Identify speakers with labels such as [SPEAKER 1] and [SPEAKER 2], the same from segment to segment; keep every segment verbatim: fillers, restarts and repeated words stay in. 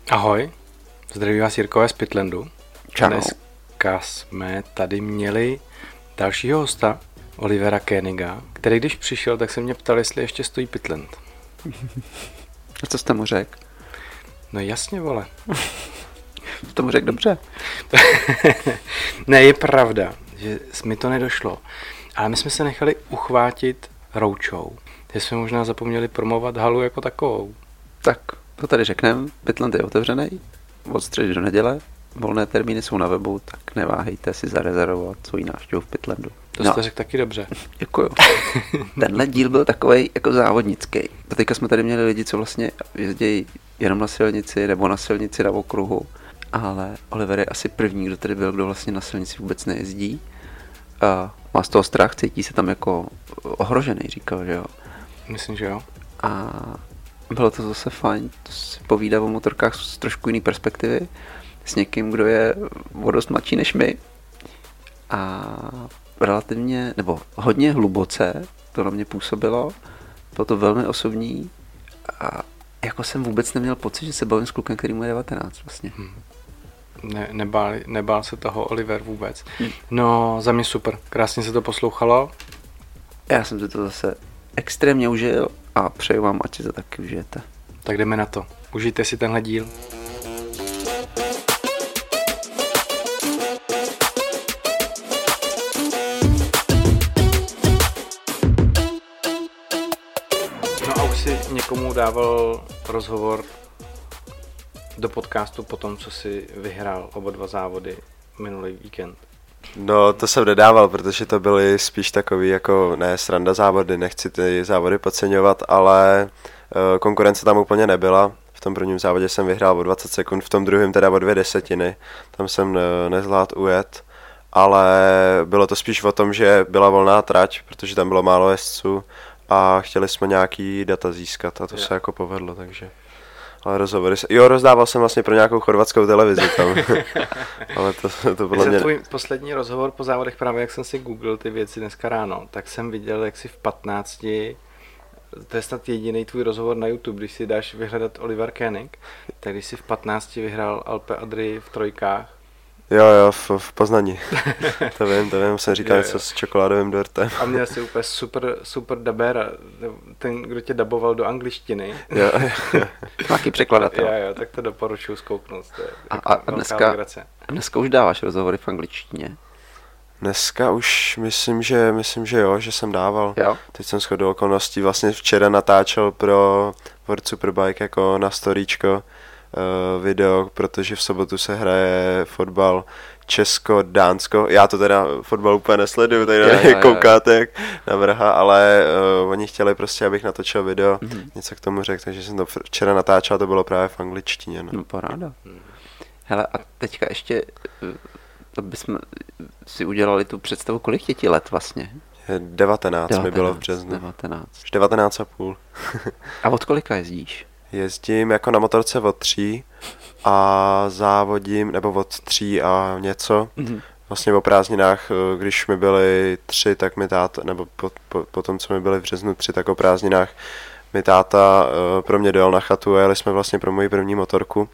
[SPEAKER 1] Ahoj, zdraví vás Jirkové z Pitlandu.
[SPEAKER 2] Čau.
[SPEAKER 1] Dneska jsme tady měli dalšího hosta, Olivera Koeniga, který když přišel, tak se mě ptal, jestli ještě stojí Pitland.
[SPEAKER 2] A co jste mu řekl?
[SPEAKER 1] No jasně, vole.
[SPEAKER 2] To mu řekl dobře.
[SPEAKER 1] Ne, je pravda, že mi to nedošlo, ale my jsme se nechali uchvátit roučou, že jsme možná zapomněli promovat halu jako takovou.
[SPEAKER 2] Tak to tady řekneme, Pitland je otevřený od středy do neděle, volné termíny jsou na webu, tak neváhejte si zarezervovat svou návštěvu v Pitlandu.
[SPEAKER 1] To jste no. řekl taky dobře.
[SPEAKER 2] Děkuju. Tenhle díl byl takovej jako závodnický. Teďka jsme tady měli lidi, co vlastně jezdí jenom na silnici nebo na silnici na okruhu, ale Oliver je asi první, kdo tady byl, kdo vlastně na silnici vůbec nejezdí. A má z toho strach, cítí se tam jako ohrožený, říkal, že jo.
[SPEAKER 1] Myslím, že jo.
[SPEAKER 2] A bylo to zase fajn, to si povídá o motorkách z trošku jiný perspektivy, s někým, kdo je o dost mladší než my a relativně, nebo hodně hluboce to na mě působilo, bylo to velmi osobní a jako jsem vůbec neměl pocit, že se bavím s klukem, který mu je devatenáct vlastně.
[SPEAKER 1] Hmm. Ne, nebál, nebál se toho Oliver vůbec. Hmm. No, za mě super, krásně se to poslouchalo.
[SPEAKER 2] Já jsem si to zase extrémně užil a přeju vám, ať si to taky užijete.
[SPEAKER 1] Tak jdeme na to. Užijte si tenhle díl. No a už si někomu dával rozhovor do podcastu po tom, co si vyhrál oba dva závody minulý víkend?
[SPEAKER 3] No, to jsem nedával, protože to byly spíš takový jako, ne sranda závody, nechci ty závody podceňovat, ale uh, konkurence tam úplně nebyla. V tom prvním závodě jsem vyhrál o dvacet sekund, v tom druhém teda o dvě desetiny, tam jsem ne, nezvládl ujet, ale bylo to spíš o tom, že byla volná trať, protože tam bylo málo jezdců a chtěli jsme nějaký data získat a to je. Se jako povedlo, takže... Ale rozhovory, jo, rozdával jsem vlastně pro nějakou chorvatskou televizi tam, ale to, to bylo mě...
[SPEAKER 1] Tvůj poslední rozhovor po závodech, právě jak jsem si googlil ty věci dneska ráno, tak jsem viděl, jak si v patnácti, to je snad jediný tvůj rozhovor na YouTube, když si dáš vyhledat Oliver Koenig, tak když si v patnácti vyhrál Alpe Adrii v trojkách.
[SPEAKER 3] Jo, jo, v, v Poznaní. to vím, to vím, jsem říkal něco s čokoládovým dortem.
[SPEAKER 1] A měl jsi úplně super, super dabéra, ten, kdo tě daboval do angličtiny.
[SPEAKER 3] Jo, jo.
[SPEAKER 2] Taky překladatel.
[SPEAKER 1] Jo, jo, tak to doporučuji zkouknout. To je
[SPEAKER 2] a, a, a, dneska, a dneska už dáváš rozhovory v angličtině?
[SPEAKER 3] Dneska už myslím, že myslím, že jo, že jsem dával.
[SPEAKER 2] Jo?
[SPEAKER 3] Teď jsem shodou okolností vlastně včera natáčel pro World Superbike jako na storíčko uh, video, protože v sobotu se hraje fotbal Česko, Dánsko. Já to teda fotbal úplně nesleduju, tady na mě koukáte jak na vrha, ale uh, oni chtěli prostě, abych natočil video, mm-hmm. něco k tomu řekl, takže jsem to včera natáčel, to bylo právě v angličtině. No,
[SPEAKER 2] no paráda. Hmm. Hele, a teďka ještě, to bychom si udělali tu představu, kolik je ti let vlastně?
[SPEAKER 3] devatenáct, devatenáct mi bylo v březnu.
[SPEAKER 2] devatenáct.
[SPEAKER 3] Už devatenáct a půl.
[SPEAKER 2] A od kolika jezdíš?
[SPEAKER 3] Jezdím jako na motorce od tří a závodím, nebo od tří a něco. Mm-hmm. Vlastně o prázdninách, když mi byly tři, tak mi táta, nebo po, po, po tom, co mi byly v březnu tři, tak o prázdninách mi táta uh, pro mě dojel na chatu a jeli jsme vlastně pro moji první motorku.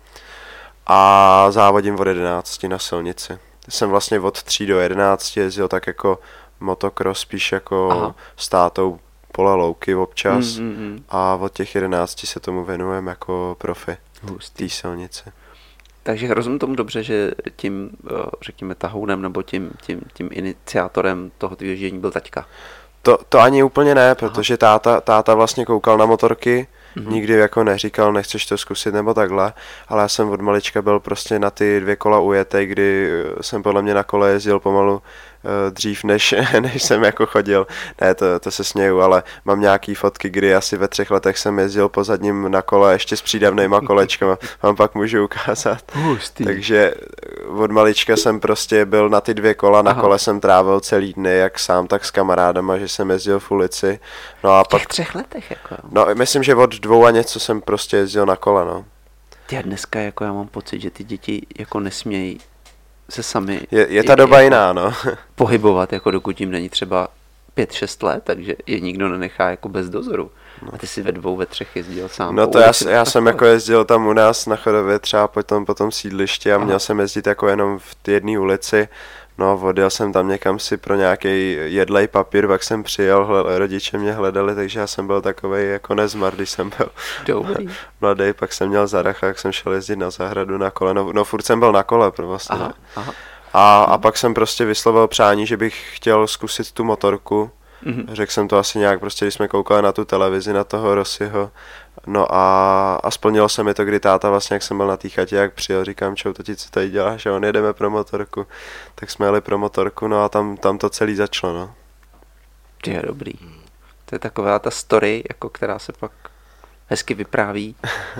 [SPEAKER 3] A závodím od jedenácti na silnici. Jsem vlastně od tří do jedenácti jezdil tak jako motocross, spíš jako Aha. s tátou pole louky občas mm, mm, mm. a od těch jedenácti se tomu věnujeme jako profi té silnici.
[SPEAKER 2] Takže rozumím tomu dobře, že tím, řekněme, tahounem nebo tím, tím, tím iniciátorem toho tvýho ježdění byl taťka?
[SPEAKER 3] To, to ani úplně ne, protože táta, táta vlastně koukal na motorky, mm-hmm. nikdy jako neříkal, nechceš to zkusit nebo takhle, ale já jsem od malička byl prostě na ty dvě kola ujetej, kdy jsem podle mě na kole jezdil pomalu dřív, než, než jsem jako chodil. Ne, to, to se směju, ale mám nějaký fotky, kdy asi ve třech letech jsem jezdil po zadním na kole ještě s přídavnejma kolečkama. Vám pak můžu ukázat.
[SPEAKER 2] Hustý.
[SPEAKER 3] Takže od malička jsem prostě byl na ty dvě kola, na Aha. kole jsem trávil celý dny, jak sám, tak s kamarádama, že jsem jezdil v ulici. No a
[SPEAKER 2] v těch
[SPEAKER 3] pak,
[SPEAKER 2] třech letech jako?
[SPEAKER 3] No, myslím, že od dvou a něco jsem prostě jezdil na kole, no.
[SPEAKER 2] Ty dneska jako já mám pocit, že ty děti jako nesmějí se sami...
[SPEAKER 3] Je, je ta doba
[SPEAKER 2] jako
[SPEAKER 3] jiná, no.
[SPEAKER 2] Pohybovat, jako dokud jim není třeba pět šest let, takže je nikdo nenechá jako bez dozoru.
[SPEAKER 3] No.
[SPEAKER 2] A ty jsi ve dvou, ve třech jezdil sám?
[SPEAKER 3] No to já, já jsem jako jezdil tam u nás na Chodově třeba potom po tom sídlišti a Aha. měl jsem jezdit jako jenom v té jedné ulici. No, odjel jsem tam někam si pro nějaký jedlej papír, pak jsem přijel, hle, rodiče mě hledali, takže já jsem byl takovej jako nezmar, když jsem byl mladý, pak jsem měl zadach a jak jsem šel jezdit na zahradu na kole, no, no furt jsem byl na kole vlastně. Aha, aha. A, a pak jsem prostě vyslovil přání, že bych chtěl zkusit tu motorku. Mm-hmm. Řekl jsem to asi nějak prostě, když jsme koukali na tu televizi, na toho Rossiho. No a, a splnilo se mi to, kdy táta vlastně, jak jsem byl na té chatě, jak přijel, říkám, čau, tati, co tady děláš? A on, jedeme pro motorku. Tak jsme jeli pro motorku, no a tam, tam to celý začalo, no.
[SPEAKER 2] To je dobrý. To je taková ta story, jako která se pak hezky vypráví,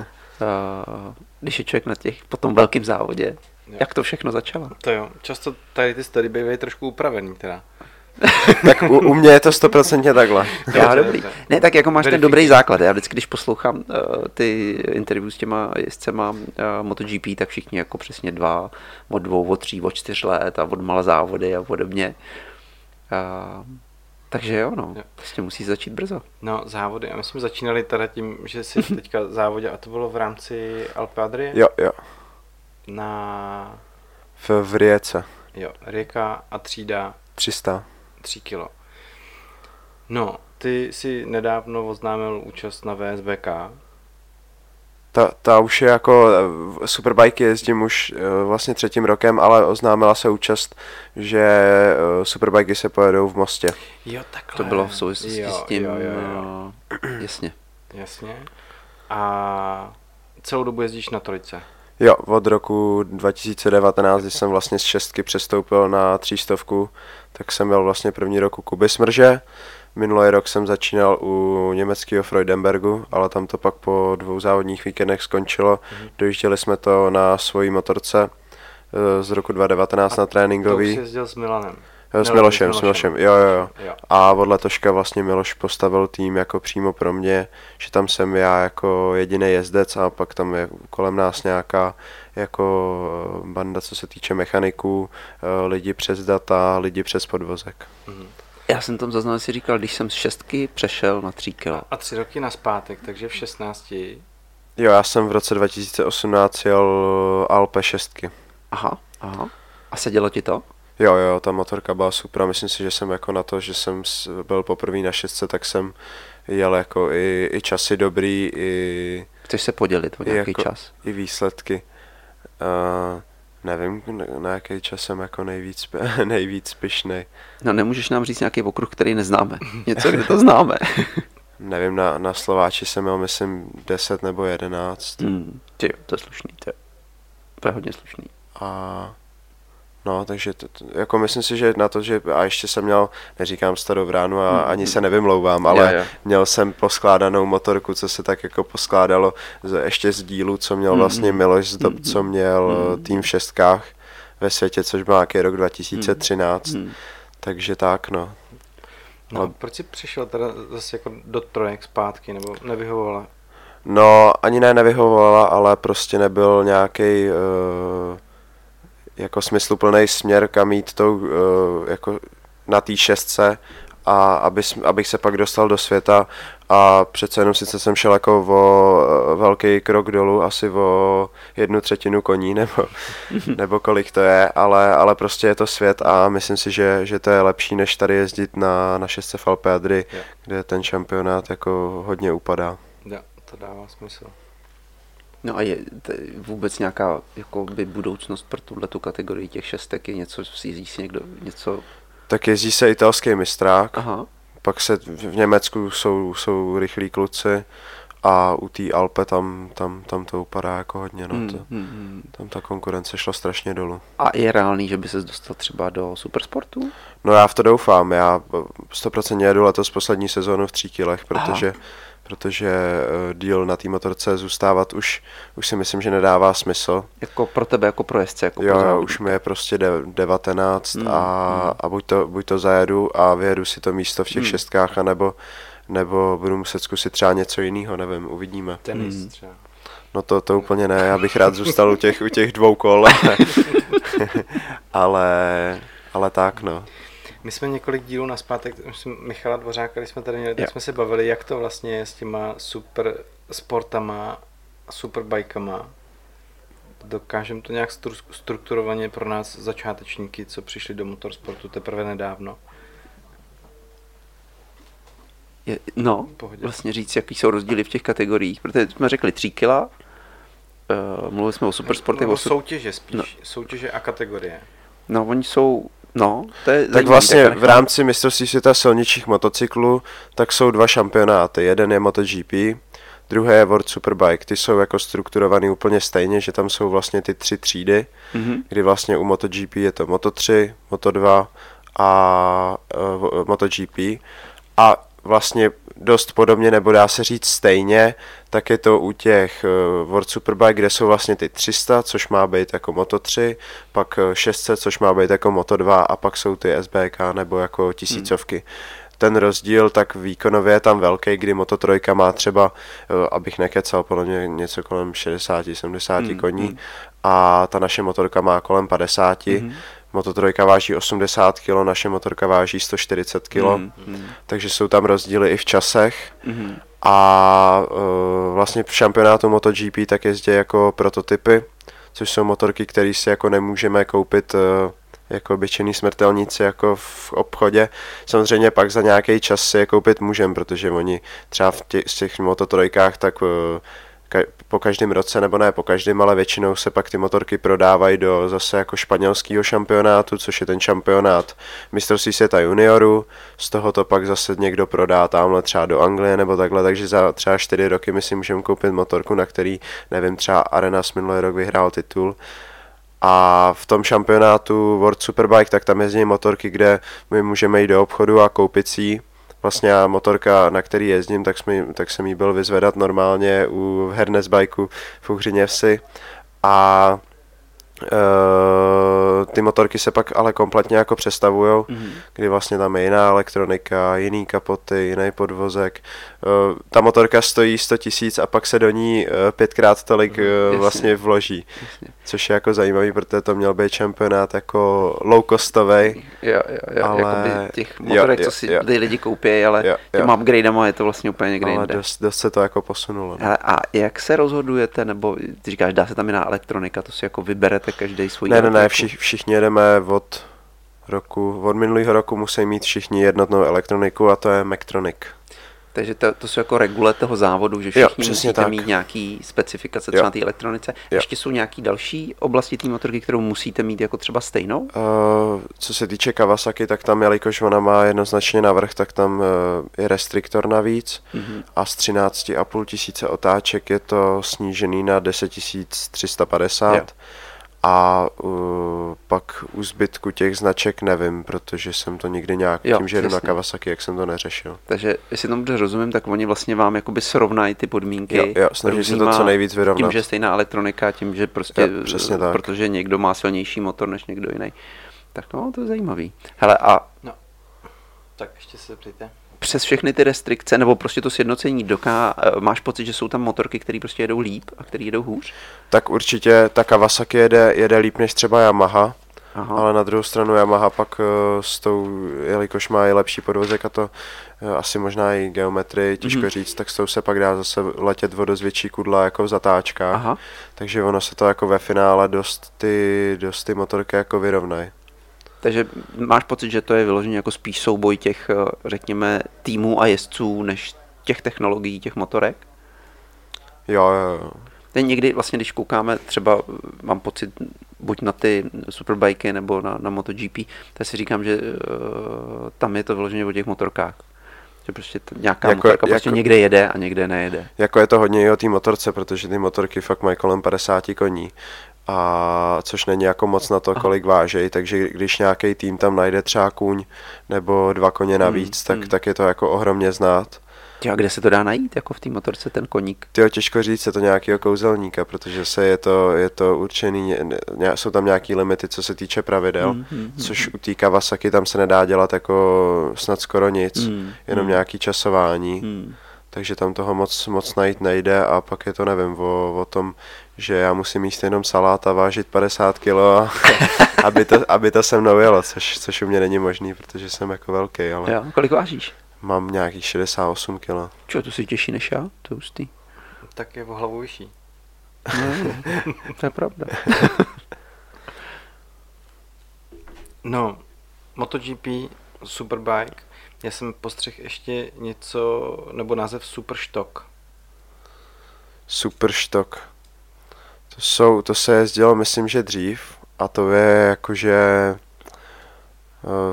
[SPEAKER 2] uh, když je člověk na těch, po tom velkém závodě. Jo. Jak to všechno začalo?
[SPEAKER 1] To jo, často tady ty story bývají trošku upravený teda.
[SPEAKER 3] Tak u, u mě je to stoprocentně takhle.
[SPEAKER 2] Já, dobrý. Ne, tak jako máš ten dobrý základ. Já vždycky, když poslouchám uh, ty interview s těma jezdcema uh, MotoGP, tak všichni jako přesně dva, od dvou, od tří, od čtyř let a od malé závody a podobně. Uh, takže jo, no, jo. Prostě musí začít brzo.
[SPEAKER 1] No, závody. A my jsme začínali teda tím, že si teďka závodě, a to bylo v rámci Alpe Adrie?
[SPEAKER 3] Jo, jo.
[SPEAKER 1] Na...
[SPEAKER 3] V, v Rijece.
[SPEAKER 1] Jo, Rijeka a třída.
[SPEAKER 3] tři sta.
[SPEAKER 1] Tři kilo. No, ty si nedávno oznámil účast na V S B K.
[SPEAKER 3] Ta, ta už je jako, Superbike jezdím už vlastně třetím rokem, ale oznámila se účast, že Superbikey se pojedou v Mostě.
[SPEAKER 1] Jo, takhle.
[SPEAKER 2] To bylo v souvislosti
[SPEAKER 1] jo,
[SPEAKER 2] s tím,
[SPEAKER 1] jo, jo, jo.
[SPEAKER 2] jasně.
[SPEAKER 1] Jasně. A celou dobu jezdíš na trojce?
[SPEAKER 3] Jo, od roku dva tisíce devatenáct, když jsem vlastně z šestky přestoupil na třístovku, tak jsem byl vlastně první rok u Kuby Smrže. Minulý rok jsem začínal u německého Freudenbergu, ale tam to pak po dvou závodních víkendech skončilo. Mm-hmm. Dojížděli jsme to na svojí motorce z roku dva tisíce devatenáct a na tréninkový.
[SPEAKER 1] To už jsi jezdil s Milanem?
[SPEAKER 3] S Milošem, s Milošem, jo, jo, jo. jo. A od letoška vlastně Miloš postavil tým jako přímo pro mě, že tam jsem já jako jediný jezdec a pak tam je kolem nás nějaká jako banda, co se týče mechaniků, lidi přes data, lidi přes podvozek.
[SPEAKER 1] Mhm.
[SPEAKER 2] Já jsem tam zaznal, si říkal, když jsem z šestky přešel na tři kila.
[SPEAKER 1] A tři roky nazpátek, takže v šestnácti.
[SPEAKER 3] Jo, já jsem v roce dva tisíce osmnáct jel Alpe šestky.
[SPEAKER 2] Aha, aha. A sedělo ti to?
[SPEAKER 3] Jo, jo, ta motorka byla super a myslím si, že jsem jako na to, že jsem byl poprvé na šestce, tak jsem jel jako i, i časy dobrý, i...
[SPEAKER 2] Chceš se podělit o nějaký
[SPEAKER 3] jako,
[SPEAKER 2] čas?
[SPEAKER 3] I výsledky. Uh, nevím, na, na jaký čas jsem jako nejvíc, nejvíc pyšnej.
[SPEAKER 2] No nemůžeš nám říct nějaký okruh, který neznáme. Něco, kde to známe.
[SPEAKER 3] Nevím, na, na Slováči jsem měl, myslím, deset nebo jedenáct.
[SPEAKER 2] Hmm, tyjo, to je slušný, to je, to je hodně slušný.
[SPEAKER 3] A... No, takže to, to, jako myslím si, že na to, že a ještě jsem měl, neříkám starou vránu a ani se nevymlouvám, ale jo, jo. měl jsem poskládanou motorku, co se tak jako poskládalo z, ještě z dílu, co měl vlastně Miloš z dob, co měl tým v šestkách ve světě, což byl nějaký rok dva tisíce třináct, takže tak, no.
[SPEAKER 1] No, ale... proč jsi přišel teda zase jako do trojek zpátky, nebo nevyhovovala?
[SPEAKER 3] No, ani ne nevyhovovala, ale prostě nebyl nějaký uh, jako smysluplný směr, kam jít tou, uh, jako na té šestce a aby, abych se pak dostal do světa a přece jenom sice jsem šel jako o uh, velký krok dolů, asi o jednu třetinu koní nebo, nebo kolik to je, ale, ale prostě je to svět a myslím si, že, že to je lepší, než tady jezdit na, na šestce v Alpe Adrii, yeah. kde ten šampionát jako hodně upadá.
[SPEAKER 1] Jo, to dává smysl.
[SPEAKER 2] No a je vůbec nějaká jako by budoucnost pro tuhletu kategorii těch šestek, je něco, jezdí si někdo něco?
[SPEAKER 3] Tak jezdí se italský mistrák,
[SPEAKER 2] aha.
[SPEAKER 3] Pak se v Německu jsou, jsou rychlí kluci a u té Alpe tam, tam, tam to upadá jako hodně, no.
[SPEAKER 2] Hmm,
[SPEAKER 3] to,
[SPEAKER 2] hmm.
[SPEAKER 3] Tam ta konkurence šla strašně dolů.
[SPEAKER 2] A je reálný, že by ses dostal třeba do supersportu?
[SPEAKER 3] No já v to doufám, já sto procent jedu letos poslední sezónu v tří kilech, protože aha. protože uh, díl na té motorce zůstávat už, už si myslím, že nedává smysl.
[SPEAKER 2] Jako pro tebe, jako pro jezdce? Jako
[SPEAKER 3] jo,
[SPEAKER 2] pro
[SPEAKER 3] už mi je prostě de- devatenáct mm, a, mm. a buď, to, buď to zajedu a vyjedu si to místo v těch mm. šestkách, anebo, nebo budu muset zkusit třeba něco jiného, nevím, uvidíme.
[SPEAKER 1] Tenis mm. třeba.
[SPEAKER 3] No to, to úplně ne, já bych rád zůstal u těch, u těch dvou kol, ale, ale tak no.
[SPEAKER 1] My jsme několik dílů nazpátek, myslím, Michala Dvořáka, když jsme tady měli, tak
[SPEAKER 2] Jo.
[SPEAKER 1] jsme se bavili, jak to vlastně je s těma super sportama a superbajkama. Dokážeme to nějak stru- strukturovaně pro nás začátečníky, co přišli do motorsportu teprve nedávno.
[SPEAKER 2] Je, no,
[SPEAKER 1] Pohodě.
[SPEAKER 2] vlastně říct, jaký jsou rozdíly v těch kategoriích, protože jsme řekli tři kila, uh, mluvili jsme o supersportech.
[SPEAKER 1] Nebo
[SPEAKER 2] o su-
[SPEAKER 1] soutěže spíš,
[SPEAKER 2] no.
[SPEAKER 1] soutěže a kategorie.
[SPEAKER 2] No, oni jsou, no, to je
[SPEAKER 3] Tak
[SPEAKER 2] zajímavý,
[SPEAKER 3] vlastně
[SPEAKER 2] tak
[SPEAKER 3] v rámci mistrovství světa silničích motocyklů, tak jsou dva šampionáty. Jeden je MotoGP, druhý je World Superbike. Ty jsou jako strukturovaný úplně stejně, že tam jsou vlastně ty tři třídy,
[SPEAKER 2] Mhm.
[SPEAKER 3] kdy vlastně u MotoGP je to Moto tři, Moto dva a uh, MotoGP. A vlastně dost podobně, nebo dá se říct stejně, tak je to u těch uh, World Superbike, kde jsou vlastně ty tři sta, což má být jako Moto tři, pak uh, šest set, což má být jako Moto dva a pak jsou ty S B K nebo jako tisícovky. Hmm. Ten rozdíl tak výkonově je tam velký, kdy Moto tři má třeba, uh, abych nekecal, podle mě něco kolem šedesát sedmdesát
[SPEAKER 2] Hmm,
[SPEAKER 3] koní
[SPEAKER 2] hmm.
[SPEAKER 3] a ta naše motorka má kolem padesát.
[SPEAKER 2] Mhm.
[SPEAKER 3] Moto tři váží osmdesát kilo, naše motorka váží sto čtyřicet kilo,
[SPEAKER 2] Mhm, mhm.
[SPEAKER 3] takže jsou tam rozdíly i v časech.
[SPEAKER 2] Mhm.
[SPEAKER 3] A uh, vlastně v šampionátu MotoGP tak jezdí jako prototypy, což jsou motorky, které si jako nemůžeme koupit uh, jako obyčejný smrtelníci jako v obchodě. Samozřejmě pak za nějaký čas si je koupit můžeme, protože oni třeba v těch, z těch mototrojkách tak uh, ka- po každém roce, nebo ne po každém, ale většinou se pak ty motorky prodávají do zase jako španělského šampionátu, což je ten šampionát mistrovství světa juniorů, z toho to pak zase někdo prodá tamhle třeba do Anglie nebo takhle, takže za třeba čtyři roky my si můžeme koupit motorku, na který, nevím, třeba Arenas minulý rok vyhrál titul. A v tom šampionátu World Superbike, tak tam jezdí motorky, kde my můžeme jít do obchodu a koupit si ji. Vlastně já motorka, na který jezdím, tak, jsme, tak jsem jí byl vyzvedat normálně u Hernes Bikeu v Uhřiněvsi a e, ty motorky se pak ale kompletně jako přestavujou, mm-hmm. kdy vlastně tam je jiná elektronika, jiný kapoty, jiný podvozek. E, ta motorka stojí sto tisíc a pak se do ní e, pětkrát tolik e, vlastně vloží,
[SPEAKER 2] Jasně.
[SPEAKER 3] což je jako zajímavý, protože to měl být šampionát jako low costovej.
[SPEAKER 2] Jo, jo, jo,
[SPEAKER 3] Ale-
[SPEAKER 2] jakoby těch motorek,
[SPEAKER 3] jo,
[SPEAKER 2] co si
[SPEAKER 3] jo.
[SPEAKER 2] ty lidi koupí, ale
[SPEAKER 3] Jo, jo.
[SPEAKER 2] těma upgradama je to vlastně úplně někde
[SPEAKER 3] Ale
[SPEAKER 2] jinde.
[SPEAKER 3] dost, dost se to jako posunulo. No.
[SPEAKER 2] Hele, a jak se rozhodujete, nebo ty říkáš, dá se tam jiná elektronika, to si jako vyberete každý svůj
[SPEAKER 3] Ne, ne, ne,
[SPEAKER 2] elektriku?
[SPEAKER 3] všich, všichni jedeme od roku, od minulého roku musí mít všichni jednotnou elektroniku a to je Mectronic.
[SPEAKER 2] Takže to, to jsou jako regule toho závodu, že
[SPEAKER 3] Jo,
[SPEAKER 2] všichni
[SPEAKER 3] přesně
[SPEAKER 2] musíte
[SPEAKER 3] tak.
[SPEAKER 2] mít nějaký specifikace
[SPEAKER 3] Jo.
[SPEAKER 2] třeba na té elektronice.
[SPEAKER 3] Jo.
[SPEAKER 2] Ještě jsou nějaký další oblasti té motorky, kterou musíte mít jako třeba stejnou?
[SPEAKER 3] Uh, co se týče Kawasaki, tak tam, jelikož ona má jednoznačně navrch, tak tam uh, je restriktor navíc
[SPEAKER 2] Mhm.
[SPEAKER 3] a z třináct a půl tisíce otáček je to snížený na deset tisíc tři sta padesát.
[SPEAKER 2] Jo.
[SPEAKER 3] A uh, pak u zbytku těch značek nevím, protože jsem to nikdy nějak,
[SPEAKER 2] Jo,
[SPEAKER 3] tím, že jdu na
[SPEAKER 2] jasně.
[SPEAKER 3] Kawasaki, jak jsem to neřešil.
[SPEAKER 2] Takže jestli tomu dobře rozumím, tak oni vlastně vám jakoby srovnají ty podmínky.
[SPEAKER 3] Jo, jo, snaží se to
[SPEAKER 2] různýma-
[SPEAKER 3] co nejvíc vyrovnat.
[SPEAKER 2] Tím, že je stejná elektronika, tím, že prostě,
[SPEAKER 3] Jo, přesně tak.
[SPEAKER 2] protože někdo má silnější motor než někdo jiný. Tak no, to je zajímavý. Hele, a
[SPEAKER 1] Tak ještě se zeptejte.
[SPEAKER 2] přes všechny ty restrikce, nebo prostě to sjednocení doká, máš pocit, že jsou tam motorky, které prostě jedou líp a které jedou hůř?
[SPEAKER 3] Tak určitě ta Kawasaki jede, jede líp než třeba Yamaha,
[SPEAKER 2] Aha.
[SPEAKER 3] ale na druhou stranu Yamaha pak uh, s tou, jelikož má i lepší podvozek a to uh, asi možná i geometrii, těžko
[SPEAKER 2] Mhm.
[SPEAKER 3] říct, tak s tou se pak dá zase letět o dost větší kudla jako v zatáčkách,
[SPEAKER 2] Aha.
[SPEAKER 3] takže ono se to jako ve finále dost ty, dost ty motorky jako vyrovnají.
[SPEAKER 2] Takže máš pocit, že to je vyloženě jako spíš souboj těch, eh, řekněme, týmů a jezdců, než těch technologií, těch motorek?
[SPEAKER 3] Jo, jo, jo.
[SPEAKER 2] Teď někdy vlastně, když koukáme, třeba eh, mám pocit buď na ty superbajky nebo na, na MotoGP, tak si říkám, že uh, tam je to vyloženě o těch motorkách. Že prostě t- nějaká
[SPEAKER 3] Jako-
[SPEAKER 2] motorka prostě
[SPEAKER 3] jako-
[SPEAKER 2] někde jede a někde nejede.
[SPEAKER 3] Jako je to hodně i o té motorce, protože ty motorky fakt mají kolem padesát koní. A což není jako moc na to,
[SPEAKER 2] Aha.
[SPEAKER 3] kolik vážejí, takže když nějaký tým tam najde třeba kůň nebo dva koně navíc,
[SPEAKER 2] Hmm,
[SPEAKER 3] tak,
[SPEAKER 2] hmm.
[SPEAKER 3] tak je to jako ohromně znát.
[SPEAKER 2] A kde se to dá najít, jako v té motorce, ten koník?
[SPEAKER 3] Tyjo, těžko říct, je to nějakého kouzelníka, protože se je to, je to určený, ně, jsou tam nějaký limity, co se týče pravidel,
[SPEAKER 2] Hmm, hmm,
[SPEAKER 3] což u té Kawasaki tam se nedá dělat jako snad skoro nic,
[SPEAKER 2] Hmm,
[SPEAKER 3] jenom
[SPEAKER 2] hmm.
[SPEAKER 3] nějaký časování.
[SPEAKER 2] Hmm.
[SPEAKER 3] Takže tam toho moc, moc najít nejde a pak je to, nevím, o, o tom, že já musím jíst jenom salát a vážit padesát kilo a, aby, to, aby to se mnou jelo, což, což u mě není možný, protože jsem jako velký, ale
[SPEAKER 2] Jo, kolik vážíš?
[SPEAKER 3] mám nějakých šedesát osm kilo.
[SPEAKER 2] Čo, to si těžší než já? To je hustý.
[SPEAKER 1] Tak je o hlavu vyšší.
[SPEAKER 2] No, to je pravda.
[SPEAKER 1] No, MotoGP, Superbike, já jsem postřehl ještě něco, nebo název Superstock.
[SPEAKER 3] Superstock. To, jsou, to se jezdilo, myslím, že dřív, a to je jakože uh,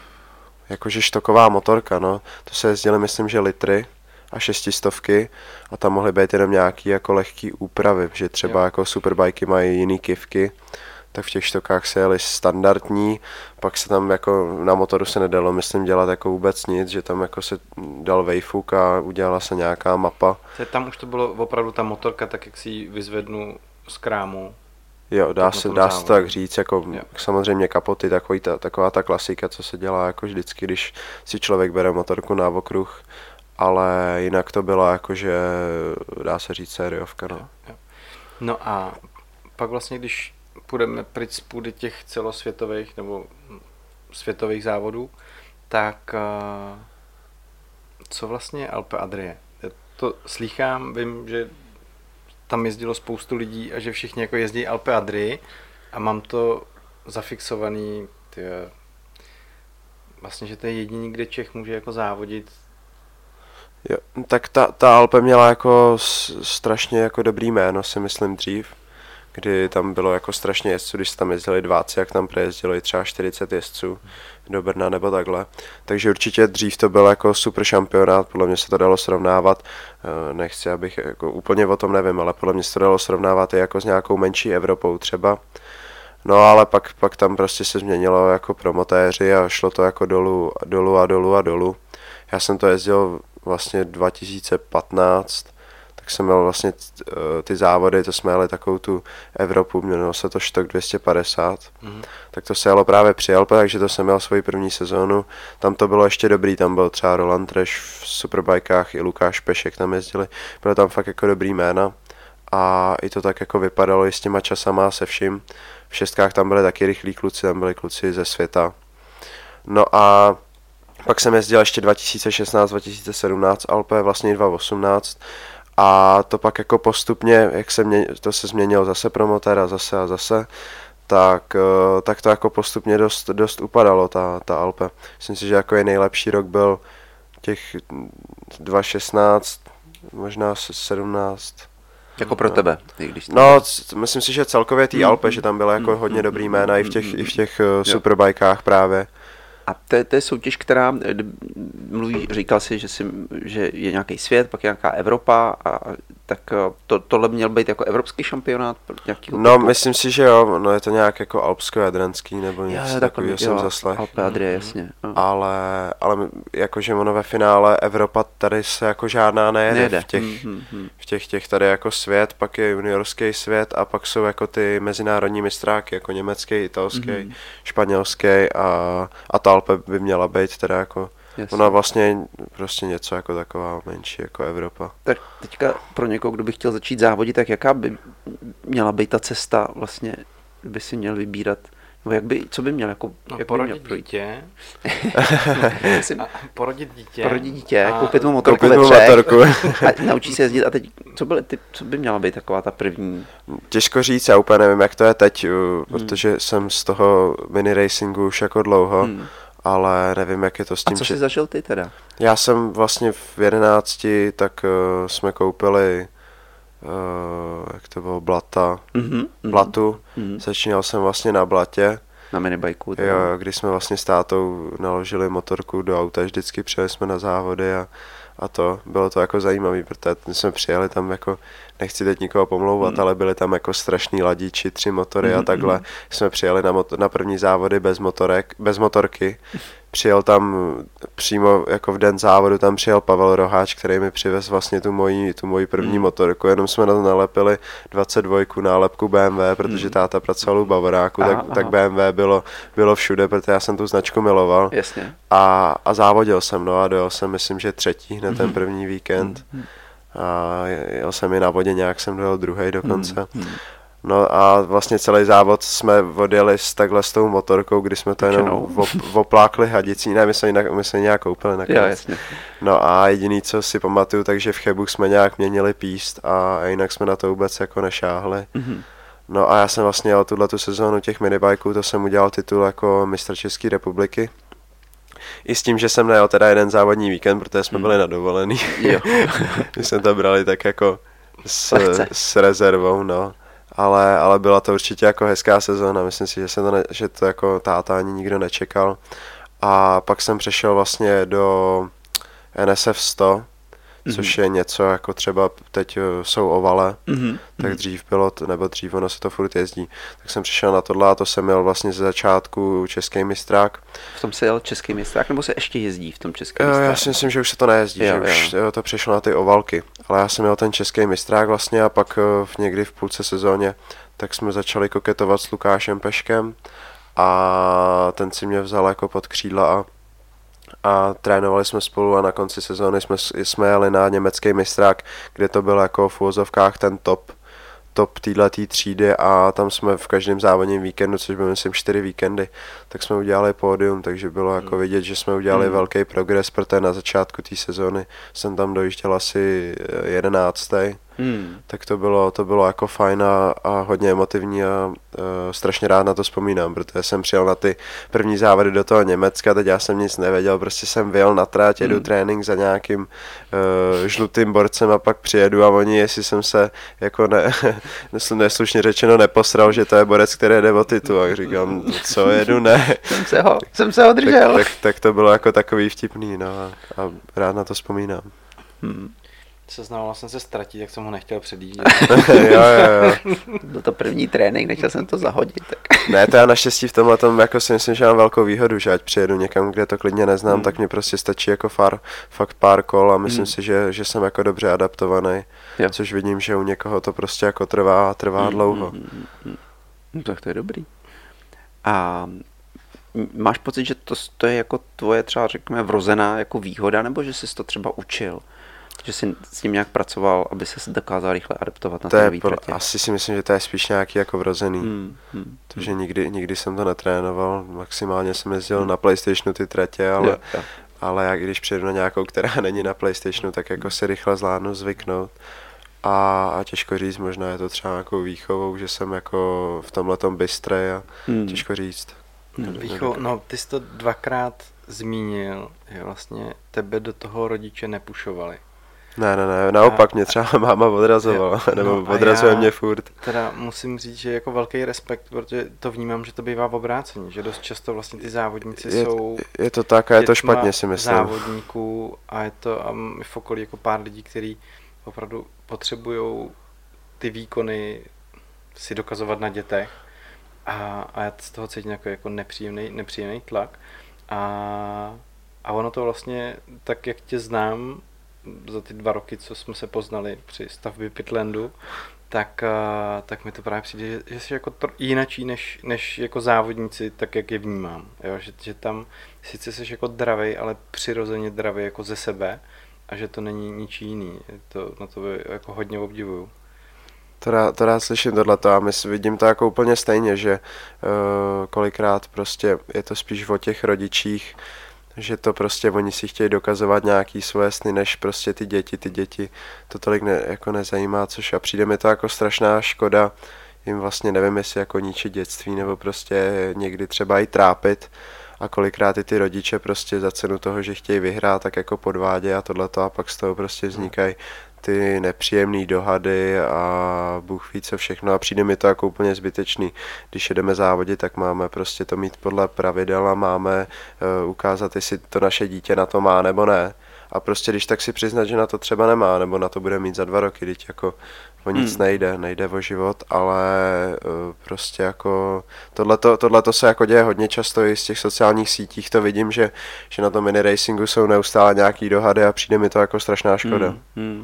[SPEAKER 3] jakože štoková motorka, no. To se jezdily, myslím, že litry a šestistovky a tam mohly být jenom nějaký jako lehký úpravy, že třeba
[SPEAKER 1] jo.
[SPEAKER 3] jako superbajky mají jiný kivky, tak v těch štokách se jeli standardní, pak se tam jako na motoru se nedalo, myslím, dělat jako vůbec nic, že tam jako se dal vejfuk a udělala se nějaká mapa.
[SPEAKER 1] Tam už to bylo opravdu ta motorka, tak jak si ji vyzvednu z krámu.
[SPEAKER 3] Jo, dá se, dá se to tak říct, jako jo. Samozřejmě kapoty, takový ta, taková ta klasika, co se dělá jako vždycky, když si člověk bere motorku na okruh, ale jinak to byla jakože, dá se říct, sériovka, no.
[SPEAKER 1] Jo, jo. No a pak vlastně, když půjdeme pryč z půdy těch celosvětových nebo světových závodů, tak uh, co vlastně je Alpe Adrie? Já to slýchám, vím, že tam jezdilo spoustu lidí a že všichni jako jezdí Alpe Adrii a mám to zafixovaný, tyjo, vlastně, že to je jediný, kde Čech může jako závodit.
[SPEAKER 3] Jo, tak ta, ta Alpe měla jako strašně jako dobrý jméno, si myslím dřív, kdy tam bylo jako strašně jezdců, když tam jezdili dváci, jak tam prejezdilo i třeba čtyřicet jezdců do Brna nebo takhle. Takže určitě dřív to byl jako super šampionát, podle mě se to dalo srovnávat, nechci, abych jako úplně o tom nevím, ale podle mě se to dalo srovnávat i jako s nějakou menší Evropou třeba. No ale pak, pak tam prostě se změnilo jako promotéři a šlo to jako dolů, dolů a dolů a dolů. Já jsem to jezdil vlastně dva tisíce patnáct, tak jsem měl vlastně ty závody, to jsme jeli takovou tu Evropu, mělo se to štok dvě stě padesát, mm-hmm. tak to se jelo právě při Alpe, takže to jsem měl svoji první sezónu, tam to bylo ještě dobrý, tam byl třeba Roland Treš v superbajkách, i Lukáš Pešek tam jezdili, bylo tam fakt jako dobrý jména a i to tak jako vypadalo i s těma časama se vším, v šestkách tam byli taky rychlí kluci, tam byli kluci ze světa, no a pak jsem jezdil ještě dva tisíce šestnáct dva tisíce sedmnáct Alpe, vlastně dva tisíce osmnáct a to pak jako postupně, jak se mě, to se změnilo zase promotér a zase a zase, tak, tak to jako postupně dost, dost upadalo ta, ta Alpe. Myslím si, že jako je nejlepší rok byl těch dva tisíce šestnáct, možná sedmnáct.
[SPEAKER 2] Jako pro tebe, i když
[SPEAKER 3] No, c- myslím si, že celkově té Alpe, že tam bylo jako hodně dobrý jména i v těch, i v těch uh, superbajkách právě.
[SPEAKER 2] A to je, to je soutěž, která mluví, říkal si, že, si, že je nějaký svět, pak je nějaká Evropa, a tak to, tohle měl být jako evropský šampionát?
[SPEAKER 3] No, typu? Myslím si, že jo, no je to nějak jako alpsko-jadranský nebo něco takového jsem zaslech.
[SPEAKER 2] Alpe Adrie, jasně.
[SPEAKER 3] No. Ale, ale jakože ono ve finále Evropa tady se jako žádná nejede, nejede. V, těch, mm, mm, v těch těch tady jako svět, pak je juniorský svět a pak jsou jako ty mezinárodní mistráky, jako německý, italský, mm. španělský a, a ta Alpe by měla být teda jako Jasně. Ona vlastně prostě něco jako taková menší jako Evropa.
[SPEAKER 2] Tak teďka pro někoho, kdo by chtěl začít závodit, tak jaká by měla být ta cesta vlastně, by si měl vybírat, nebo jak by, co by měl jako,
[SPEAKER 1] no,
[SPEAKER 2] jak
[SPEAKER 1] porodit
[SPEAKER 2] by měl
[SPEAKER 1] dítě. a porodit dítě.
[SPEAKER 2] Porodit dítě,
[SPEAKER 1] a
[SPEAKER 2] koupit mu motorku
[SPEAKER 3] koupit
[SPEAKER 2] ve
[SPEAKER 3] mu
[SPEAKER 2] třech
[SPEAKER 3] motorku.
[SPEAKER 2] a naučí se jezdit. A teď, co, byly ty, co by měla být taková ta první?
[SPEAKER 3] Těžko říct, já úplně nevím, jak to je teď, hmm. protože jsem z toho mini racingu už jako dlouho. Hmm. Ale nevím, jak je to s tím.
[SPEAKER 2] A co jsi zažil ty teda?
[SPEAKER 3] Já jsem vlastně v jedenácti, tak uh, jsme koupili, uh, jak to bylo, blata, mm-hmm, blatu. Mm-hmm. Začínal jsem vlastně na blatě.
[SPEAKER 2] Na minibajku.
[SPEAKER 3] Jo, když jsme vlastně s tátou naložili motorku do auta, vždycky přijeli jsme na závody a, a to, bylo to jako zajímavé, protože jsme přijeli tam jako, nechci teď nikoho pomlouvat, mm. ale byli tam jako strašný ladíči, tři motory mm, a takhle. Mm. Jsme přijeli na, motor, na první závody bez motorek, bez motorky. Přijel tam přímo jako v den závodu, tam přijel Pavel Roháč, který mi přivez vlastně tu moji, tu moji první mm. motorku, jenom jsme na to nalepili dvacet dva nálepku B M W, protože mm. táta pracoval u Bavoráku, aha, tak, aha. tak B M W bylo, bylo všude, protože já jsem tu značku miloval.
[SPEAKER 2] Jasně.
[SPEAKER 3] A, a závodil jsem, no a dojel jsem, myslím, že třetí hned mm. ten první víkend. Mm. A jel jsem i na vodě, nějak jsem dojel druhej dokonce. Mm. No a vlastně celý závod jsme odjeli s takhle s tou motorkou, kdy jsme to jenom op, oplákli hadicí, ne, my jsme, jinak, my jsme nějak koupili nakonec. No a jediný, co si pamatuju, takže v Chebu jsme nějak měnili píst a jinak jsme na to vůbec jako nešáhli. Mm-hmm. No a já jsem vlastně jel tuhletu sezónu těch minibajků, to jsem udělal titul jako mistr České republiky. I s tím, že jsem nejel teda jeden závodní víkend, protože jsme mm. byli na dovolený. Jo. My jsme to brali tak jako s, s rezervou, no. Ale, ale byla to určitě jako hezká sezóna, myslím si, že, se to, ne, že to jako táta ani nikdo nečekal. A pak jsem přešel vlastně do N S F sto, mm-hmm. což je něco jako třeba teď jsou ovale, mm-hmm. tak dřív bylo, nebo dřív ono se to furt jezdí. Tak jsem přišel na tohle a to jsem jel vlastně ze začátku český mistrák.
[SPEAKER 2] V tom se jel český mistrák, nebo se ještě jezdí v tom českém mistráku?
[SPEAKER 3] Já si myslím, že už se to nejezdí, jo, že jo. už to přešlo na ty ovalky. Ale já jsem měl ten český mistrák vlastně a pak v někdy v půlce sezóně tak jsme začali koketovat s Lukášem Peškem a ten si mě vzal jako pod křídla a a trénovali jsme spolu a na konci sezóny jsme, jsme jeli na německý mistrák, kde to byl jako v uvozovkách ten top, top téhletý třídy a tam jsme v každém závodním víkendu, což bylo myslím čtyři víkendy, tak jsme udělali pódium, takže bylo jako vidět, že jsme udělali mm. velký progres, protože na začátku té sezóny jsem tam dojížděl asi jedenáctý. Hmm. Tak to bylo, to bylo jako fajn a, a hodně emotivní a uh, strašně rád na to vzpomínám, protože jsem přijel na ty první závody do toho Německa, teď já jsem nic nevěděl, prostě jsem vyjel na trať, jedu hmm. trénink za nějakým uh, žlutým borcem a pak přijedu a oni, jestli jsem se jako ne, neslušně řečeno neposral, že to je borec, který jde o titul, a říkám, co jedu, ne.
[SPEAKER 2] jsem se ho, jsem se ho držel.
[SPEAKER 3] Tak, tak, tak to bylo jako takový vtipný, no a, a rád na to vzpomínám.
[SPEAKER 1] Hmm. Seznával jsem se ztratit, jak jsem ho nechtěl předjíždět.
[SPEAKER 3] jo, jo, jo.
[SPEAKER 2] Byl to první trénink, nechtěl jsem to zahodit. Tak.
[SPEAKER 3] Ne, to já naštěstí v tomhle tom jako si myslím, že mám velkou výhodu, že ať přijedu někam, kde to klidně neznám, hmm. tak mi prostě stačí jako far, fakt pár kol a myslím hmm. si, že, že jsem jako dobře adaptovaný, jo. Což vidím, že u někoho to prostě jako trvá, trvá hmm. dlouho.
[SPEAKER 2] Hmm. Hmm. No, tak to je dobrý. A máš pocit, že to, to je jako tvoje třeba řekněme vrozená jako výhoda, nebo že jsi to třeba učil? Že jsi s tím nějak pracoval, aby se dokázal rychle adaptovat na to nový tratě?
[SPEAKER 3] Asi si myslím, že to je spíš nějaký jako vrozený. Hmm, hmm, protože hmm. nikdy, nikdy jsem to netrénoval, maximálně jsem jezdil hmm. na PlayStationu ty tratě, ale, jo, jo. ale já když přijedu na nějakou, která není na PlayStationu, tak jako si rychle zvládnu zvyknout. A, a těžko říct, možná je to třeba nějakou výchovou, že jsem jako v tomhletom bystrej a hmm. těžko říct.
[SPEAKER 1] Hmm. Výchov, no ty jsi to dvakrát zmínil, že vlastně tebe do toho rodiče nepušovali.
[SPEAKER 3] Ne, ne, ne, naopak a, mě třeba máma odrazovala, no, nebo odrazuje mě furt.
[SPEAKER 1] Teda musím říct, že jako velký respekt, protože to vnímám, že to bývá v obrácení, že dost často vlastně ty závodníci
[SPEAKER 3] je,
[SPEAKER 1] jsou...
[SPEAKER 3] Je to tak a je to špatně, si myslím.
[SPEAKER 1] Závodníků a je to a v okolí jako pár lidí, kteří opravdu potřebují ty výkony si dokazovat na dětech a, a já z toho cítím jako, jako nepříjemný, nepříjemný tlak a, a ono to vlastně, tak jak tě znám, za ty dva roky, co jsme se poznali při stavbě Pitlandu, tak, tak mi to právě přijde, že, že jsi jako jinačí než, než jako závodníci, tak jak je vnímám. Jo? Že, že tam sice jsi jako dravej, ale přirozeně dravej jako ze sebe a že to není ničí jiný. To, na to jako hodně obdivuju.
[SPEAKER 3] To rád, to rád slyším tohleto a my vidím to jako úplně stejně, že uh, kolikrát prostě je to spíš o těch rodičích, že to prostě oni si chtějí dokazovat nějaký svoje sny, než prostě ty děti, ty děti to tolik ne, jako nezajímá, což a přijde mi to jako strašná škoda, jim vlastně nevím, jestli jako ničit dětství, nebo prostě někdy třeba i trápit a kolikrát i ty rodiče prostě za cenu toho, že chtějí vyhrát, tak jako podvádějí a tohleto a pak z toho prostě vznikají ty nepříjemné dohady a Bůh ví co všechno a přijde mi to jako úplně zbytečný. Když jedeme závodit, tak máme prostě to mít podle pravidel a máme uh, ukázat, jestli to naše dítě na to má nebo ne. A prostě když tak si přiznat, že na to třeba nemá, nebo na to bude mít za dva roky, teď jako o nic hmm. nejde, nejde o život, ale uh, prostě jako tohleto, tohleto se jako děje hodně často i z těch sociálních sítích, to vidím, že, že na tom mini racingu jsou neustále nějaký dohady a přijde mi to jako strašná škoda. Hmm. Hmm.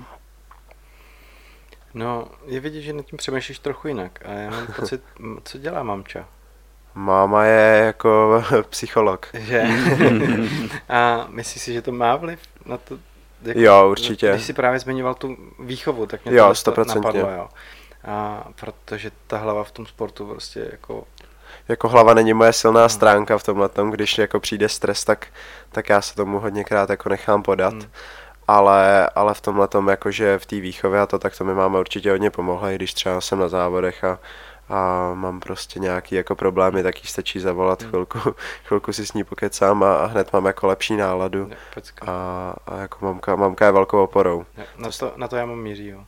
[SPEAKER 1] No, je vidět, že nad tím přemýšlíš trochu jinak a já mám pocit, co dělá mamča?
[SPEAKER 3] Máma je jako psycholog.
[SPEAKER 1] Že? A myslíš si, že to má vliv na to? Jak,
[SPEAKER 3] jo, určitě.
[SPEAKER 1] Když jsi právě zmiňoval tu výchovu, tak mě
[SPEAKER 3] jo,
[SPEAKER 1] to napadlo. Jo. A protože ta hlava v tom sportu prostě jako...
[SPEAKER 3] Jako hlava není moje silná stránka v tomhletom, když jako přijde stres, tak, tak já se tomu hodněkrát jako nechám podat. Hmm. Ale, ale v tomhletom jakože v té výchově a to, tak to mi máma určitě hodně pomohla, i když třeba jsem na závodech a, a mám prostě nějaký jako problémy, tak jí stačí zavolat hmm. chvilku, chvilku si s ní pokecám a, a hned mám jako lepší náladu.
[SPEAKER 1] Ne,
[SPEAKER 3] a, a jako mamka, mamka je velkou oporou.
[SPEAKER 1] Ne, na, to, na to já mám míří, jo.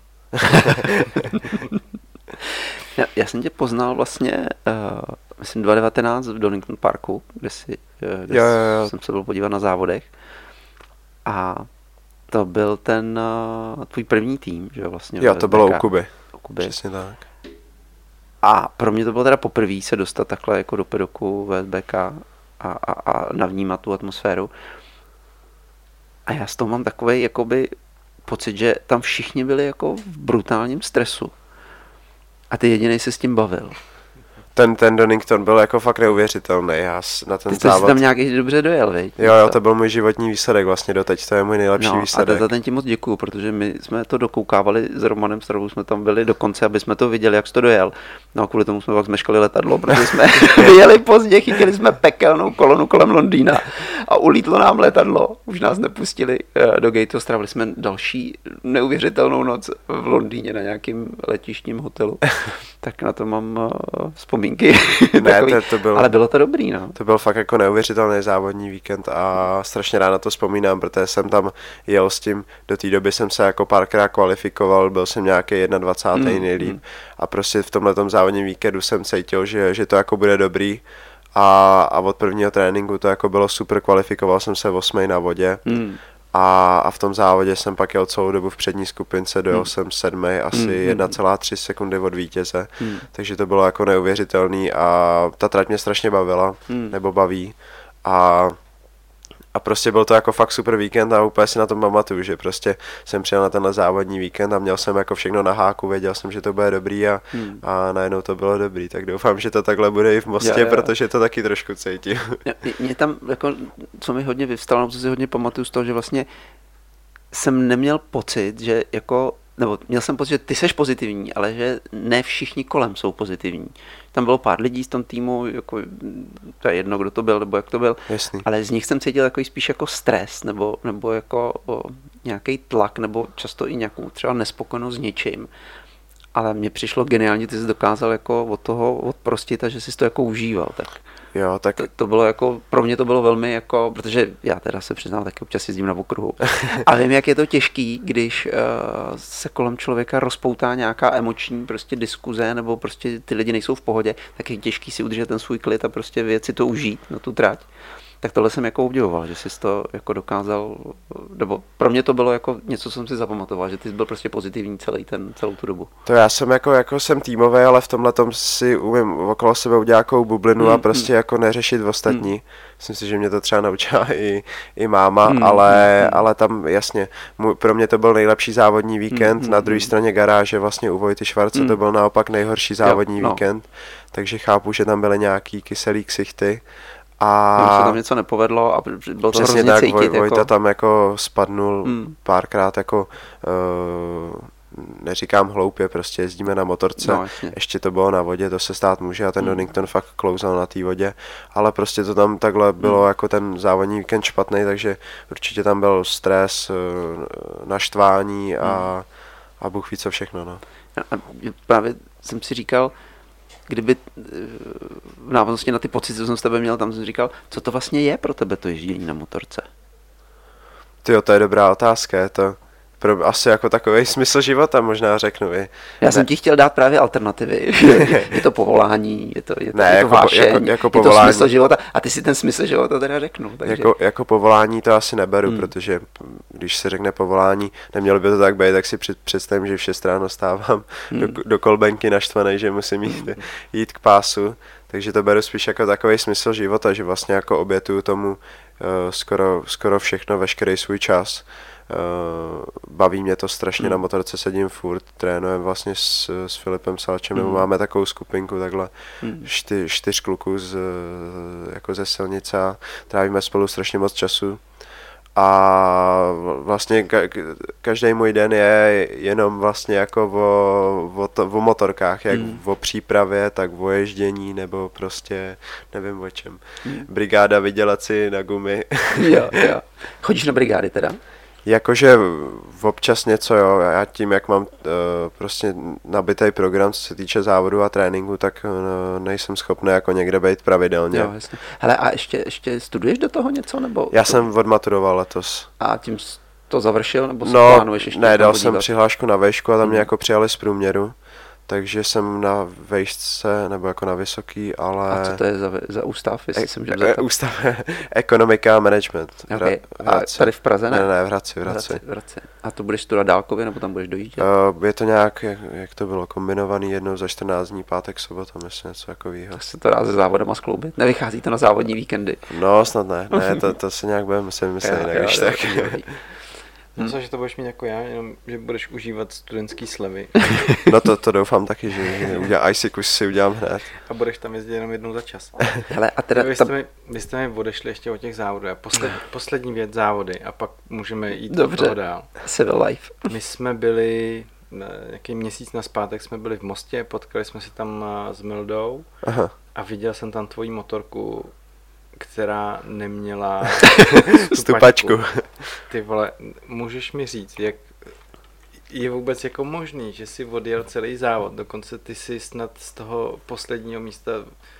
[SPEAKER 2] já, já jsem tě poznal vlastně, uh, myslím dvacet devatenáct v Donington Parku, kde, si, uh, kde
[SPEAKER 3] jo, jo, jo.
[SPEAKER 2] jsem se byl podívat na závodech. A to byl ten uh, tvůj první tým, že jo, vlastně.
[SPEAKER 3] Jo, to bylo u Kuby.
[SPEAKER 2] u Kuby.
[SPEAKER 3] Přesně tak.
[SPEAKER 2] A pro mě to bylo teda poprvé se dostat takhle jako do pedoku V S B K a, a, a navnímat tu atmosféru. A já z toho mám takovej jakoby pocit, že tam všichni byli jako v brutálním stresu. A ty jedinej se s tím bavil.
[SPEAKER 3] Ten, ten Donington byl jako fakt neuvěřitelný. Já na ten
[SPEAKER 2] ty jsi
[SPEAKER 3] závod...
[SPEAKER 2] tam nějaký dobře dojel, viď?
[SPEAKER 3] Jo, jo, to byl můj životní výsledek vlastně doteď, to je můj nejlepší
[SPEAKER 2] no,
[SPEAKER 3] výsledek.
[SPEAKER 2] A za ten ti moc děkuju, protože my jsme to dokoukávali s Romanem Stravou, jsme tam byli dokonce, aby jsme to viděli, jak jsi to dojel. No a kvůli tomu jsme pak zmeškali letadlo, protože jsme vyjeli pozdě, chytili jsme pekelnou kolonu kolem Londýna a ulítlo nám letadlo. Už nás nepustili do gateu, strávili jsme další neuvěřitelnou noc v Londýně na nějakém letištním hotelu. Tak na to mám uh, vzpomínky.
[SPEAKER 3] Ne, to, to byl,
[SPEAKER 2] ale bylo to dobrý, no.
[SPEAKER 3] To byl fakt jako neuvěřitelný závodní víkend a strašně rád na to vzpomínám, protože jsem tam jel s tím, do té doby jsem se jako párkrát kvalifikoval, byl jsem nějaký dvacátý první mm, nejlíp mm. a prostě v tomhletom závodním víkendu jsem cítil, že, že to jako bude dobrý a, a od prvního tréninku to jako bylo super, kvalifikoval jsem se osmý na vodě. Mm. A, a v tom závodě jsem pak jel celou dobu v přední skupince, dojel hmm. jsem sedmý, asi hmm. jedna celá tři sekundy od vítěze, hmm. takže to bylo jako neuvěřitelný a ta trať mě strašně bavila, hmm. nebo baví a, a prostě byl to jako fakt super víkend a úplně si na tom pamatuju, že prostě jsem přijel na tenhle závodní víkend a měl jsem jako všechno na háku, věděl jsem, že to bude dobrý a, hmm. a najednou to bylo dobrý, tak doufám, že to takhle bude i v Mostě, jo, jo. protože to taky trošku cítím.
[SPEAKER 2] Mě tam, jako, co mi hodně vyvstalo, co si hodně pamatuju z toho, že vlastně jsem neměl pocit, že jako, nebo měl jsem pocit, že ty seš pozitivní, ale že ne všichni kolem jsou pozitivní. Tam bylo pár lidí z tom týmu, jako, to je jedno, kdo to byl, nebo jak to byl,
[SPEAKER 3] Jasný.
[SPEAKER 2] Ale z nich jsem cítil jako spíš jako stres, nebo, nebo jako o, nějaký tlak, nebo často i nějakou třeba nespokojenost s něčím. Ale mně přišlo geniálně, ty jsi dokázal jako od toho odprostit a že jsi to jako užíval, tak.
[SPEAKER 3] Jo, tak...
[SPEAKER 2] To, to bylo jako, pro mě to bylo velmi jako, protože já teda se přiznám, taky občas jezdím na okruhu. A vím, jak je to těžký, když uh, se kolem člověka rozpoutá nějaká emoční prostě diskuze, nebo prostě ty lidi nejsou v pohodě, tak je těžký si udržet ten svůj klid a prostě věci to užít na tu trať. Tak tohle jsem jako obdivoval, že jsi to jako dokázal, nebo pro mě to bylo jako něco, co jsem si zapamatoval, že ty jsi byl prostě pozitivní celý ten, celou tu dobu.
[SPEAKER 3] To já jsem jako, jako jsem týmový, ale v tomhletom si umím okolo sebe udělat nějakou bublinu mm, a prostě mm. jako neřešit ostatní. Mm. Myslím si, že mě to třeba naučila i, i máma, mm, ale, mm. ale tam jasně, můj, pro mě to byl nejlepší závodní víkend, mm, na druhé mm. straně garáže vlastně u Vojty Švarce mm. to byl naopak nejhorší závodní jo, víkend, no. takže chápu, že tam byly nějaký kyselý ksichty. A
[SPEAKER 2] no, se tam něco nepovedlo a bylo to hrozně
[SPEAKER 3] tak,
[SPEAKER 2] cítit.
[SPEAKER 3] Voj,
[SPEAKER 2] jako...
[SPEAKER 3] Vojta tam jako spadnul
[SPEAKER 2] hmm.
[SPEAKER 3] párkrát jako, uh, neříkám hloupě, prostě jezdíme na motorce,
[SPEAKER 2] no,
[SPEAKER 3] ještě to bylo na vodě, to se stát může a ten hmm. Donington fakt klouzal na té vodě, ale prostě to tam takhle bylo hmm. jako ten závodní víkend špatný, takže určitě tam byl stres, naštvání a, hmm. a Bůh ví co všechno. No.
[SPEAKER 2] A právě jsem si říkal, kdyby v návaznosti na ty pocity, co jsem s tebe měl, tam jsem říkal, co to vlastně je pro tebe to ježdění na motorce?
[SPEAKER 3] Tyjo, to je dobrá otázka, je to pro, asi jako takový smysl života, možná řeknu i.
[SPEAKER 2] Já ne. jsem ti chtěl dát právě alternativy. Je to povolání, je to, je to,
[SPEAKER 3] ne,
[SPEAKER 2] je to
[SPEAKER 3] jako,
[SPEAKER 2] vášeň,
[SPEAKER 3] jako, jako
[SPEAKER 2] je
[SPEAKER 3] povolání.
[SPEAKER 2] to smysl života a ty si ten smysl života teda řeknu. Takže...
[SPEAKER 3] Jako, jako povolání to asi neberu, hmm. protože když se řekne povolání, nemělo by to tak být, tak si před, představím, že v šest ráno stávám hmm. do, do kolbenky naštvanej, že musím jít, jít k pásu, takže to beru spíš jako takový smysl života, že vlastně jako obětuju tomu uh, skoro, skoro všechno, veškerý svůj čas. Uh, baví mě to strašně, mm. na motorce sedím furt, trénujeme vlastně s, s Filipem Salčem, mm. máme takovou skupinku takhle mm. čty, čtyř kluků z, jako ze silnice a trávíme spolu strašně moc času a vlastně ka- každý můj den je jenom vlastně jako o, o, to, o motorkách, jak mm. o přípravě, tak o ježdění, nebo prostě nevím o čem. Mm. Brigáda vydělat si na gumy.
[SPEAKER 2] Jo, jo. Chodíš na brigády teda?
[SPEAKER 3] Jakože občas něco, jo, já tím, jak mám uh, prostě nabitý program, co se týče závodu a tréninku, tak uh, nejsem schopný jako někde být pravidelně.
[SPEAKER 2] Jo, jasně. Hele, a ještě, ještě studuješ do toho něco, nebo?
[SPEAKER 3] Já to... jsem odmaturoval letos.
[SPEAKER 2] A tím to završil, nebo si
[SPEAKER 3] no,
[SPEAKER 2] plánuješ ještě?
[SPEAKER 3] Ne, dal jsem přihlášku na vejšku a tam hmm. mě jako přijali z průměru. Takže jsem na vejšce, nebo jako na vysoký, ale...
[SPEAKER 2] A co to je za, za ústav, jestli
[SPEAKER 3] e-
[SPEAKER 2] se můžeme zeptat?
[SPEAKER 3] Ústav ekonomika a management.
[SPEAKER 2] Okay. A tady v Praze, ne?
[SPEAKER 3] Ne, ne, v Hradci, v Hradci.
[SPEAKER 2] V Hradci. A to budeš studovat dálkově, nebo tam budeš dojíždět?
[SPEAKER 3] Uh, je to nějak, jak, jak to bylo, kombinovaný jednou za čtrnáct dní, pátek, sobota, myslím, něco takového.
[SPEAKER 2] Tak se to dá se závodama skloubit. Nevychází to na závodní víkendy?
[SPEAKER 3] No, snad ne, ne, to, to se nějak budeme muset myslet jinak, když tak.
[SPEAKER 1] No co, že to budeš mít jako já, jenom že budeš užívat studentský slevy.
[SPEAKER 3] No to, to doufám taky, že, že udělám, I C Q si udělám hned.
[SPEAKER 1] A budeš tam jezdit jenom jednou za čas.
[SPEAKER 2] Hele, a teda
[SPEAKER 1] vy, jste mi, vy jste mi odešli ještě od těch závodů. A posled, poslední věc závody a pak můžeme jít
[SPEAKER 2] Dobře.
[SPEAKER 1] toho dál.
[SPEAKER 2] Civil life.
[SPEAKER 1] My jsme byli, nějaký měsíc naspátek jsme byli v Mostě, potkali jsme se tam s Mildou. Aha. A viděl jsem tam tvoji motorku, která neměla stupačku.
[SPEAKER 3] stupačku.
[SPEAKER 1] Ty vole, můžeš mi říct, jak je vůbec jako možný, že si odjel celý závod, dokonce ty si snad z toho posledního místa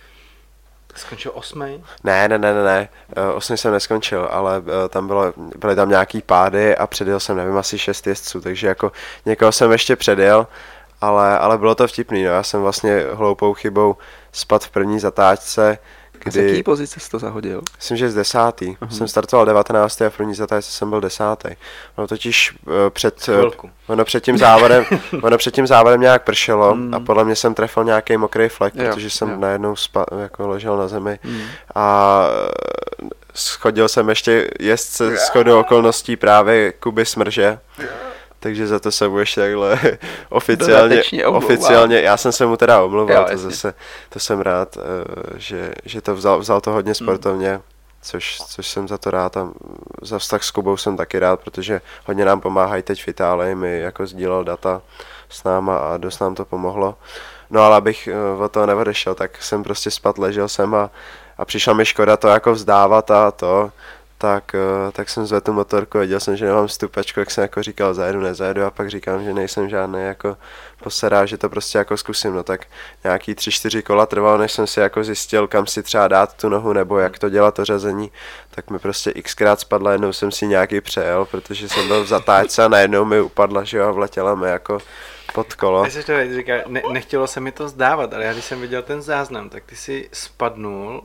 [SPEAKER 1] skončil osmý?
[SPEAKER 3] Ne, ne, ne, ne, ne, osmý jsem neskončil, ale tam bylo, byly tam nějaký pády a předjel jsem, nevím, asi šest jezdců, takže jako někoho jsem ještě předjel, ale, ale bylo to vtipný, no, já jsem vlastně hloupou chybou spadl v první zatáčce,
[SPEAKER 2] kdy... A z jaký pozice jsi to zahodil?
[SPEAKER 3] Myslím, že z desátý. Uh-huh. Jsem startoval devatenáctý a v první zatáčce jsem byl desátý. No totiž uh, před, uh, ono před tím závodem, ono před tím závodem nějak pršelo mm. a podle mě jsem trefil nějaký mokrý flek, jo, protože jsem jo. najednou spa, jako ležel na zemi mm. a schodil jsem ještě jezdce shodou okolností právě Kuby Smrže. Takže za to se mu ještě takhle oficiálně, oficiálně, já jsem se mu teda omluval, to zase, to jsem rád, že, že to vzal, vzal to hodně sportovně, což, což jsem za to rád a za vztah s Kubou jsem taky rád, protože hodně nám pomáhají teď v Itálii, mi jako sdílel data s náma a dost nám to pomohlo. No ale abych od toho neodešel, tak jsem prostě spadl, ležel jsem a, a přišla mi škoda to jako vzdávat a to, tak, tak jsem zvedl tu motorku, viděl jsem, že nemám stupačku, jak jsem jako říkal, zajedu, nezajedu a pak říkám, že nejsem žádný jako poserá, že to prostě jako zkusím, no tak nějaký tři, čtyři kola trvalo, než jsem si jako zjistil, kam si třeba dát tu nohu nebo jak to dělat to řazení, tak mi prostě xkrát spadla, jednou jsem si nějaký přejel, protože jsem byl v zatáčce a najednou mi upadla, že jo, a vletěla mi jako pod kolo.
[SPEAKER 1] Já to říká, ne, nechtělo se mi to zdávat, ale já když jsem viděl ten záznam, tak ty si spadnul,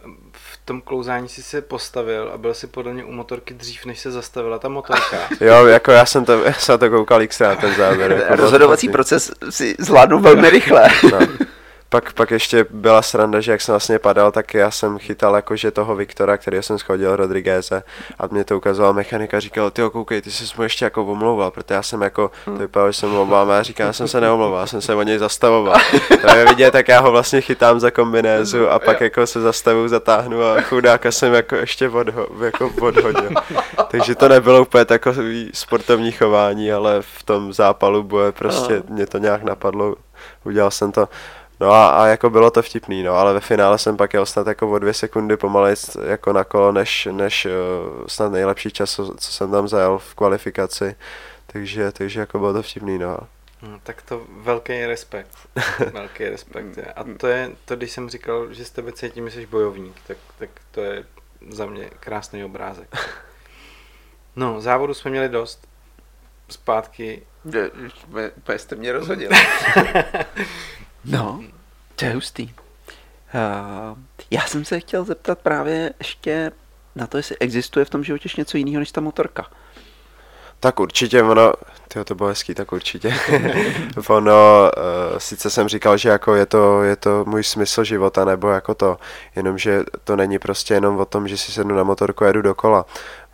[SPEAKER 1] v tom klouzání si se postavil a byl si podle mě u motorky dřív, než se zastavila ta motorka.
[SPEAKER 3] Jo, jako já jsem to, já jsem to koukal xkrát ten záběr. Jako
[SPEAKER 2] rozhodovací proces si zvládnu velmi rychle.
[SPEAKER 3] No. Pak, pak ještě byla sranda, že jak jsem vlastně padal, tak já jsem chytal jakože toho Viktora, kterého jsem schodil, Rodrigueze, a mě to ukazoval mechanik a říkal, tyjo, koukej, ty jsi mu ještě jako omlouval, protože já jsem jako, to vypadalo, že jsem mu omlouval, a říkám, já jsem se neomlouval, já jsem se o něj zastavoval. To je vidět, tak já ho vlastně chytám za kombinézu a pak jako se zastavu, zatáhnu a chudáka jsem jako ještě odho, jako odhodil. Takže to nebylo úplně takový sportovní chování, ale v tom zápalu boje prostě mě to nějak napadlo, udělal jsem to. No a, a jako bylo to vtipný, no, ale ve finále jsem pak jel snad jako o dvě sekundy pomalejc jako na kolo, než, než uh, snad nejlepší čas, co, co jsem tam zajel v kvalifikaci, takže, takže jako bylo to vtipný, no.
[SPEAKER 1] no tak to velký respekt, velký respekt. A to je, to když jsem říkal, že s tebe cítím, že jsi bojovník, tak, tak to je za mě krásný obrázek. No, závodu jsme měli dost, zpátky.
[SPEAKER 2] Úplně jste mě rozhodil. No, to je hustý. Uh, já jsem se chtěl zeptat právě ještě na to, jestli existuje v tom životě něco jiného než ta motorka.
[SPEAKER 3] Tak určitě, ono, tyjo, to bylo hezký, tak určitě. ono, uh, sice jsem říkal, že jako je to, je to můj smysl života, nebo jako to, jenomže to není prostě jenom o tom, že si sednu na motorku a jedu dokola.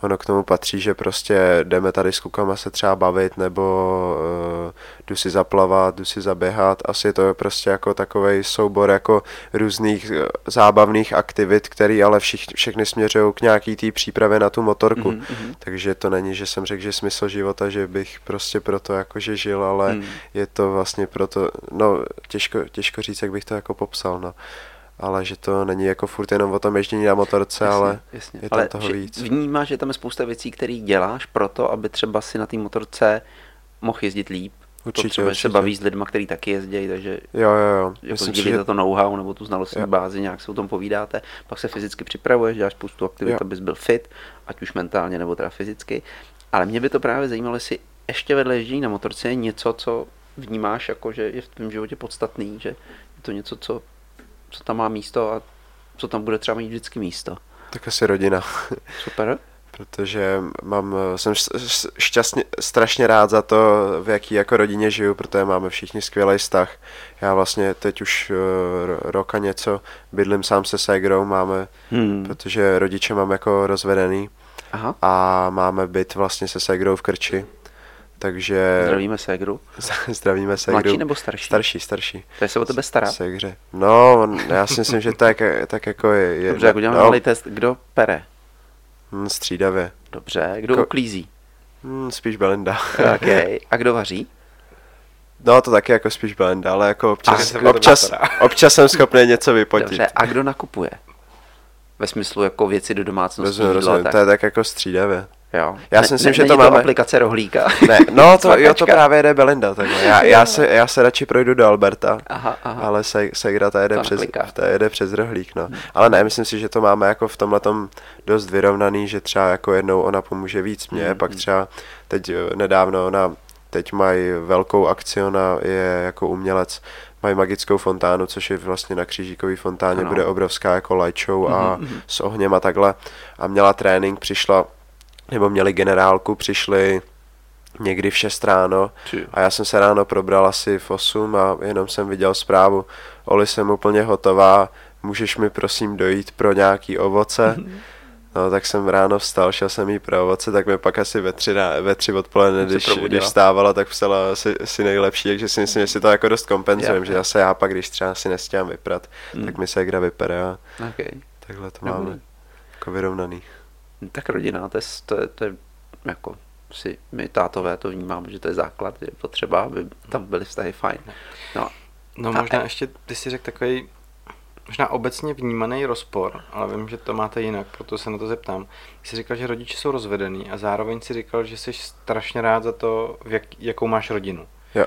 [SPEAKER 3] ono k tomu patří, že prostě jdeme tady s klukama se třeba bavit, nebo uh, jdu si zaplavat, jdu si zaběhat. Asi to je prostě jako takovej soubor jako různých uh, zábavných aktivit, který ale všich, všechny směřují k nějaký té přípravě na tu motorku. Mm-hmm. Takže to není, že jsem řekl, že smysl života, že bych prostě proto jakože žil, ale mm. je to vlastně proto, no těžko, těžko říct, jak bych to jako popsal, no. Ale že to není jako furt jenom o tom ježdění na motorce, jasně, ale jasně. je tam ale toho víc.
[SPEAKER 2] Vnímáš, že tam je spousta věcí, které děláš proto, aby třeba si na té motorce mohl jezdit líp.
[SPEAKER 3] Určitě,
[SPEAKER 2] třeba
[SPEAKER 3] určitě.
[SPEAKER 2] se baví s lidma, kteří taky jezdí, takže
[SPEAKER 3] jo, jo, jo.
[SPEAKER 2] Jako sdílíte že... to know-how nebo tu znalostní bázi, nějak se o tom povídáte, pak se fyzicky připravuješ, děláš spoustu aktivit, jo. abys byl fit, ať už mentálně nebo teda fyzicky. Ale mě by to právě zajímalo, jestli ještě vedle ježdění na motorce je něco, co vnímáš jako, že je v tvém životě podstatný, že je to něco, co co tam má místo a co tam bude třeba mít vždycky místo.
[SPEAKER 3] Tak asi rodina.
[SPEAKER 2] Super.
[SPEAKER 3] Protože mám, jsem šťastně, strašně rád za to, v jaký jako rodině žiju, protože máme všichni skvělý vztah. Já vlastně teď už rok a něco bydlím sám se ségrou, máme, hmm. protože rodiče mám jako rozvedený. Aha. A máme byt vlastně se ségrou v Krči. Takže...
[SPEAKER 2] Zdravíme ségru.
[SPEAKER 3] Zdravíme ségru.
[SPEAKER 2] Mladší nebo starší?
[SPEAKER 3] Starší, starší.
[SPEAKER 2] To je se o tebe stará?
[SPEAKER 3] Ségře. No, já si myslím, že tak, tak jako je... je
[SPEAKER 2] Dobře, jak uděláme no. malý test, kdo pere?
[SPEAKER 3] Hmm, střídavě.
[SPEAKER 2] Dobře, kdo Ko... uklízí?
[SPEAKER 3] Hmm, spíš Belinda.
[SPEAKER 2] Okay. A kdo vaří?
[SPEAKER 3] No, to taky jako spíš Belinda, ale jako občas, občas, občas jsem schopný něco vypotit.
[SPEAKER 2] Dobře, a kdo nakupuje? Ve smyslu jako věci do domácnosti?
[SPEAKER 3] Rozumím, rozumím, to je tak jako střídavě.
[SPEAKER 2] Jo.
[SPEAKER 3] Já
[SPEAKER 2] ne,
[SPEAKER 3] si myslím,
[SPEAKER 2] ne,
[SPEAKER 3] že to
[SPEAKER 2] to
[SPEAKER 3] máme...
[SPEAKER 2] aplikace rohlíka.
[SPEAKER 3] Ne, no to, jo, to právě jede Belinda. Takhle. Já, já, se, já se radši projdu do Alberta,
[SPEAKER 2] aha, aha.
[SPEAKER 3] ale se, Segra ta jede, přes, ta jede přes rohlík. No. Hmm. Ale ne, myslím si, že to máme jako v tomhletom dost vyrovnaný, že třeba jako jednou ona pomůže víc mě, hmm. pak třeba teď nedávno ona, teď mají velkou akci, ona je jako umělec, mají magickou fontánu, což je vlastně na Křížíkový fontáně, ano. bude obrovská jako light show a mm-hmm. s ohněm a takhle. A měla trénink, přišla, nebo měli generálku, přišli někdy v šest ráno a já jsem se ráno probral asi v osm a jenom jsem viděl zprávu, Oli, jsem úplně hotová, můžeš mi prosím dojít pro nějaký ovoce? No tak jsem ráno vstal, šel jsem jí pro ovoce, tak mi pak asi ve tři, ve tři odpoledne, když, když vstávala, tak psala asi, asi nejlepší, takže si myslím, že si to jako dost kompenzujem, že zase já pak, když třeba si nestíhám vyprat, mm. tak mi se Segra vypere a
[SPEAKER 2] okay.
[SPEAKER 3] takhle to máme Dobrý. Jako vyrovnaný.
[SPEAKER 2] Tak rodina, to je, to je, to je jako si my tátové to vnímáme, že to je základ, je potřeba, aby tam byly vztahy fajn. No,
[SPEAKER 1] no možná a... ještě, ty si řekl takový možná obecně vnímaný rozpor, ale vím, že to máte jinak, proto se na to zeptám. Jsi říkal, že rodiče jsou rozvedený a zároveň si říkal, že jsi strašně rád za to, jak, jakou máš rodinu.
[SPEAKER 3] Jo.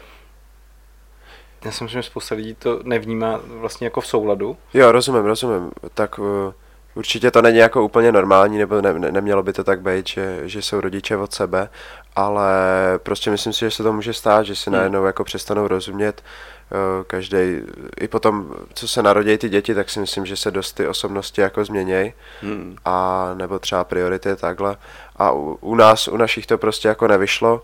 [SPEAKER 1] Já si myslím, že spousta lidí to nevnímá vlastně jako v souladu.
[SPEAKER 3] Jo, rozumím, rozumím. Tak uh, určitě to není jako úplně normální, nebo ne, ne, nemělo by to tak být, že, že jsou rodiče od sebe, ale prostě myslím si, že se to může stát, že si hmm. najednou jako přestanou rozumět. Každý, i potom, co se narodí ty děti, tak si myslím, že se dost ty osobnosti jako změnějí hmm. a nebo třeba priority takhle a u, u nás, u našich to prostě jako nevyšlo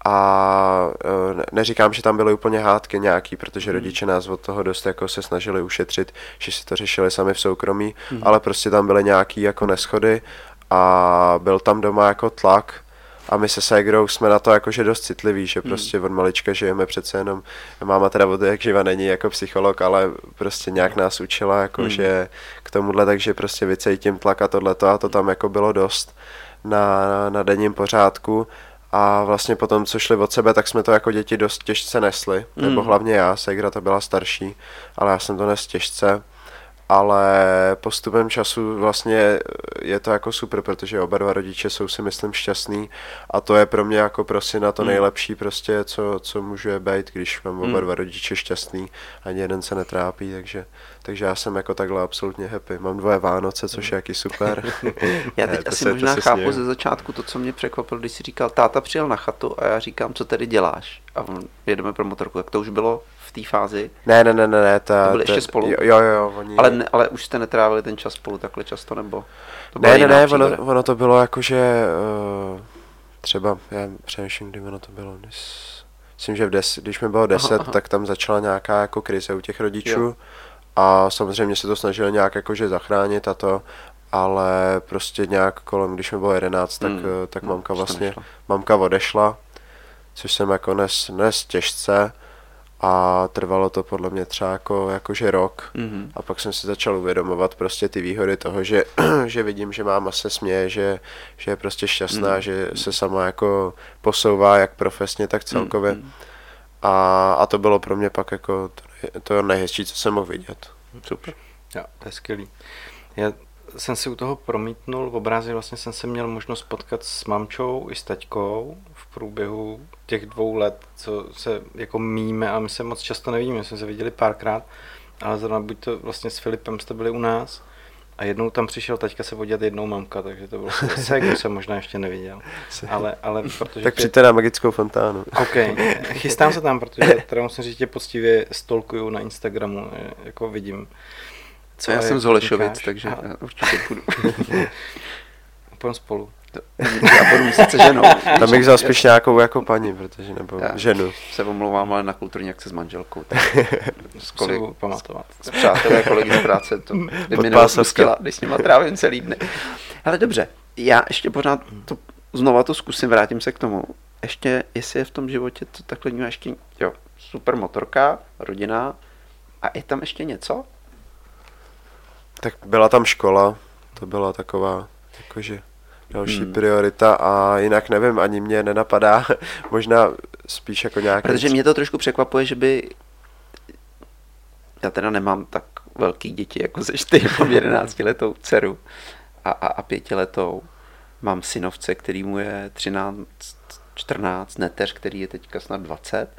[SPEAKER 3] a ne, neříkám, že tam byly úplně hádky nějaký, protože hmm. rodiče nás od toho dost jako se snažili ušetřit, že si to řešili sami v soukromí, hmm. ale prostě tam byly nějaký jako neschody a byl tam doma jako tlak. A my se ségrou jsme na to jakože dost citliví, že prostě od malička žijeme přece jenom, máma teda od jak živa není jako psycholog, ale prostě nějak nás učila jakože k tomuhle, takže prostě vycejtím tlak a tohleto a to tam jako bylo dost na, na denním pořádku a vlastně potom, co šli od sebe, tak jsme to jako děti dost těžce nesli, nebo hlavně já, ségra ta byla starší, ale já jsem to nes těžce. Ale postupem času vlastně je to jako super, protože oba dva rodiče jsou si myslím šťastný a to je pro mě jako pro syna to nejlepší prostě, co, co může být, když mám oba dva rodiče šťastný, ani jeden se netrápí, takže, takže já jsem jako takhle absolutně happy. Mám dvoje Vánoce, což je jaký super.
[SPEAKER 2] Já teď ne, asi se, možná chápu sněhu. Ze začátku to, co mě překvapilo, když jsi říkal, táta přijel na chatu a já říkám, co tady děláš? A jedeme pro motorku, tak to už bylo v té fázi?
[SPEAKER 3] Ne, ne, ne, ne, ne. Ta,
[SPEAKER 2] to byli
[SPEAKER 3] ta,
[SPEAKER 2] ještě spolu?
[SPEAKER 3] Jo, jo, jo. Oni...
[SPEAKER 2] Ale, ne, ale už jste netrávili ten čas spolu takhle často, nebo? To
[SPEAKER 3] ne, ne, ne, ono, ono to bylo jako, že uh, třeba, já přemýšlím, kdy ono to bylo, myslím, že v des, když mi bylo deset, aha, aha. tak tam začala nějaká jako krize u těch rodičů jo. a samozřejmě se to snažili nějak jakože zachránit a to ale prostě nějak kolem, když mi bylo jedenáct, tak,
[SPEAKER 2] Hmm.
[SPEAKER 3] tak
[SPEAKER 2] No,
[SPEAKER 3] mamka
[SPEAKER 2] už to
[SPEAKER 3] vlastně,
[SPEAKER 2] nešlo.
[SPEAKER 3] mamka odešla, což jsem jako nes, nes těžce a trvalo to podle mě třeba jako, jakože rok.
[SPEAKER 2] Mhm.
[SPEAKER 3] A pak jsem si začal uvědomovat prostě ty výhody toho, že, že vidím, že máma se směje, že, že je prostě šťastná,
[SPEAKER 2] Mm.
[SPEAKER 3] že se sama jako posouvá jak profesně, tak celkově.
[SPEAKER 2] Mm.
[SPEAKER 3] A, a to bylo pro mě pak jako to, nej- to nejhezčí, co jsem mohl vidět.
[SPEAKER 2] Super.
[SPEAKER 1] Jo, to je skvělý. Já jsem si u toho promítnul v obrází, vlastně jsem se měl možnost potkat s mamčou i s taťkou v průběhu těch dvou let, co se jako míme, a my se moc často nevidíme, my jsme se viděli párkrát, ale zrovna buď to vlastně s Filipem jste byli u nás a jednou tam přišel taťka se podívat, jednou mamka, takže to bylo Segu jsem možná ještě neviděl, ale, ale protože...
[SPEAKER 3] Tak
[SPEAKER 1] tě-
[SPEAKER 3] přijďte na magickou fontánu.
[SPEAKER 1] OK, chystám se tam, protože teda musím říct, tě poctivě stolkuju na Instagramu, jako vidím.
[SPEAKER 2] Co já
[SPEAKER 1] a
[SPEAKER 2] jsem
[SPEAKER 1] jak
[SPEAKER 2] z Holešovic,
[SPEAKER 1] říkáš.
[SPEAKER 2] takže
[SPEAKER 1] Aha,
[SPEAKER 2] já určitě půjdu.
[SPEAKER 1] půjdem spolu.
[SPEAKER 2] Já budu muset se ženou.
[SPEAKER 3] Tam bych vzal spíš nějakou jako paní, protože nebo
[SPEAKER 2] Já
[SPEAKER 3] ženu.
[SPEAKER 2] se omlouvám, ale na kulturní akce s manželkou. tak S,
[SPEAKER 1] Si
[SPEAKER 2] kolik,
[SPEAKER 1] budu pamatovat.
[SPEAKER 2] s přátelé, kolegy z práce, to by mi
[SPEAKER 3] Podpásovka.
[SPEAKER 2] neodpustila, když s nima trávím celý dny. Ale dobře, já ještě pořád to, znova to zkusím, vrátím se k tomu. Ještě, jestli je v tom životě to takhle vnímá ještě, jo, super motorka, rodina, a je tam ještě něco?
[SPEAKER 3] Tak byla tam škola, to byla taková jakože další
[SPEAKER 2] Hmm.
[SPEAKER 3] priorita a jinak nevím, ani mě nenapadá, možná spíš jako nějaký...
[SPEAKER 2] Protože mě to trošku překvapuje, že by... Já teda nemám tak velký děti, jako seš ty, mám jedenáctiletou dceru a, a, a pětiletou. Mám synovce, který mu je třináct, čtrnáct, neteř, který je teďka snad dvacet.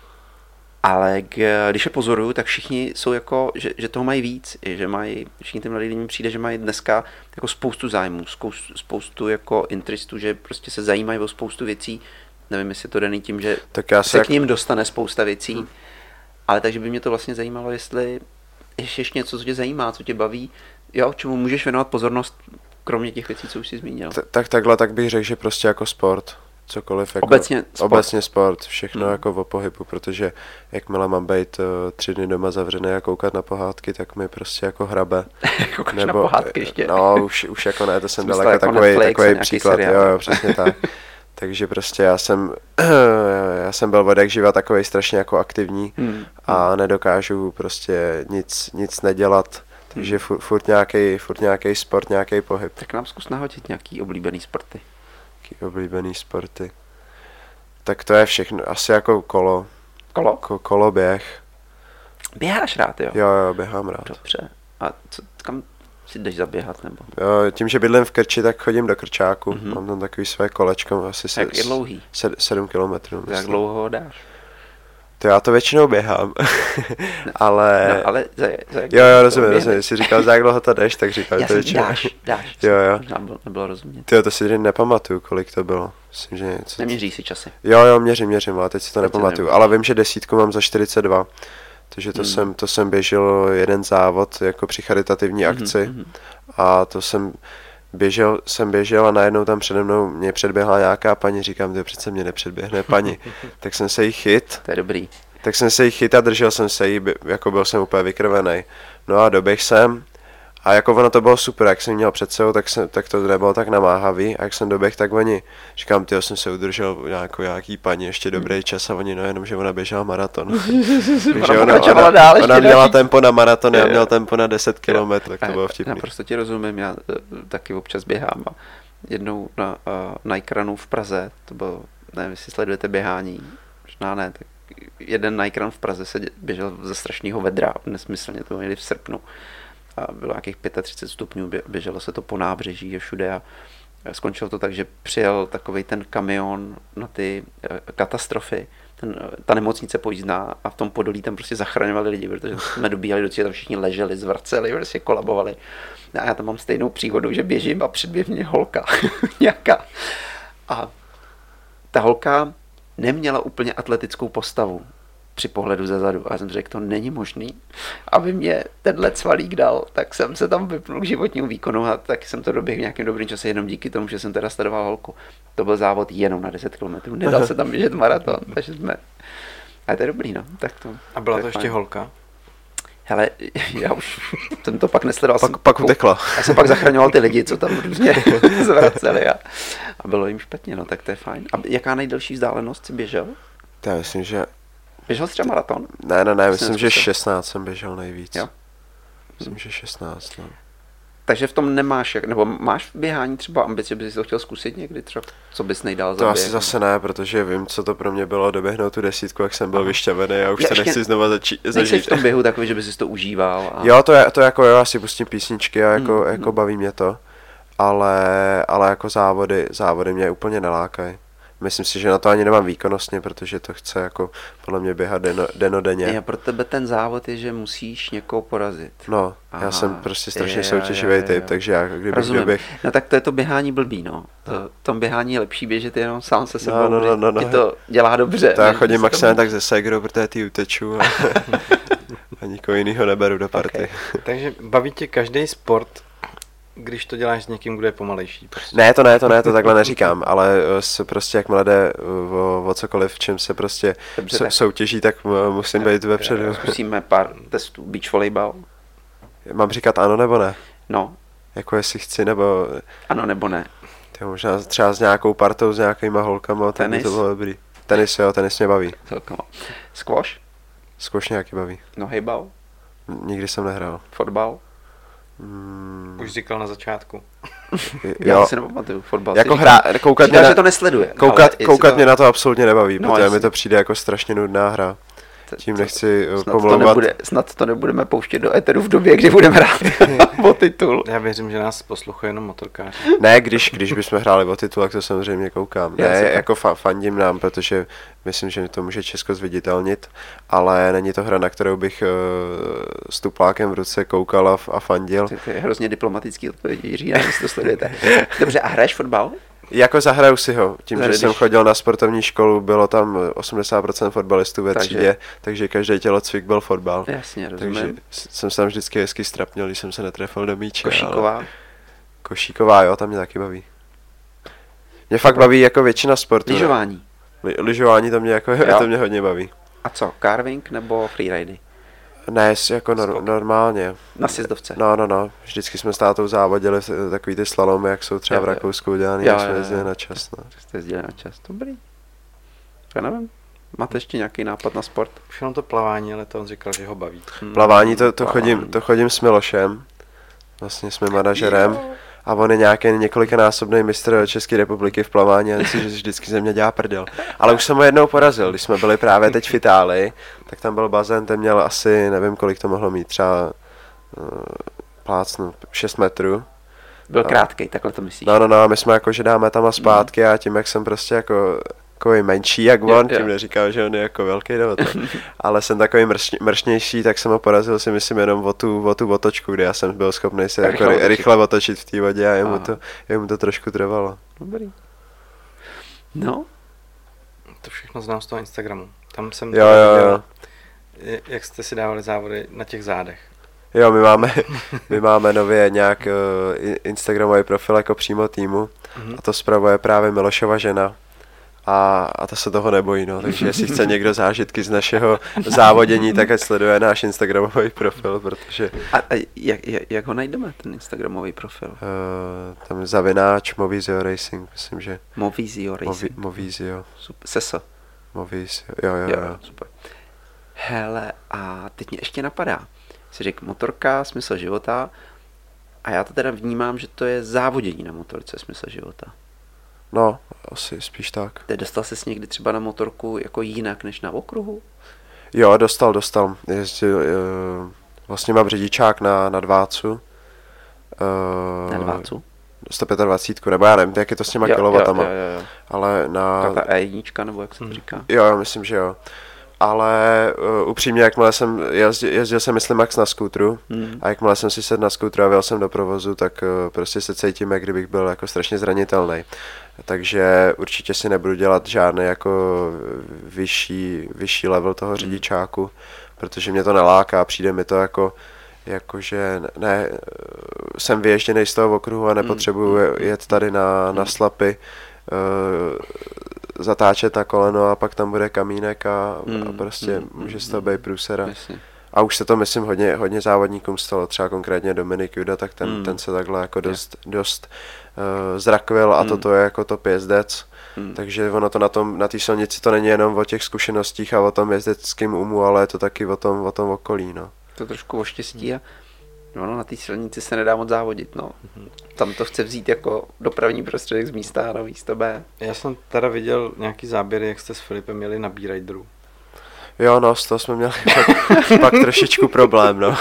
[SPEAKER 2] Ale k, když je pozoruju, tak všichni jsou jako, že, že toho mají víc, že mají, všichni ty mladí lidi mi přijde, že mají dneska jako spoustu zájmů, spoustu, spoustu jako interestů, že prostě se zajímají o spoustu věcí. Nevím, jestli to daný tím, že
[SPEAKER 3] Tak já
[SPEAKER 2] se
[SPEAKER 3] se
[SPEAKER 2] k ním dostane spousta věcí, hmm. ale takže by mě to vlastně zajímalo, jestli ještě, ještě něco, co tě zajímá, co tě baví, jo, čemu můžeš věnovat pozornost, kromě těch věcí, co už jsi zmínil.
[SPEAKER 3] T- tak takhle tak bych řekl, že prostě jako sport, cokoliv jako...
[SPEAKER 2] Obecně sport.
[SPEAKER 3] Obecně sport, všechno
[SPEAKER 2] Hmm.
[SPEAKER 3] jako o pohybu, protože jakmile mám být uh, tři dny doma zavřený a koukat na pohádky, tak mi prostě jako hrabe.
[SPEAKER 2] Koukáš na pohádky ještě.
[SPEAKER 3] No, už, už jako ne, to jsem
[SPEAKER 2] Myslel
[SPEAKER 3] daleko
[SPEAKER 2] jako
[SPEAKER 3] takový,
[SPEAKER 2] Netflix a
[SPEAKER 3] takový
[SPEAKER 2] nějaký
[SPEAKER 3] příklad,
[SPEAKER 2] seriál.
[SPEAKER 3] jo, jo, přesně tak. Takže prostě já jsem, já jsem byl od jak živa takový strašně jako aktivní
[SPEAKER 2] Hmm.
[SPEAKER 3] a nedokážu prostě nic, nic nedělat, takže furt, furt nějaký, furt nějaký sport, nějaký pohyb.
[SPEAKER 2] Tak nám zkus nahodit nějaký oblíbený sporty.
[SPEAKER 3] Jaký oblíbený sporty. Tak to je všechno, asi jako kolo,
[SPEAKER 2] Kolo?
[SPEAKER 3] ko, koloběh,
[SPEAKER 2] Běháš rád, jo?
[SPEAKER 3] jo, jo, běhám rád.
[SPEAKER 2] Dobře. A co, kam si jdeš zaběhat, nebo?
[SPEAKER 3] Jo, tím, že bydlím v Krči, tak chodím do Krčáku,
[SPEAKER 2] Mhm.
[SPEAKER 3] mám tam takový své kolečko, asi se,
[SPEAKER 2] Jak je dlouhý?
[SPEAKER 3] sed, sedm kilometrů.
[SPEAKER 2] Jak
[SPEAKER 3] myslím.
[SPEAKER 2] dlouho ho dáš?
[SPEAKER 3] To já to většinou běhám, ale...
[SPEAKER 2] No, ale za, za jak
[SPEAKER 3] Jo, jo,
[SPEAKER 2] to
[SPEAKER 3] rozumím,
[SPEAKER 2] běhneš?
[SPEAKER 3] rozumím, jestli říkal, za jak dlouho to jdeš, tak říkal,
[SPEAKER 2] Já
[SPEAKER 3] to
[SPEAKER 2] jsem
[SPEAKER 3] většinou.
[SPEAKER 2] dáš, dáš.
[SPEAKER 3] Jo, jo.
[SPEAKER 2] Možná bylo, nebylo rozumět.
[SPEAKER 3] Tyjo, to si teď nepamatuju, kolik to bylo. Myslím, že něco...
[SPEAKER 2] Neměří si časy.
[SPEAKER 3] Jo, jo, měřím, měřím, ale teď si to
[SPEAKER 2] Teď si
[SPEAKER 3] nepamatuju.
[SPEAKER 2] nevím.
[SPEAKER 3] Ale vím, že desítku mám za čtyřicet dva. Takže to,
[SPEAKER 2] Hmm.
[SPEAKER 3] jsem, to jsem běžel jeden závod jako při charitativní akci.
[SPEAKER 2] Mhm, mhm.
[SPEAKER 3] A to jsem běžel, jsem běžel a najednou tam přede mnou mě předběhla nějaká paní, říkám, to přece mě nepředběhne paní. Tak jsem se jí chyt,
[SPEAKER 2] To je dobrý.
[SPEAKER 3] tak jsem se jí chyt a držel jsem se jí, by- jako byl jsem úplně vykrvenej. No a doběh jsem a jako ono to bylo super, jak jsem měl před sebou, tak, jsem, tak to nebylo tak namáhavý a jak jsem doběh, tak oni, říkám, tyjo, jsem se udržel nějakou nějaký paní ještě dobrý čas a oni, no jenom, že ona běžela maraton. Takže ona,
[SPEAKER 2] pokračovala
[SPEAKER 3] ona,
[SPEAKER 2] dál ještě
[SPEAKER 3] ona měla
[SPEAKER 2] další.
[SPEAKER 3] tempo na maraton, já
[SPEAKER 2] Jo, jo.
[SPEAKER 3] měl tempo na deset kilometrů, tak to
[SPEAKER 2] A-
[SPEAKER 3] bylo vtipný.
[SPEAKER 2] Já prostě ti rozumím, já eh, taky občas běhám a jednou na, eh, na Ikranu v Praze, to bylo, nevím, jestli sledujete běhání, možná ne, tak jeden na Ikranu v Praze se dě- běžel ze strašného vedra, nesmyslně to měli v srpnu a bylo nějakých třicet pět stupňů, bě- běželo se to po nábřeží a všude a skončilo to tak, že přijel takovej ten kamion na ty eh, katastrofy, ten, eh, ta nemocnice pojízdná a v tom Podolí tam prostě zachraňovali lidi, protože jsme dobíhali do cíle, tam všichni leželi, zvrceli, prostě kolabovali. A já tam mám stejnou příhodu, že běžím a předběhne mě holka nějaká. A ta holka neměla úplně atletickou postavu při pohledu ze zadu. A já jsem řekl, to není možný, aby mě tenhle cvalík dal, tak jsem se tam vypnul k životnímu výkonu a taky jsem to doběhl v nějakém dobrým čase jenom díky tomu, že jsem teda sledoval holku. To byl závod jenom na deset kilometrů, nedal se tam běžet maraton, takže jsme... A to je dobrý, no. Tak to,
[SPEAKER 1] A byla
[SPEAKER 2] je
[SPEAKER 1] to ještě
[SPEAKER 2] fajn.
[SPEAKER 1] holka?
[SPEAKER 2] Hele, já už jsem to pak nesledoval.
[SPEAKER 3] Pak,
[SPEAKER 2] jsem
[SPEAKER 3] pak uteklo.
[SPEAKER 2] Já jsem pak zachraňoval ty lidi, co tam různě zvraceli a, a bylo jim špatně, no tak to je fajn. A jaká nejdelší vzdálenost jsi běžel?
[SPEAKER 3] Já myslím, že...
[SPEAKER 2] Běžel jsi třeba maraton?
[SPEAKER 3] Ne, ne, ne,
[SPEAKER 2] Myslím,
[SPEAKER 3] myslím, že
[SPEAKER 2] že
[SPEAKER 3] šestnáct jsem běžel nejvíc.
[SPEAKER 2] Jo.
[SPEAKER 3] Myslím, že šestnáct, no.
[SPEAKER 2] Takže v tom nemáš, jak, nebo máš v běhání třeba ambici, že bys to chtěl zkusit někdy třeba, co bys nejdál za
[SPEAKER 3] To
[SPEAKER 2] běh?
[SPEAKER 3] asi zase ne, protože vím, co to pro mě bylo doběhnout tu desítku, jak jsem byl vyšťavený a už
[SPEAKER 2] Já
[SPEAKER 3] to
[SPEAKER 2] ještě
[SPEAKER 3] nechci znova začít,
[SPEAKER 2] Nejsi
[SPEAKER 3] zažít.
[SPEAKER 2] v tom běhu takový, že bys si to užíval? A...
[SPEAKER 3] Jo, to, je, to jako jo, já si pustím písničky a jako,
[SPEAKER 2] Hmm,
[SPEAKER 3] jako
[SPEAKER 2] hmm.
[SPEAKER 3] baví mě to, ale, ale jako závody, závody mě úplně nelákají. Myslím si, že na to ani nemám výkonnostně, protože to chce jako podle mě běhat deno, denodenně.
[SPEAKER 2] Je, pro tebe ten závod je, že musíš někoho porazit.
[SPEAKER 3] No,
[SPEAKER 2] Aha,
[SPEAKER 3] já jsem prostě strašně
[SPEAKER 2] jo,
[SPEAKER 3] soutěživý
[SPEAKER 2] jo, jo,
[SPEAKER 3] typ,
[SPEAKER 2] jo.
[SPEAKER 3] takže já kdybych
[SPEAKER 2] Rozumím.
[SPEAKER 3] doběh...
[SPEAKER 2] No tak to je to běhání blbý, no. To, v tom běhání je lepší běžet jenom sám se sebou,
[SPEAKER 3] No, no, no, no, no.
[SPEAKER 2] ti to dělá dobře.
[SPEAKER 3] To já
[SPEAKER 2] Ne-
[SPEAKER 3] chodím
[SPEAKER 2] si
[SPEAKER 3] maximálně
[SPEAKER 2] tomu-
[SPEAKER 3] tak ze ségrou, protože ty uteču a, a nikoho jiného neberu do party.
[SPEAKER 2] Okay.
[SPEAKER 1] Takže baví tě každý sport, když to děláš s někým, kdo je pomalejší. Prostě.
[SPEAKER 3] Ne, to ne, to ne, to takhle neříkám, ale eh, se prostě jak mladé o, o cokoliv, v čem se prostě
[SPEAKER 2] Dobře,
[SPEAKER 3] sou,
[SPEAKER 2] tak.
[SPEAKER 3] soutěží, tak m- musím být vepředu.
[SPEAKER 2] Zkusíme pár testů. Beach volejbal?
[SPEAKER 3] Mám říkat ano nebo ne?
[SPEAKER 2] No,
[SPEAKER 3] Jako jestli chci, nebo
[SPEAKER 2] ano nebo ne.
[SPEAKER 3] tyjo, možná třeba s nějakou partou, s nějakýma holkama, tak by
[SPEAKER 2] Tenis?
[SPEAKER 3] to bylo dobrý. Tenis, jo, tenis mě baví.
[SPEAKER 2] Celkem. Squash?
[SPEAKER 3] Squash nějaký baví.
[SPEAKER 2] Nohejbal?
[SPEAKER 3] Nikdy jsem nehrál.
[SPEAKER 2] Fotbal?
[SPEAKER 3] Mm,
[SPEAKER 1] Už říkal na začátku.
[SPEAKER 2] Já
[SPEAKER 3] jo,
[SPEAKER 2] si nepamatuju. Fotbal.
[SPEAKER 3] jako
[SPEAKER 2] si
[SPEAKER 3] hra,
[SPEAKER 2] říkám-
[SPEAKER 3] koukat mě
[SPEAKER 2] Říkám,
[SPEAKER 3] na,
[SPEAKER 2] že to nesleduje.
[SPEAKER 3] koukat,
[SPEAKER 2] ale jestli
[SPEAKER 3] koukat mě na to absolutně nebaví,
[SPEAKER 2] No,
[SPEAKER 3] protože
[SPEAKER 2] jasně.
[SPEAKER 3] mi to přijde jako strašně nudná hra.
[SPEAKER 2] to-
[SPEAKER 3] Tím
[SPEAKER 2] to-
[SPEAKER 3] nechci eh,
[SPEAKER 2] snad to,
[SPEAKER 3] pomlouvat.
[SPEAKER 2] nebude, snad to nebudeme pouštět do eteru v době, kdy budeme hrát o titul.
[SPEAKER 1] Já věřím, že nás posluchuje jenom motorkáři.
[SPEAKER 3] Ne, když, když bychom hráli o titul, tak to samozřejmě koukám. Ne,
[SPEAKER 2] Jasně, tak.
[SPEAKER 3] jako fa- fandím nám, protože myslím, že to může Česko zviditelnit, ale není to hra, na kterou bych uh, s tuplákem v ruce koukal a, f- a fandil.
[SPEAKER 2] To je hrozně diplomatický odpověď, Jiří, já jestli to sledujete. Dobře, a hraješ fotbal?
[SPEAKER 3] Jako zahraju si ho, tím, že
[SPEAKER 2] Zahraješ.
[SPEAKER 3] jsem chodil na sportovní školu, bylo tam osmdesát procent fotbalistů ve
[SPEAKER 2] Takže-
[SPEAKER 3] třídě, takže každý tělocvik byl fotbal.
[SPEAKER 2] Jasně,
[SPEAKER 3] Takže
[SPEAKER 2] rozumím.
[SPEAKER 3] s- jsem se tam vždycky hezky strapnil, když jsem se netrefil do míče. Ale...
[SPEAKER 2] Košíková?
[SPEAKER 3] Košíková, jo, tam mě taky baví. Mě fakt baví jako většina sportů. ne?
[SPEAKER 2] Lyžování.
[SPEAKER 3] Li- Lyžování to mě, jako,
[SPEAKER 2] Jo.
[SPEAKER 3] to mě hodně baví.
[SPEAKER 2] A co, carving nebo freeridy?
[SPEAKER 3] Ne, s- jako nor-
[SPEAKER 1] Skok.
[SPEAKER 3] normálně.
[SPEAKER 2] Na sjezdovce.
[SPEAKER 3] No, no, no. Vždycky jsme s tátou závodili v- takový ty slalomy, jak jsou třeba
[SPEAKER 2] Jo,
[SPEAKER 3] v
[SPEAKER 2] jo.
[SPEAKER 3] Rakousku udělaný,
[SPEAKER 2] Jo,
[SPEAKER 3] jak
[SPEAKER 2] jo,
[SPEAKER 3] jsme
[SPEAKER 2] jo.
[SPEAKER 3] jezdili na čas. No.
[SPEAKER 2] Jste jezdili na čas, dobrý. Já nevím. Máte ještě nějaký nápad na sport?
[SPEAKER 1] Už jenom to plavání, ale to on říkal, že ho baví.
[SPEAKER 2] Hmm,
[SPEAKER 3] Plavání, to, to,
[SPEAKER 2] plavání.
[SPEAKER 3] chodím, to chodím s Milošem, vlastně s mým manažerem. A on je nějaký několikanásobný mistr České republiky v plavání a myslím, že vždycky ze mě dělá prdel. Ale už jsem ho jednou porazil, když jsme byli právě teď v Itálii, tak tam byl bazén, ten měl asi, nevím kolik to mohlo mít, třeba uh, plácnu, šest metrů.
[SPEAKER 2] Byl krátkej, takhle to myslíš.
[SPEAKER 3] No, no, no, my jsme jako, že dáme tam a zpátky a tím, jak jsem prostě jako takový menší jak
[SPEAKER 2] Jo,
[SPEAKER 3] on,
[SPEAKER 2] jo.
[SPEAKER 3] tím neříkal, že on je jako velký nebo to. Ale jsem takový mrš, mršnější, tak jsem ho porazil si myslím jenom o tu, o tu otočku, kde já jsem byl schopný se jako
[SPEAKER 2] Rychle
[SPEAKER 3] ry-
[SPEAKER 2] otočit.
[SPEAKER 3] rychle otočit v té vodě a jemu
[SPEAKER 2] Aha.
[SPEAKER 3] to, jemu to trošku trvalo.
[SPEAKER 2] Dobrý. No,
[SPEAKER 1] To všechno znám z toho Instagramu. Tam jsem
[SPEAKER 3] Jo,
[SPEAKER 1] teda
[SPEAKER 3] jo,
[SPEAKER 1] viděl,
[SPEAKER 3] jo.
[SPEAKER 1] jak jste si dávali závody na těch zádech.
[SPEAKER 3] Jo, my máme, my máme nově nějak uh, i- Instagramový profil jako přímo týmu
[SPEAKER 1] Mhm.
[SPEAKER 3] a to spravuje právě Milošova žena. A, a ta se toho nebojí, no. Takže jestli chce někdo zážitky z našeho závodění, tak ať sleduje náš Instagramový profil, protože
[SPEAKER 2] a, a jak, jak, jak ho najdeme, ten Instagramový profil?
[SPEAKER 3] uh, tam je zavináč Movizio Racing, myslím, že
[SPEAKER 2] Movizio
[SPEAKER 3] Movi,
[SPEAKER 2] Racing.
[SPEAKER 3] Movizio,
[SPEAKER 2] Super. Seso.
[SPEAKER 3] Movizio, jo, jo,
[SPEAKER 2] Jo,
[SPEAKER 3] jo.
[SPEAKER 2] super. Hele, a teď mě ještě napadá. Jsi řekl motorka, smysl života. A já to teda vnímám, že to je závodění na motorce, smysl života.
[SPEAKER 3] No, asi spíš tak.
[SPEAKER 2] Ty dostal ses někdy třeba na motorku jako jinak než na okruhu?
[SPEAKER 3] Jo, dostal, dostal. Jezdil, uh, vlastně mám řidičák na, na dvácu. Uh,
[SPEAKER 2] Na dvácu?
[SPEAKER 3] sto dvacet pět, nebo já nevím, jak je to s těma kilovatama,
[SPEAKER 2] Jo, jo, jo.
[SPEAKER 3] ale na...
[SPEAKER 2] Taková ta E jedna, nebo jak se to říká?
[SPEAKER 3] Jo, jo, myslím, že jo. Ale uh, upřímně, jakmile jsem jezdil, jezdil jsem, myslím, max na skútru
[SPEAKER 2] Hmm.
[SPEAKER 3] a jakmile jsem si sedl na skútru a vyjel jsem do provozu, tak uh, prostě se cítím, jak kdybych byl jako strašně zranitelný. Takže určitě si nebudu dělat žádný jako vyšší, vyšší level toho řidičáku, protože mě to neláká, přijde mi to jako jakože ne, jsem vyježděný z toho okruhu a nepotřebuji jet tady na, na slapy, uh, zatáčet na koleno a pak tam bude kamínek a,
[SPEAKER 2] Mm,
[SPEAKER 3] a prostě
[SPEAKER 2] mm,
[SPEAKER 3] může z
[SPEAKER 2] mm,
[SPEAKER 3] toho být průsera.
[SPEAKER 2] Jasně.
[SPEAKER 3] A už se to, myslím, hodně, hodně závodníkům stalo, třeba konkrétně Dominik Juda, tak ten, mm. ten se takhle jako dost, dost uh, zrakvil a mm. toto je jako top jezdec. Hmm. Takže ono to na tom, na té silnici to není jenom o těch zkušenostích a o tom jezdeckém umu, ale je to taky o tom, o tom okolí, no.
[SPEAKER 2] To trošku o štěstí a ono na té silnici se nedá moc závodit, no. Hmm. Tam to chce vzít jako dopravní prostředek z místa A na místo B.
[SPEAKER 1] Já jsem teda viděl nějaký záběry, jak jste s Filipem měli na B-Rideru.
[SPEAKER 3] Jo, no, z toho jsme měli pak, pak trošičku problém, no.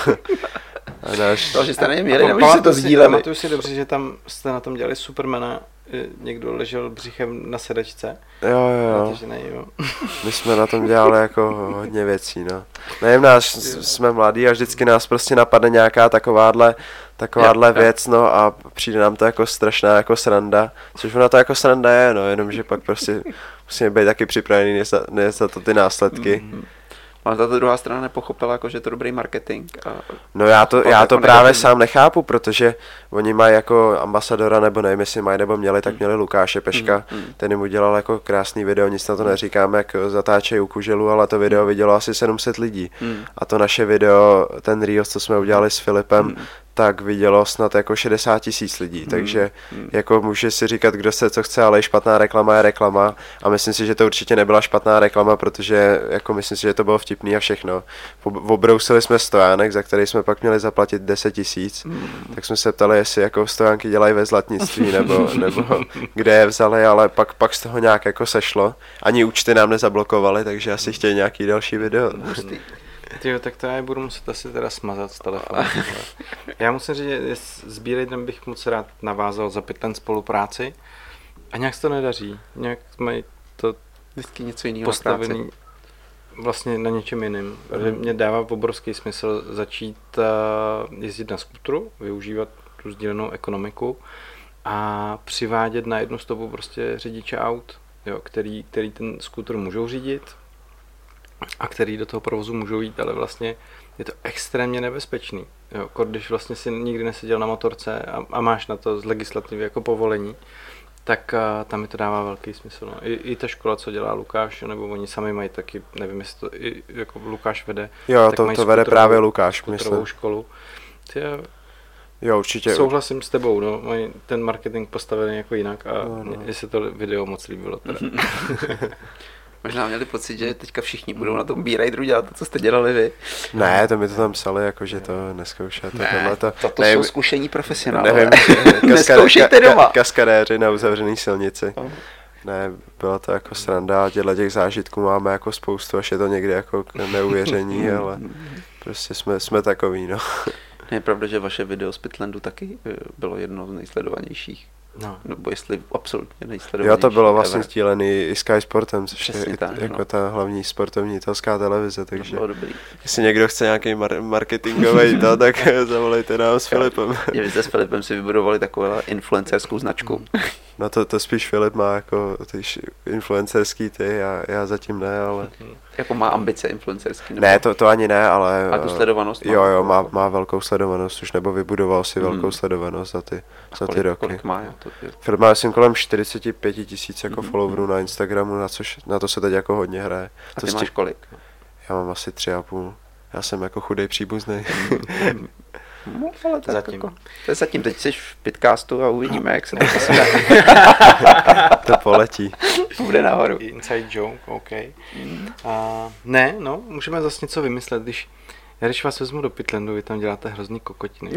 [SPEAKER 2] Náš... To, že jste neměli, nebo že se to sdíleli.
[SPEAKER 1] Pamatuju si dobře, že tam jste na tom dělali Supermana, někdo ležel břichem na sedačce.
[SPEAKER 3] Jo, jo, jo.
[SPEAKER 1] Nej, jo.
[SPEAKER 3] My jsme na tom dělali jako hodně věcí, no. Nevím, nás, jsme mladí a vždycky nás prostě napadne nějaká takováhle, takováhle je, věc, no a přijde nám to jako strašná jako sranda, což ona to jako sranda je, no, jenomže pak prostě musíme být taky připravený ne za to ty následky. Mm-hmm.
[SPEAKER 2] Ale ta druhá strana nepochopila, jako, že je to dobrý marketing. A
[SPEAKER 3] no já to, já to jako právě negativní. Sám nechápu, protože oni mají jako ambasadora, nebo nevím, jestli mají nebo měli, tak měli Lukáše Peška, mm, mm. ten jim udělal jako krásný video, nic na to neříkáme, jak zatáčejí u kuželu, ale to video vidělo asi sedm set lidí. Mm. A to naše video, ten Reels, co jsme udělali s Filipem, mm. tak vidělo snad jako šedesát tisíc lidí, mm. takže mm. jako může si říkat, kdo se co chce, ale špatná reklama je reklama a myslím si, že to určitě nebyla špatná reklama, protože jako myslím si, že to bylo vtipný a všechno. Obrousili jsme stojánek, za který jsme pak měli zaplatit deset tisíc, mm. tak jsme se ptali, jestli jako stojánky dělají ve zlatnictví, nebo, nebo kde je vzali, ale pak, pak z toho nějak jako sešlo. Ani účty nám nezablokovali, takže asi chtějí nějaký další video.
[SPEAKER 1] Tyjo, tak to já budu muset asi teda smazat z telefonu. Já musím říct, že s B-Riderem bych moc rád navázal za pět let spolupráci a nějak se to nedaří. Nějak mají to
[SPEAKER 2] vždycky něco jiného
[SPEAKER 1] postavený vlastně na něčem jiným. Mm. Mě dává obrovský smysl začít uh, jezdit na skútru, využívat tu sdílenou ekonomiku a přivádět na jednu stopu prostě řidiče aut, jo, který, který ten skútr můžou řídit a který do toho provozu můžou jít, ale vlastně je to extrémně nebezpečný. Jo, když vlastně si nikdy neseděl na motorce a, a máš na to z legislativy jako povolení, tak uh, tam mi to dává velký smysl. No. I, I ta škola, co dělá Lukáš, nebo oni sami mají taky, nevím, jestli to i, jako Lukáš vede.
[SPEAKER 3] Jo, tak to, to vede právě Lukáš,
[SPEAKER 1] myslím. Školu. Ty,
[SPEAKER 3] jo, určitě.
[SPEAKER 1] Souhlasím s tebou, no. Mají ten marketing postavený jako jinak a no, no. Mně se to video moc líbilo. Teda.
[SPEAKER 2] Možná měli pocit, že teďka všichni budou na tom B-Rideru dělat to, co jste dělali vy.
[SPEAKER 3] Ne, to mi to tam psali, jako že to neskoušete.
[SPEAKER 2] Ne, to, to, to jsou zkušení profesionálové.
[SPEAKER 3] Nevím, neskoušejte doma. Kaskadéři na uzavřené silnici. Oh. Ne, byla to jako sranda, těchto těch zážitků máme jako spoustu, až je to někdy jako neuvěření, ale prostě jsme, jsme takový, no.
[SPEAKER 2] Je pravda, že vaše video z Pitlandu taky bylo jedno z nejsledovanějších. No. Nebo jestli absolutně nejsledovanější.
[SPEAKER 3] Jo, to bylo vlastně sdílený i Sky Sportem, což je
[SPEAKER 2] tak,
[SPEAKER 3] jako
[SPEAKER 2] no.
[SPEAKER 3] ta hlavní sportovní italská televize, takže
[SPEAKER 2] to dobrý.
[SPEAKER 3] Jestli někdo chce nějaký mar- marketingový to, tak zavolejte nám s Filipem.
[SPEAKER 2] Je, vy jste s Filipem si vybudovali takovou influencerskou značku.
[SPEAKER 3] No to, to spíš Filip má jako ty influencerský ty, já, já zatím ne, ale...
[SPEAKER 2] Jako má ambice influencerský? Nebo...
[SPEAKER 3] Ne, to, to ani ne, ale...
[SPEAKER 2] A tu sledovanost má?
[SPEAKER 3] Jo, jo, má, má velkou sledovanost už, nebo vybudoval si velkou hmm. sledovanost za ty, za ty
[SPEAKER 2] kolik,
[SPEAKER 3] roky.
[SPEAKER 2] Kolik má? To je...
[SPEAKER 3] Filip má asi kolem čtyřicet pět tisíc jako hmm. followerů na Instagramu, na, což, na to se teď jako hodně hraje.
[SPEAKER 2] A ty
[SPEAKER 3] to
[SPEAKER 2] máš
[SPEAKER 3] stě...
[SPEAKER 2] kolik?
[SPEAKER 3] Já mám asi tři a půl. Já jsem jako chudej příbuznej.
[SPEAKER 2] No, ale to, zatím. Jako, to je zatím, teď jsi v Pitcastu a uvidíme, jak se to posune.
[SPEAKER 3] To poletí.
[SPEAKER 2] Bude nahoru.
[SPEAKER 1] Inside joke, OK. Mm. A, ne, no, můžeme zase něco vymyslet, když já když vás vezmu do Pitlandu, vy tam děláte hrozný kokotiny.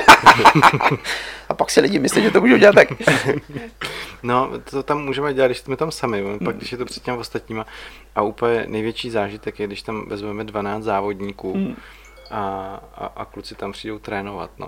[SPEAKER 2] A pak si lidi myslí, že to můžou dělat tak.
[SPEAKER 1] No, to tam můžeme dělat, když jsme tam sami, mm. pak když je to před těmi ostatníma. A úplně největší zážitek je, když tam vezmeme dvanáct závodníků. Mm. A, a, a kluci tam přijdou trénovat, no.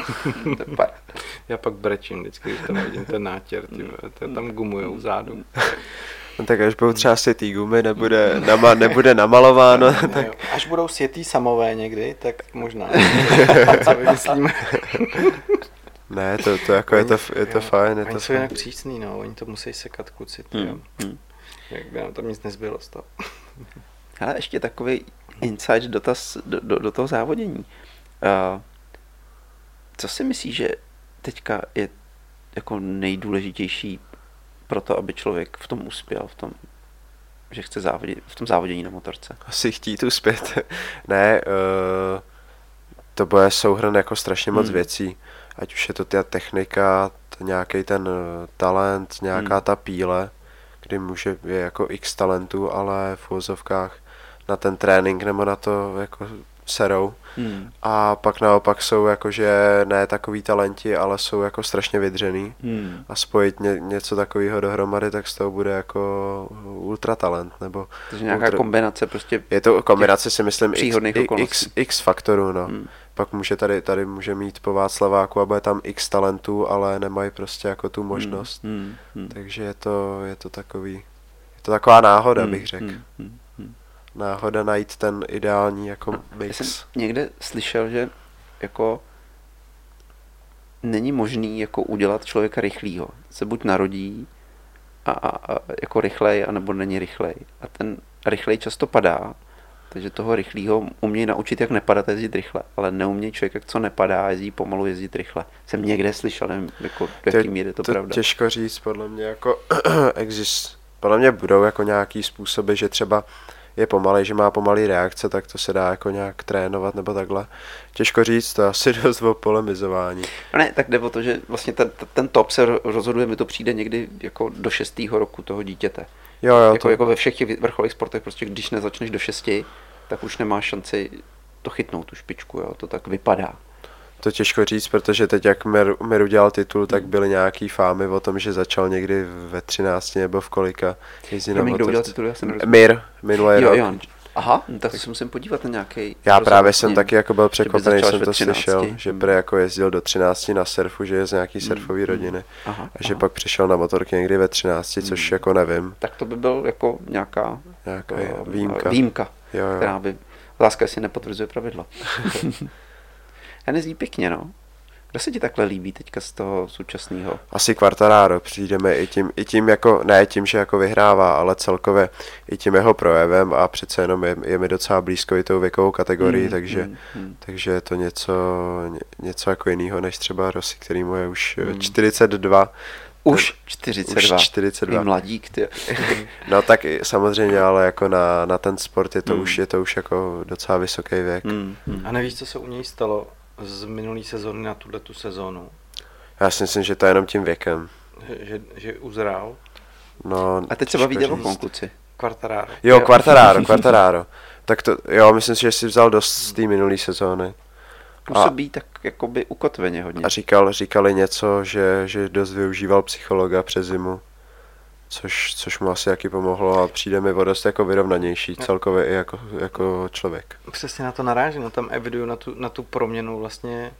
[SPEAKER 1] Já pak brečím vždycky, když tam vidím ten nátěr, ty, tam gumujou vzadu.
[SPEAKER 3] No tak až budou třeba sjetý gumy, nebude, nama, nebude namalováno.
[SPEAKER 1] Ne,
[SPEAKER 3] tak...
[SPEAKER 1] Až budou sjetý samové někdy, tak možná. Co vymyslíme?
[SPEAKER 3] Ne, to, to jako oni, je to, je to
[SPEAKER 1] jo,
[SPEAKER 3] fajn. Je
[SPEAKER 1] oni
[SPEAKER 3] to
[SPEAKER 1] jsou
[SPEAKER 3] fajn.
[SPEAKER 1] jinak přísný, no, oni to musí sekat kluci, hmm. hmm. Jak by nám tam nic nezbylo z toho.
[SPEAKER 2] Ale ještě takový insight dotaz do, do, do toho závodění. Uh, co si myslíš, že teďka je jako nejdůležitější pro to, aby člověk v tom uspěl, v tom že chce závodit v tom závodění na motorce?
[SPEAKER 3] Asi chtít uspět. Ne, uh, to bude souhrn jako strašně moc hmm. věcí. Ať už je to ta technika, nějaký ten uh, talent, nějaká hmm. ta píle, kdy může je jako x talentů, ale v uvozovkách na ten trénink nebo na to jako serou. Hmm. A pak naopak jsou jakože ne takový talenti, ale jsou jako strašně vydřený. Hmm. A spojit ně, něco takového dohromady, tak z toho bude jako ultra talent. Nebo
[SPEAKER 2] takže nějaká
[SPEAKER 3] ultra...
[SPEAKER 2] kombinace prostě.
[SPEAKER 3] Je to kombinace, si myslím, x, x, x faktorů, no. Hmm. Pak může tady, tady může mít po Václaváku a bude tam x talentů, ale nemají prostě jako tu možnost. Hmm. Hmm. Hmm. Takže je to, je to takový, je to taková náhoda, hmm. bych řekl. Hmm. Hmm. Náhoda najít ten ideální jako no, mix.
[SPEAKER 2] Já jsem někde slyšel, že jako není možný jako udělat člověka rychlýho. Se buď narodí a, a, a jako rychlej, anebo není rychlej. A ten rychlej často padá, takže toho rychlýho umějí naučit, jak nepadat a jezdit rychle, ale neumějí člověk, jak co nepadá a jezdí pomalu, jezdit rychle. Jsem někde slyšel, nevím, jako, do jaký míry je to, to pravda.
[SPEAKER 3] Těžko říct, podle mě jako exist, podle mě budou jako nějaký způsoby, že třeba je pomalej, že má pomalý reakce, tak to se dá jako nějak trénovat nebo takhle. Těžko říct, to je asi dost o polemizování.
[SPEAKER 2] No ne, tak jde o to, že vlastně ten, ten top se rozhoduje, mi to přijde někdy jako do šestého roku toho dítěte.
[SPEAKER 3] Jo, jo,
[SPEAKER 2] jako,
[SPEAKER 3] to...
[SPEAKER 2] jako ve všech těch vrcholových sportech, prostě když nezačneš do šesti, tak už nemáš šanci to chytnout, tu špičku, jo, to tak vypadá.
[SPEAKER 3] To těžko říct, protože teď jak Mir, Mir udělal titul, tak byly nějaký fámy o tom, že začal někdy ve třinácti nebo v kolika jezdit na
[SPEAKER 2] motorce. Kdo udělal titul, já jsem nerozuměl.
[SPEAKER 3] Mir, minulý
[SPEAKER 2] jo,
[SPEAKER 3] rok.
[SPEAKER 2] Jo. Aha, tak to si musím podívat na nějaký.
[SPEAKER 3] Já právě jsem taky jako byl překvapený, jsem to
[SPEAKER 2] třinácti.
[SPEAKER 3] Slyšel, že prý jako jezdil do třinácti na surfu, že je z nějaký surfový rodiny. Aha, a že aha. pak přišel na motorky někdy ve třinácti, což hmm. jako nevím.
[SPEAKER 2] Tak to by byl jako nějaká,
[SPEAKER 3] nějaká
[SPEAKER 2] uh,
[SPEAKER 3] výjimka,
[SPEAKER 2] výjimka
[SPEAKER 3] jo, jo.
[SPEAKER 2] která by, otázka, jestli nepotvrzuje pravidlo. Já nezdí pěkně, no. Kdo se ti takhle líbí teďka z toho současného?
[SPEAKER 3] Asi Quartararo, přijdeme i tím, i tím jako, ne tím, že jako vyhrává, ale celkově i tím jeho projevem a přece jenom je, je mi docela blízko i tou věkovou kategorii, mm, takže, mm, mm. takže je to něco, ně, něco jako jiného než třeba Rossi, který mu je už mm. čtyřicet dva.
[SPEAKER 2] Už čtyřicet dva.
[SPEAKER 3] Už čtyřicet dva.
[SPEAKER 2] Vy mladík, ty.
[SPEAKER 3] No tak samozřejmě, ale jako na, na ten sport je to, mm. už, je to už jako docela vysoký věk. Mm,
[SPEAKER 1] mm. A nevíš, co se u něj stalo z minulý sezóny na tuhletu sezónu?
[SPEAKER 3] Já si myslím, že to je jenom tím věkem.
[SPEAKER 1] Že, že, že uzrál?
[SPEAKER 3] No,
[SPEAKER 2] a teď se bavíte o konkuci.
[SPEAKER 1] Quartararo.
[SPEAKER 3] Jo, Quartararo, Quartararo. Tak to, jo, myslím si, že si vzal dost z té minulý sezóny.
[SPEAKER 2] Působí tak jakoby ukotveně hodně.
[SPEAKER 3] A říkal, říkali něco, že, že dost využíval psychologa přes zimu. Což, což mu asi jaký pomohlo a přijde mi o dost jako vyrovnanější celkově i jako, jako člověk.
[SPEAKER 1] Přesně na to narážím, no tam eviduju na tu, na tu proměnu vlastně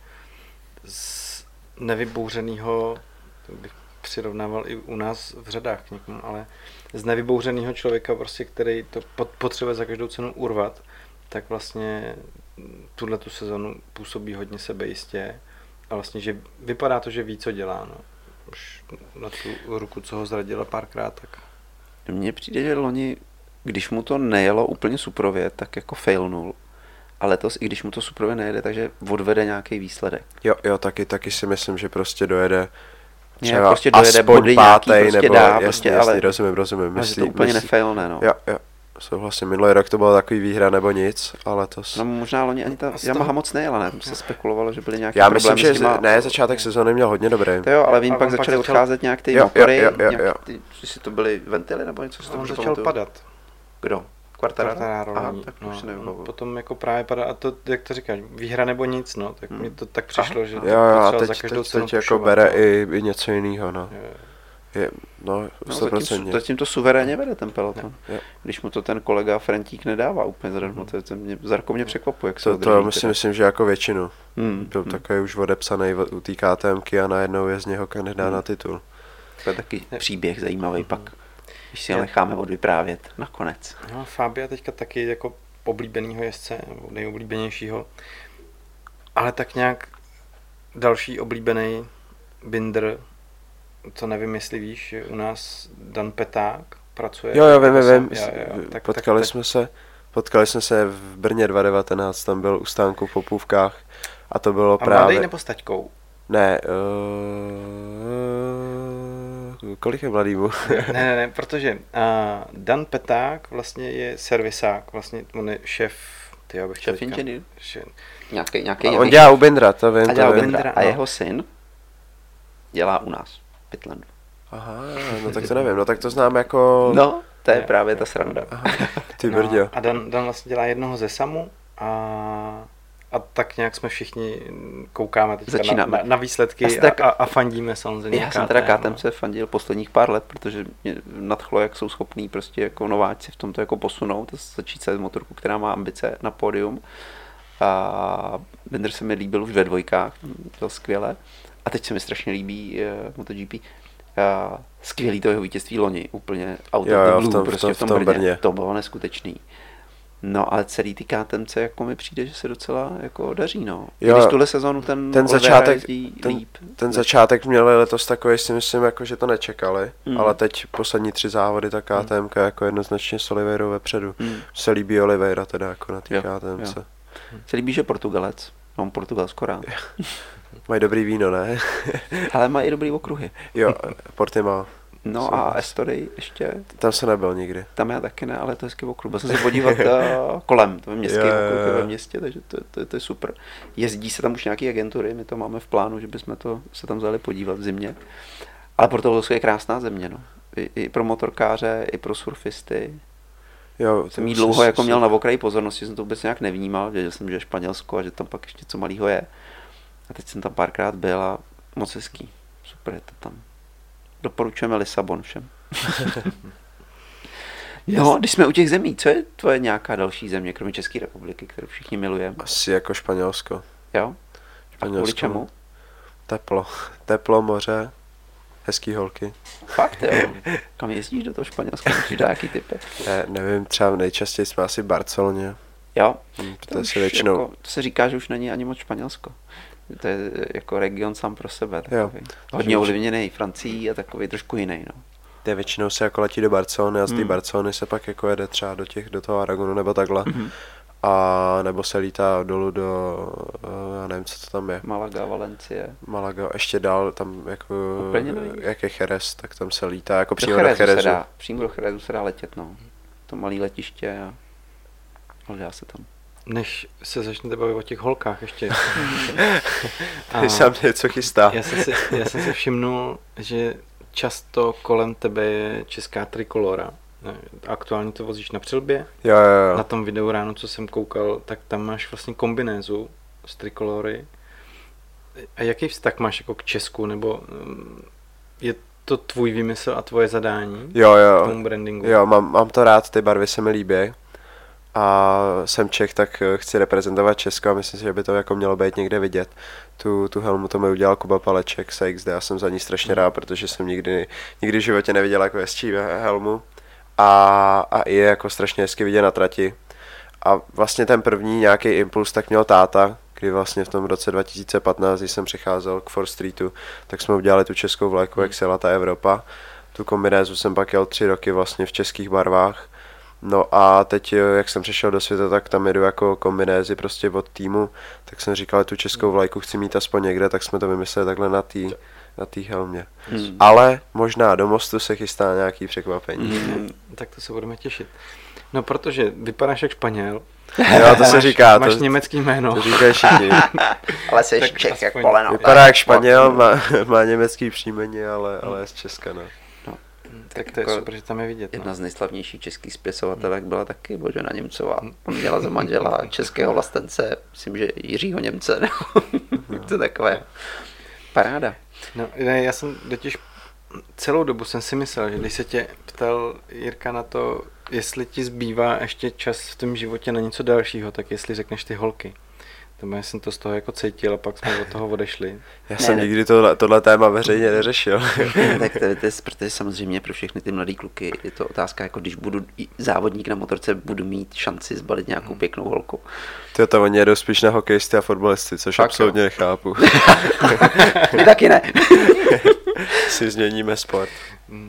[SPEAKER 1] z nevybouřenýho, to bych přirovnával i u nás v řadách k někomu, ale z nevybouřenýho člověka prostě, který to potřebuje za každou cenu urvat, tak vlastně tuhle tu sezonu působí hodně sebejistě a vlastně, že vypadá to, že ví, co dělá, no. Už na tu ruku, co ho zradila párkrát, tak...
[SPEAKER 2] Mně přijde, že loni, když mu to nejelo úplně suprově, tak jako failnul. A letos, i když mu to suprově nejede, takže odvede nějaký výsledek.
[SPEAKER 3] Jo, jo, taky, taky si myslím, že prostě dojede
[SPEAKER 2] třeba Nějak prostě dojede aspoň pátej, prostě nebo dá,
[SPEAKER 3] jasný,
[SPEAKER 2] prostě,
[SPEAKER 3] jasný,
[SPEAKER 2] ale
[SPEAKER 3] rozumím, rozumím.
[SPEAKER 2] Myslí, to úplně myslí, nefailne, no.
[SPEAKER 3] Jo, jo. Souhlasím, minulý rok to bylo takový výhra nebo nic, ale to...
[SPEAKER 2] No možná loni ani ta Yamaha moc nejela, ne? Tam se spekulovalo, že byly nějaké
[SPEAKER 3] Já myslím,
[SPEAKER 2] problémy
[SPEAKER 3] že nima... ne, začátek sezóny měl hodně dobrý.
[SPEAKER 2] To jo, ale vím, pak začaly začal... odcházet nějak ty motory, jo, jo, jo, jo. Ty, jestli to byly ventily nebo něco, co to
[SPEAKER 1] on začal pamatuju. Padat.
[SPEAKER 2] Kdo? Quartararo?
[SPEAKER 1] Quartararo.
[SPEAKER 2] Aha, tak no, už
[SPEAKER 1] no, potom jako právě padá, a to, jak to říkáš, výhra nebo nic, no, tak hmm. mi to tak přišlo,
[SPEAKER 3] Aha.
[SPEAKER 1] že
[SPEAKER 3] jo,
[SPEAKER 1] to
[SPEAKER 3] jo,
[SPEAKER 1] potřeba
[SPEAKER 3] teď,
[SPEAKER 1] za každou
[SPEAKER 3] teď,
[SPEAKER 1] cenu
[SPEAKER 3] teď jako bere i, i něco jiného, no.
[SPEAKER 1] Jo.
[SPEAKER 3] Je, no, sto procent.
[SPEAKER 2] No, zatím to suverénně vede ten peloton. Je. Když mu to ten kolega Frentík nedává úplně zadarmo, to, to mě, Zarko mě překvapuje, jak se
[SPEAKER 3] to, to myslím, myslím, že jako většinu.
[SPEAKER 2] Hmm.
[SPEAKER 3] Byl hmm. takový už odepsaný u té KTMky a najednou je z něho kandidát hmm. na titul.
[SPEAKER 2] To je taky příběh zajímavý hmm. pak, když si ho necháme odvyprávět nakonec.
[SPEAKER 1] No, Fabia teďka taky jako oblíbenýho jezdce, nejoblíbenějšího, ale tak nějak další oblíbený Binder, to nevím, jestli víš, že u nás Dan Peták pracuje.
[SPEAKER 3] Jo, jo, vím, vím,
[SPEAKER 1] já, já, tak,
[SPEAKER 3] potkali
[SPEAKER 1] tak,
[SPEAKER 3] jsme se, potkali jsme se v Brně dva tisíce devatenáct, tam byl u stánku v Popůvkách a to bylo
[SPEAKER 1] a
[SPEAKER 3] právě...
[SPEAKER 1] A mladej nebo s taťkou?
[SPEAKER 3] Ne, uh, Kolik je mladýmu?
[SPEAKER 1] ne, ne, ne, protože uh, Dan Peták vlastně je servisák, vlastně on je šéf, ty já bych
[SPEAKER 2] Šéf inženýr?
[SPEAKER 1] Šéf.
[SPEAKER 2] Nějaký, nějaký
[SPEAKER 3] On dělá u Bindra, to vím.
[SPEAKER 2] A dělá
[SPEAKER 3] to
[SPEAKER 2] u
[SPEAKER 3] vím.
[SPEAKER 2] Bindra. A
[SPEAKER 1] no.
[SPEAKER 2] jeho syn dělá u nás, v Pitlandu.
[SPEAKER 3] Aha, no tak to nevím, no tak to znám jako...
[SPEAKER 2] No, to je
[SPEAKER 1] Ne.
[SPEAKER 2] právě ta sranda.
[SPEAKER 3] Aha, ty brďo.
[SPEAKER 1] No, a Dan, Dan vlastně dělá jednoho ze Samu a, a tak nějak jsme všichni koukáme teďka na,
[SPEAKER 2] Začínáme.
[SPEAKER 1] na, na výsledky
[SPEAKER 2] Já si tak-
[SPEAKER 1] a, a, a fandíme samozřejmě.
[SPEAKER 2] Já jsem teda
[SPEAKER 1] K T M,
[SPEAKER 2] K T M se fandil posledních pár let, protože mě nadchlo, jak jsou schopní prostě jako nováčci v tomto jako posunout a začít se z motorku, která má ambice na pódium. A Binder se mi líbil už ve dvojkách, byl skvěle. A teď se mi strašně líbí uh, MotoGP. Uh, skvělý to jeho vítězství loni, úplně out
[SPEAKER 3] Jo,
[SPEAKER 2] of the
[SPEAKER 3] jo, v
[SPEAKER 2] blue,
[SPEAKER 3] tom- v
[SPEAKER 2] prostě
[SPEAKER 3] tom-
[SPEAKER 2] v tom,
[SPEAKER 3] v tom
[SPEAKER 2] Brně.
[SPEAKER 3] Brně.
[SPEAKER 2] To bylo neskutečný. No ale celý ty K T M C jako mi přijde, že se docela jako daří, no. I
[SPEAKER 3] Jo,
[SPEAKER 2] když tuhle sezónu ten,
[SPEAKER 3] ten
[SPEAKER 2] Oliveira
[SPEAKER 3] začátek-
[SPEAKER 2] jezdí
[SPEAKER 3] ten-
[SPEAKER 2] líp.
[SPEAKER 3] Ten začátek měli letos takový, si myslím, jako, že to nečekali,
[SPEAKER 2] Mm.
[SPEAKER 3] ale teď poslední tři závody, tak K T M jako jednoznačně s Oliveirou vepředu.
[SPEAKER 2] Mm.
[SPEAKER 3] Se líbí Oliveira teda jako na té
[SPEAKER 2] Jo,
[SPEAKER 3] K T M C.
[SPEAKER 2] jo. Se líbí, že Portugalec. Mám Portugalsko rád.
[SPEAKER 3] Mají dobrý víno, ne?
[SPEAKER 2] Ale má i dobrý okruhy.
[SPEAKER 3] Jo, Portimao.
[SPEAKER 2] No
[SPEAKER 3] Jsou-
[SPEAKER 2] a Estory ještě,
[SPEAKER 3] Tam se nebyl nikdy.
[SPEAKER 2] tam já taky ne, ale to je hezký okruh. Byl jsem se podívat uh, kolem, to je městský
[SPEAKER 3] Jo, jo,
[SPEAKER 2] okruh
[SPEAKER 3] jo.
[SPEAKER 2] ve městě, takže to, to, to je super. Jezdí se tam už nějaký agentury, my to máme v plánu, že bychom to se tam vzali podívat v zimě. Ale Portugalsko je krásná země, no. I, i pro motorkáře, i pro surfisty.
[SPEAKER 3] Jo,
[SPEAKER 2] Jsem jí
[SPEAKER 3] to
[SPEAKER 2] dlouho
[SPEAKER 3] si-
[SPEAKER 2] jako
[SPEAKER 3] si-
[SPEAKER 2] měl na okraji pozornosti, jsem to vůbec nějak nevnímal, věděl jsem, že je Španělsko a že tam pak ještě něco malého je. A teď jsem tam párkrát byl a moc hezký. Super je to tam. Doporučujeme Lisabon všem. No, když jsme u těch zemí, co je tvoje nějaká další země, kromě České republiky, kterou všichni milujeme?
[SPEAKER 3] Asi jako Španělsko.
[SPEAKER 2] Jo? A kvůli
[SPEAKER 3] Španělsko.
[SPEAKER 2] čemu?
[SPEAKER 3] Teplo. Teplo, moře, hezký holky.
[SPEAKER 2] Fakt, jo. Kam jezdíš do toho Španělska? Můžeš dát jaký typy?
[SPEAKER 3] Ne, nevím, třeba nejčastěji jsme asi v Barceloně.
[SPEAKER 2] Jo?
[SPEAKER 3] Hm,
[SPEAKER 2] To,
[SPEAKER 3] To
[SPEAKER 2] už
[SPEAKER 3] si většinou...
[SPEAKER 2] jako, to se říká, že už není ani moc Španělsko. To je jako region sám pro sebe. Takový. Hodně
[SPEAKER 3] Takže-
[SPEAKER 2] ovlivněný Francií a takový trošku jiný. No.
[SPEAKER 3] Ty většinou se jako letí do Barcelony a z té
[SPEAKER 2] Hmm.
[SPEAKER 3] Barcelony se pak jako jede třeba do těch, do toho Aragonu nebo takhle.
[SPEAKER 2] Mhm.
[SPEAKER 3] A nebo se lítá dolů do, eh, já nevím, co to tam je,
[SPEAKER 2] Malaga, Valencie.
[SPEAKER 3] Malaga, ještě dál, tam jako,
[SPEAKER 2] Úplně nevíš.
[SPEAKER 3] jak je Jerez, tak tam se lítá, jako
[SPEAKER 2] Do
[SPEAKER 3] přímo do
[SPEAKER 2] Cherezu se
[SPEAKER 3] Cherezu.
[SPEAKER 2] dá, přímo do Cherezu se dá letět, no. To malé letiště a ale dá se tam.
[SPEAKER 1] Než se začnete bavit o těch holkách ještě.
[SPEAKER 3] Ty sám něco chystá.
[SPEAKER 1] já, jsem si, já jsem si všimnul, že často kolem tebe je česká trikolora. Aktuálně to vozíš na přilbě.
[SPEAKER 3] Jo, jo,
[SPEAKER 1] Na
[SPEAKER 3] jo.
[SPEAKER 1] tom videu ráno, co jsem koukal, tak tam máš vlastně kombinézu z trikolory. A jaký vztah máš jako k Česku, nebo mm, je to tvůj výmysl a tvoje zadání
[SPEAKER 3] Jo,
[SPEAKER 1] k
[SPEAKER 3] jo,
[SPEAKER 1] tomu brandingu?
[SPEAKER 3] jo, mám, mám to rád, ty barvy se mi líbí. A jsem Čech, tak eh, chci reprezentovat Česko a myslím si, že by to jako mělo být někde vidět. Tu, tu helmu to mi udělal Kuba Paleček z X D, já jsem za ní strašně rád, protože jsem nikdy, nikdy v životě neviděl jako jezdčí helmu. A, a i je jako strašně hezky vidět na trati. A vlastně ten první nějaký impuls tak měl táta, kdy vlastně v tom roce dva tisíce patnáct, když jsem přicházel k Ford Streetu, tak jsme udělali tu českou vlajku, jak se jela ta Evropa. Tu kombinézu jsem pak jel tři roky vlastně v českých barvách. No a teď, jak jsem přišel do světa, tak tam jedu jako kombinézy prostě od týmu, tak jsem říkal, tu českou vlajku chci mít aspoň někde, tak jsme to vymysleli takhle na té na té helmě.
[SPEAKER 2] Hmm.
[SPEAKER 3] Ale možná do mostu se chystá nějaký překvapení.
[SPEAKER 2] Hmm.
[SPEAKER 1] Tak to se budeme těšit. No protože vypadáš jak Španěl.
[SPEAKER 3] Jo, to se
[SPEAKER 1] máš,
[SPEAKER 3] říká,
[SPEAKER 1] Máš
[SPEAKER 3] to,
[SPEAKER 1] německý jméno.
[SPEAKER 3] to říkají všichni.
[SPEAKER 2] Ale jsi
[SPEAKER 1] Tak
[SPEAKER 2] Čech jak
[SPEAKER 1] aspoň-
[SPEAKER 2] poleno.
[SPEAKER 3] Vypadá jak Španěl, má, má německý příjmení, ale, ale je z Česka, no.
[SPEAKER 1] Tak to je
[SPEAKER 2] jako
[SPEAKER 1] super, že tam je vidět.
[SPEAKER 2] Jedna
[SPEAKER 1] No.
[SPEAKER 2] z nejslavnějších českých spisovatelek byla taky Božena Němcová. On měla za manžela českého vlastence, myslím, že Jiřího Němce. Nebo to takové. Paráda.
[SPEAKER 1] No, ne, já jsem totiž celou dobu jsem si myslel, že když se tě ptal Jirka na to, jestli ti zbývá ještě čas v tom životě na něco dalšího, tak jestli řekneš ty holky. To já jsem to z toho jako cítil a pak jsme od toho odešli.
[SPEAKER 3] Já
[SPEAKER 2] Ne,
[SPEAKER 3] jsem
[SPEAKER 2] ne.
[SPEAKER 3] nikdy tohle, tohle téma veřejně neřešil.
[SPEAKER 2] Tak to, to je, protože samozřejmě pro všechny ty mladý kluky je to otázka, jako když budu i závodník na motorce, budu mít šanci zbalit nějakou pěknou holku.
[SPEAKER 3] Ty to oni jedou spíš na hokejisty a fotbalisty, což
[SPEAKER 2] Fakt,
[SPEAKER 3] absolutně nechápu.
[SPEAKER 2] My taky ne.
[SPEAKER 3] Si změníme sport.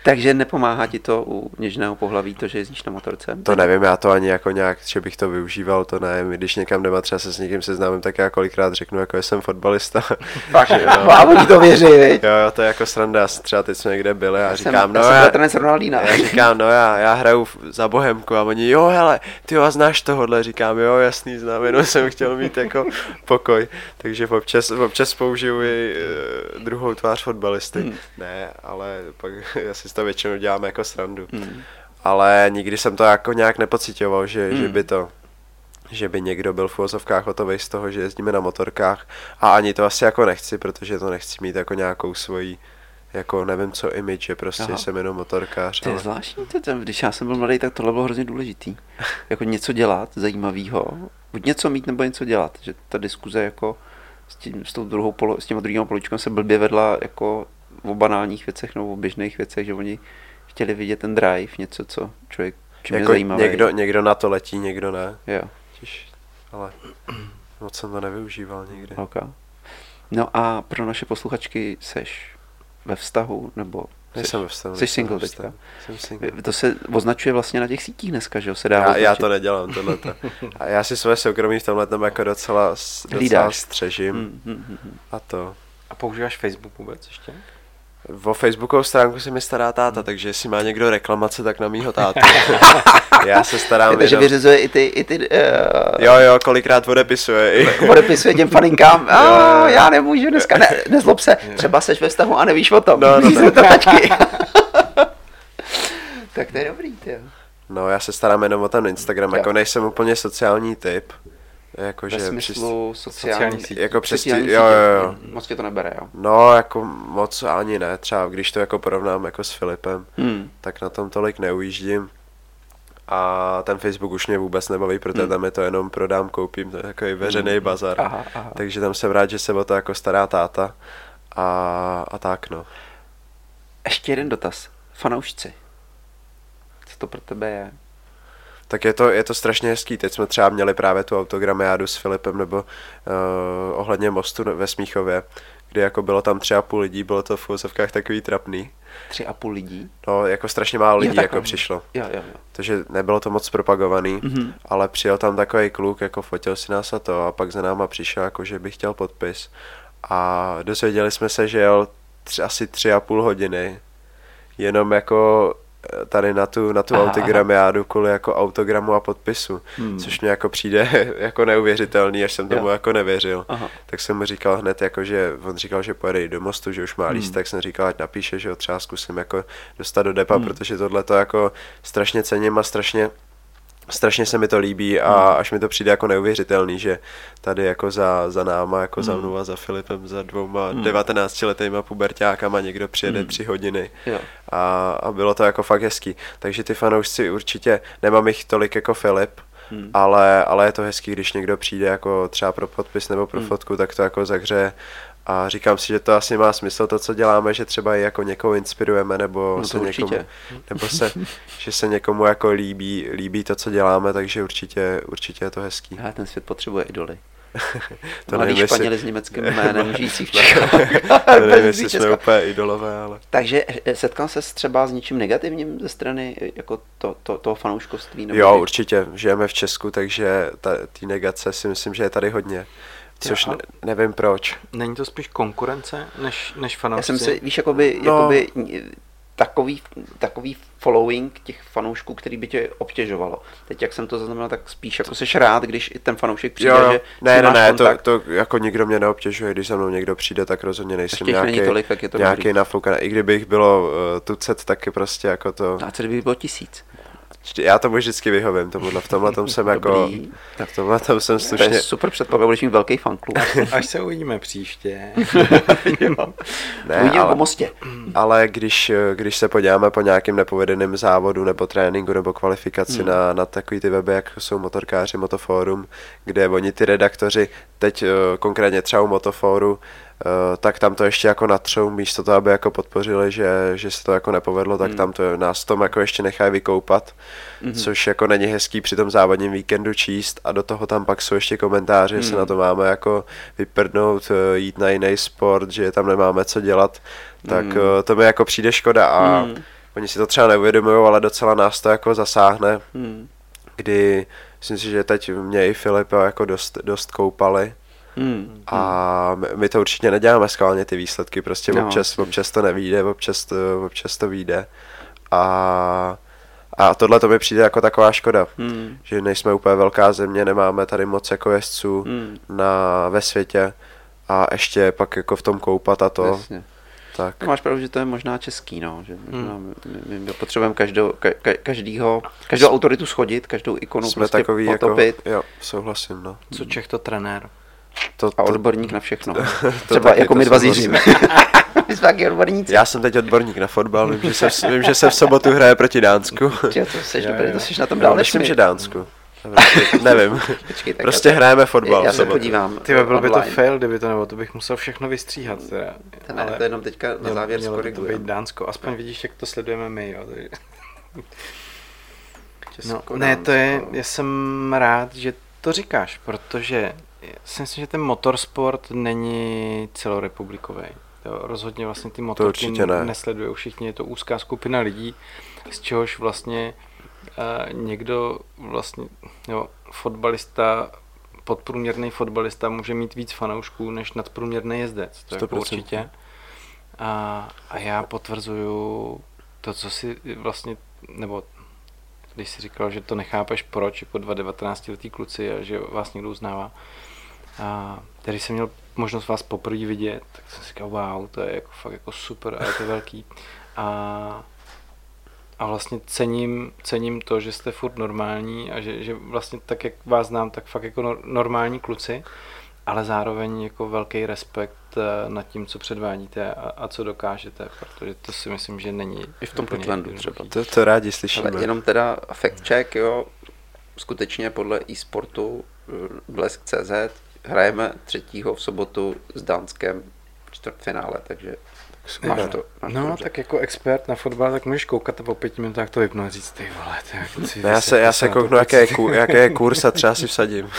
[SPEAKER 2] Takže nepomáhá ti to u něžného pohlaví, to, že jezdíš na motorce?
[SPEAKER 3] To nevím, já to ani jako nějak, že bych to využíval, to nevím. Když někam jdeme třeba se s někým seznámím, tak já kolikrát řeknu, jako jsem fotbalista.
[SPEAKER 2] Fakt, a oni to věří, viď?
[SPEAKER 3] Jo, jo, to je jako sranda, já třeba teď jsme někde byli a já říkám,
[SPEAKER 2] jsem,
[SPEAKER 3] no
[SPEAKER 2] já,
[SPEAKER 3] já,
[SPEAKER 2] jsem Ronaldina.
[SPEAKER 3] já říkám, no já, já hraju za Bohemku a oni, jo hele, ty jo, znáš tohodle, říkám, jo, jasný, znám, jenom jsem chtěl mít jako pokoj, takže občas, občas použiju i uh, druhou tvář fotbalisty, hmm. ne, ale pak asi to většinou děláme jako srandu, hmm. ale nikdy jsem to jako nějak nepocitoval, že, hmm. že by to, že by někdo byl v uvozovkách hotovej z toho, že jezdíme na motorkách a ani to asi jako nechci, protože to nechci mít jako nějakou svoji, jako nevím co image, že prostě Aha. jsem jenom motorkář.
[SPEAKER 2] To je
[SPEAKER 3] ale...
[SPEAKER 2] zvláštní, to ten, když já jsem byl mladý, tak tohle bylo hrozně důležitý. Jako něco dělat zajímavého, buď něco mít nebo něco dělat, že ta diskuze jako s, tím, s, tou druhou polo, s těma druhýma poličkama se blbě vedla jako o banálních věcech nebo o běžných věcech, že oni chtěli vidět ten drive, něco, co člověk, čím
[SPEAKER 3] jako
[SPEAKER 2] je zajímavý.
[SPEAKER 3] Někdo, někdo na to letí, někdo ne.
[SPEAKER 2] Jo.
[SPEAKER 3] Těž, ale moc jsem to nevyužíval nikdy.
[SPEAKER 2] Okay. No a pro naše posluchačky seš ve vztahu, nebo
[SPEAKER 3] nejsem ve vztahu.
[SPEAKER 2] Jsi single teďka.
[SPEAKER 3] Jsem single.
[SPEAKER 2] To se označuje vlastně na těch sítích dneska, že jo? Se dá
[SPEAKER 3] já, já to nedělám, tohleto. A já si svoje soukromí v tomhle tam jako docela, docela střežím. Hmm, hmm, hmm. A to.
[SPEAKER 1] A používáš Facebook vůbec ještě?
[SPEAKER 3] O Facebookovou stránku se mi stará táta, takže jestli má někdo reklamace, tak na mýho tátu. Já se starám.
[SPEAKER 2] Takže jenom... vyřizuje i ty... I ty uh...
[SPEAKER 3] Jo, jo, kolikrát odepisuje. I...
[SPEAKER 2] Odepisuje těm faninkám. A oh, já nemůžu dneska. Ne, nezlob se, třeba seš ve vztahu a nevíš o tom.
[SPEAKER 3] No, no, no.
[SPEAKER 2] To tačky. Tak to je dobrý, ty.
[SPEAKER 3] No, já se starám jenom o ten Instagram, jo. Jako nejsem úplně sociální typ. Jako,
[SPEAKER 2] ve
[SPEAKER 3] že
[SPEAKER 2] smyslu
[SPEAKER 3] přes,
[SPEAKER 2] sociální sítě.
[SPEAKER 3] Jako přes
[SPEAKER 2] sociální
[SPEAKER 3] tí, jo, jo, jo.
[SPEAKER 2] Moc tě to nebere, jo?
[SPEAKER 3] No, jako moc ani ne. Třeba když to jako porovnám jako s Filipem, hmm. tak na tom tolik neujíždím. A ten Facebook už mě vůbec nebaví, protože hmm. tam je to jenom prodám, koupím, to je takový veřejný hmm. bazar. Aha, aha. Takže tam jsem rád, že se o to jako stará táta. A, a tak, no.
[SPEAKER 2] Ještě jeden dotaz. Fanoušci. Co to pro tebe je?
[SPEAKER 3] Tak je to, je to strašně hezký. Teď jsme třeba měli právě tu autogramiádu s Filipem nebo uh, ohledně mostu ve Smíchově, kdy jako bylo tam tři a půl lidí, bylo to v uvozovkách takový trapný.
[SPEAKER 2] Tři a půl lidí?
[SPEAKER 3] No, jako strašně málo lidí jo, jako přišlo.
[SPEAKER 2] Jo, jo, jo.
[SPEAKER 3] Takže nebylo to moc propagovaný, mm-hmm. ale přijel tam takový kluk, jako fotil si nás a to a pak za náma přišel, jako že by chtěl podpis. A dozvěděli jsme se, že jel tři, asi tři a půl hodiny, jenom jako tady na tu, na tu aha, autogramiádu kvůli jako autogramu a podpisu, hmm. což mě jako přijde jako neuvěřitelný, až jsem tomu jo. jako nevěřil. Aha. Tak jsem mu říkal hned, jako, že on říkal, že pojede i do mostu, že už má hmm. líst, tak jsem říkal, ať napíše, že ho třeba zkusím jako dostat do depa, hmm. protože tohle to jako strašně cením a strašně Strašně se mi to líbí a hmm. až mi to přijde jako neuvěřitelný, že tady jako za, za náma, jako hmm. za mnou a za Filipem, za dvouma hmm. devatenáctiletýma puberťákama někdo přijede hmm. tři hodiny a, a bylo to jako fakt hezký. Takže ty fanoušci určitě, nemám jich tolik jako Filip, hmm. ale, ale je to hezký, když někdo přijde jako třeba pro podpis nebo pro hmm. fotku, tak to jako zahřeje. A říkám si, že to asi má smysl to, co děláme, že třeba i jako někoho inspirujeme, nebo,
[SPEAKER 2] no
[SPEAKER 3] se někomu, nebo se, že se někomu jako líbí, líbí to, co děláme, takže určitě, určitě je to hezký.
[SPEAKER 2] A ten svět potřebuje idoly.
[SPEAKER 3] To
[SPEAKER 2] mladý
[SPEAKER 3] nevím,
[SPEAKER 2] Španěli
[SPEAKER 3] jestli...
[SPEAKER 2] s německým jménem žijící v Čechách.
[SPEAKER 3] To nevím, jestli jsme úplně idolové, ale...
[SPEAKER 2] Takže setkal ses třeba s něčím negativním ze strany jako to, to, toho fanouškovství? Nebo
[SPEAKER 3] jo,
[SPEAKER 2] že...
[SPEAKER 3] určitě. Žijeme v Česku, takže ty negace si myslím, že je tady hodně. Což ne, nevím proč.
[SPEAKER 1] Není to spíš konkurence než, než fanoušci?
[SPEAKER 2] Já jsem si, víš, jakoby, no. jakoby takový, takový following těch fanoušků, který by tě obtěžovalo. Teď, jak jsem to zaznamenal, tak spíš jako seš rád, když i ten fanoušek přijde, jo, že
[SPEAKER 3] ne, ne, ne, to, to jako nikdo mě neobtěžuje, když za mnou někdo přijde, tak rozhodně nejsem nějaký,
[SPEAKER 2] tolik, tak je to
[SPEAKER 3] nějaký nafoukaný. I kdybych bylo uh, tucet, tak je prostě jako to...
[SPEAKER 2] A co kdyby bylo tisíc?
[SPEAKER 3] Já tomu vždycky vyhovím, tomuhle, v tomhle tom jsem jako, tak v tomhle tom jsem slušně...
[SPEAKER 2] To je super předpověď, budeš mít velký fanklub.
[SPEAKER 1] Až se uvidíme příště.
[SPEAKER 3] Ne,
[SPEAKER 2] uvidíme
[SPEAKER 3] ale,
[SPEAKER 2] po mostě.
[SPEAKER 3] Ale když, když se podíváme po nějakým nepovedeným závodu nebo tréninku nebo kvalifikaci hmm. na, na takový ty weby, jako jsou Motorkáři, Motoforum, kde oni ty redaktoři, teď konkrétně třeba u Motoforu, Uh, tak tam to ještě jako natřou, místo toho, aby jako podpořili, že, že se to jako nepovedlo, tak mm. tam to nás tom jako ještě nechají vykoupat, mm-hmm. což jako není hezký při tom závodním víkendu číst a do toho tam pak jsou ještě komentáře, mm. že se na to máme jako vyprdnout, jít na jiný sport, že tam nemáme co dělat, tak mm. uh, to mi jako přijde škoda a mm. oni si to třeba neuvědomují, ale docela nás to jako zasáhne,
[SPEAKER 2] Hmm.
[SPEAKER 3] kdy myslím si, že teď mě i Filip jako dost, dost koupali.
[SPEAKER 2] Hmm.
[SPEAKER 3] A my, my to určitě neděláme schválně ty výsledky, prostě
[SPEAKER 2] No,
[SPEAKER 3] občas, občas to nevyjde, občas to, občas to vyjde. A, a tohle to mi přijde jako taková škoda,
[SPEAKER 2] Hmm.
[SPEAKER 3] že nejsme úplně velká země, nemáme tady moc jako jezdců
[SPEAKER 2] Hmm.
[SPEAKER 3] na, ve světě a ještě pak jako v tom koupat a to,
[SPEAKER 2] Jasně.
[SPEAKER 3] tak.
[SPEAKER 2] No, máš pravdu, že to je možná český, no, že možná my, my, my potřebujeme každou, ka, ka, každýho, každou autoritu schodit, každou ikonu
[SPEAKER 3] Jsme
[SPEAKER 2] prostě
[SPEAKER 3] takový
[SPEAKER 2] potopit
[SPEAKER 3] jako, jo, souhlasím, no.
[SPEAKER 1] Co Čech, to trenér.
[SPEAKER 3] To,
[SPEAKER 2] a
[SPEAKER 3] to,
[SPEAKER 2] odborník na všechno.
[SPEAKER 3] to
[SPEAKER 2] Třeba
[SPEAKER 3] taky,
[SPEAKER 2] jako
[SPEAKER 3] to
[SPEAKER 2] my dva
[SPEAKER 3] souhlasím.
[SPEAKER 2] zíříme. My jsme taky odborníci.
[SPEAKER 3] Já jsem teď odborník na fotbal, vím, že se, v- vím, že se v sobotu hraje proti Dánsku.
[SPEAKER 2] Tě, to seš
[SPEAKER 1] Jo,
[SPEAKER 2] dobrý,
[SPEAKER 1] jo.
[SPEAKER 2] to seš na tom
[SPEAKER 3] Já
[SPEAKER 2] dál než
[SPEAKER 3] myslím,
[SPEAKER 2] my.
[SPEAKER 3] že Dánsku. Nevím.
[SPEAKER 2] Počkej, tak
[SPEAKER 3] Prostě
[SPEAKER 2] já,
[SPEAKER 3] hrajeme fotbal.
[SPEAKER 2] já
[SPEAKER 3] v
[SPEAKER 2] se
[SPEAKER 3] sobotu.
[SPEAKER 2] podívám.
[SPEAKER 1] Ty bylo by to
[SPEAKER 2] online.
[SPEAKER 1] fail, kdyby to nebylo, to bych musel všechno vystříhat teda.
[SPEAKER 2] To ne, to jenom teďka na
[SPEAKER 1] mělo-
[SPEAKER 2] závěr
[SPEAKER 1] mělo by to být
[SPEAKER 2] skorigujeme.
[SPEAKER 1] Dánsko, aspoň vidíš, jak to sledujeme my, jo. takže- No,
[SPEAKER 2] Česko,
[SPEAKER 1] ne, to je,
[SPEAKER 2] Dánsko.
[SPEAKER 1] já jsem rád, že to říkáš, protože si myslím, že ten motorsport není celorepublikový. Jo, rozhodně vlastně ty motorky
[SPEAKER 3] určitě ne.
[SPEAKER 1] nesledují všichni, je to úzká skupina lidí, z čehož vlastně uh, někdo vlastně, jo, fotbalista, podprůměrný fotbalista může mít víc fanoušků než nadprůměrný jezdec, to je
[SPEAKER 3] sto
[SPEAKER 1] jako
[SPEAKER 3] procent.
[SPEAKER 1] určitě. A, a já potvrzuju to, co si vlastně, nebo když jsi říkal, že to nechápeš proč, jako dva devatenáctiletí kluci a že vás někdo uznává. A když jsem měl možnost vás poprvé vidět, tak jsem si říkal, wow, to je jako fakt jako super a je to velký. A, a vlastně cením, cením to, že jste furt normální a že, že vlastně tak, jak vás znám, tak fakt jako nor- normální kluci, ale zároveň jako velký respekt eh, nad tím, co předvádíte a, a co dokážete, protože to si myslím, že není
[SPEAKER 2] I v tom
[SPEAKER 1] úplně
[SPEAKER 2] Portlandu
[SPEAKER 1] jednoduchý.
[SPEAKER 2] třeba.
[SPEAKER 3] To, to rádi slyšíme.
[SPEAKER 2] Ale jenom teda fact check, jo, skutečně podle e-sportu blesk tečka cé zet hrajeme třetího v sobotu s Dánskem čtvrtfinále, takže máš to, máš to
[SPEAKER 1] No,
[SPEAKER 2] dobře.
[SPEAKER 1] tak jako expert na fotbal, tak můžeš koukat a po pěti minutách to vypnout a říct, ty vole, ty jak si
[SPEAKER 3] No, já se, já se kouknu, jaký je, ku- jaký je kurz a třeba si vsadím.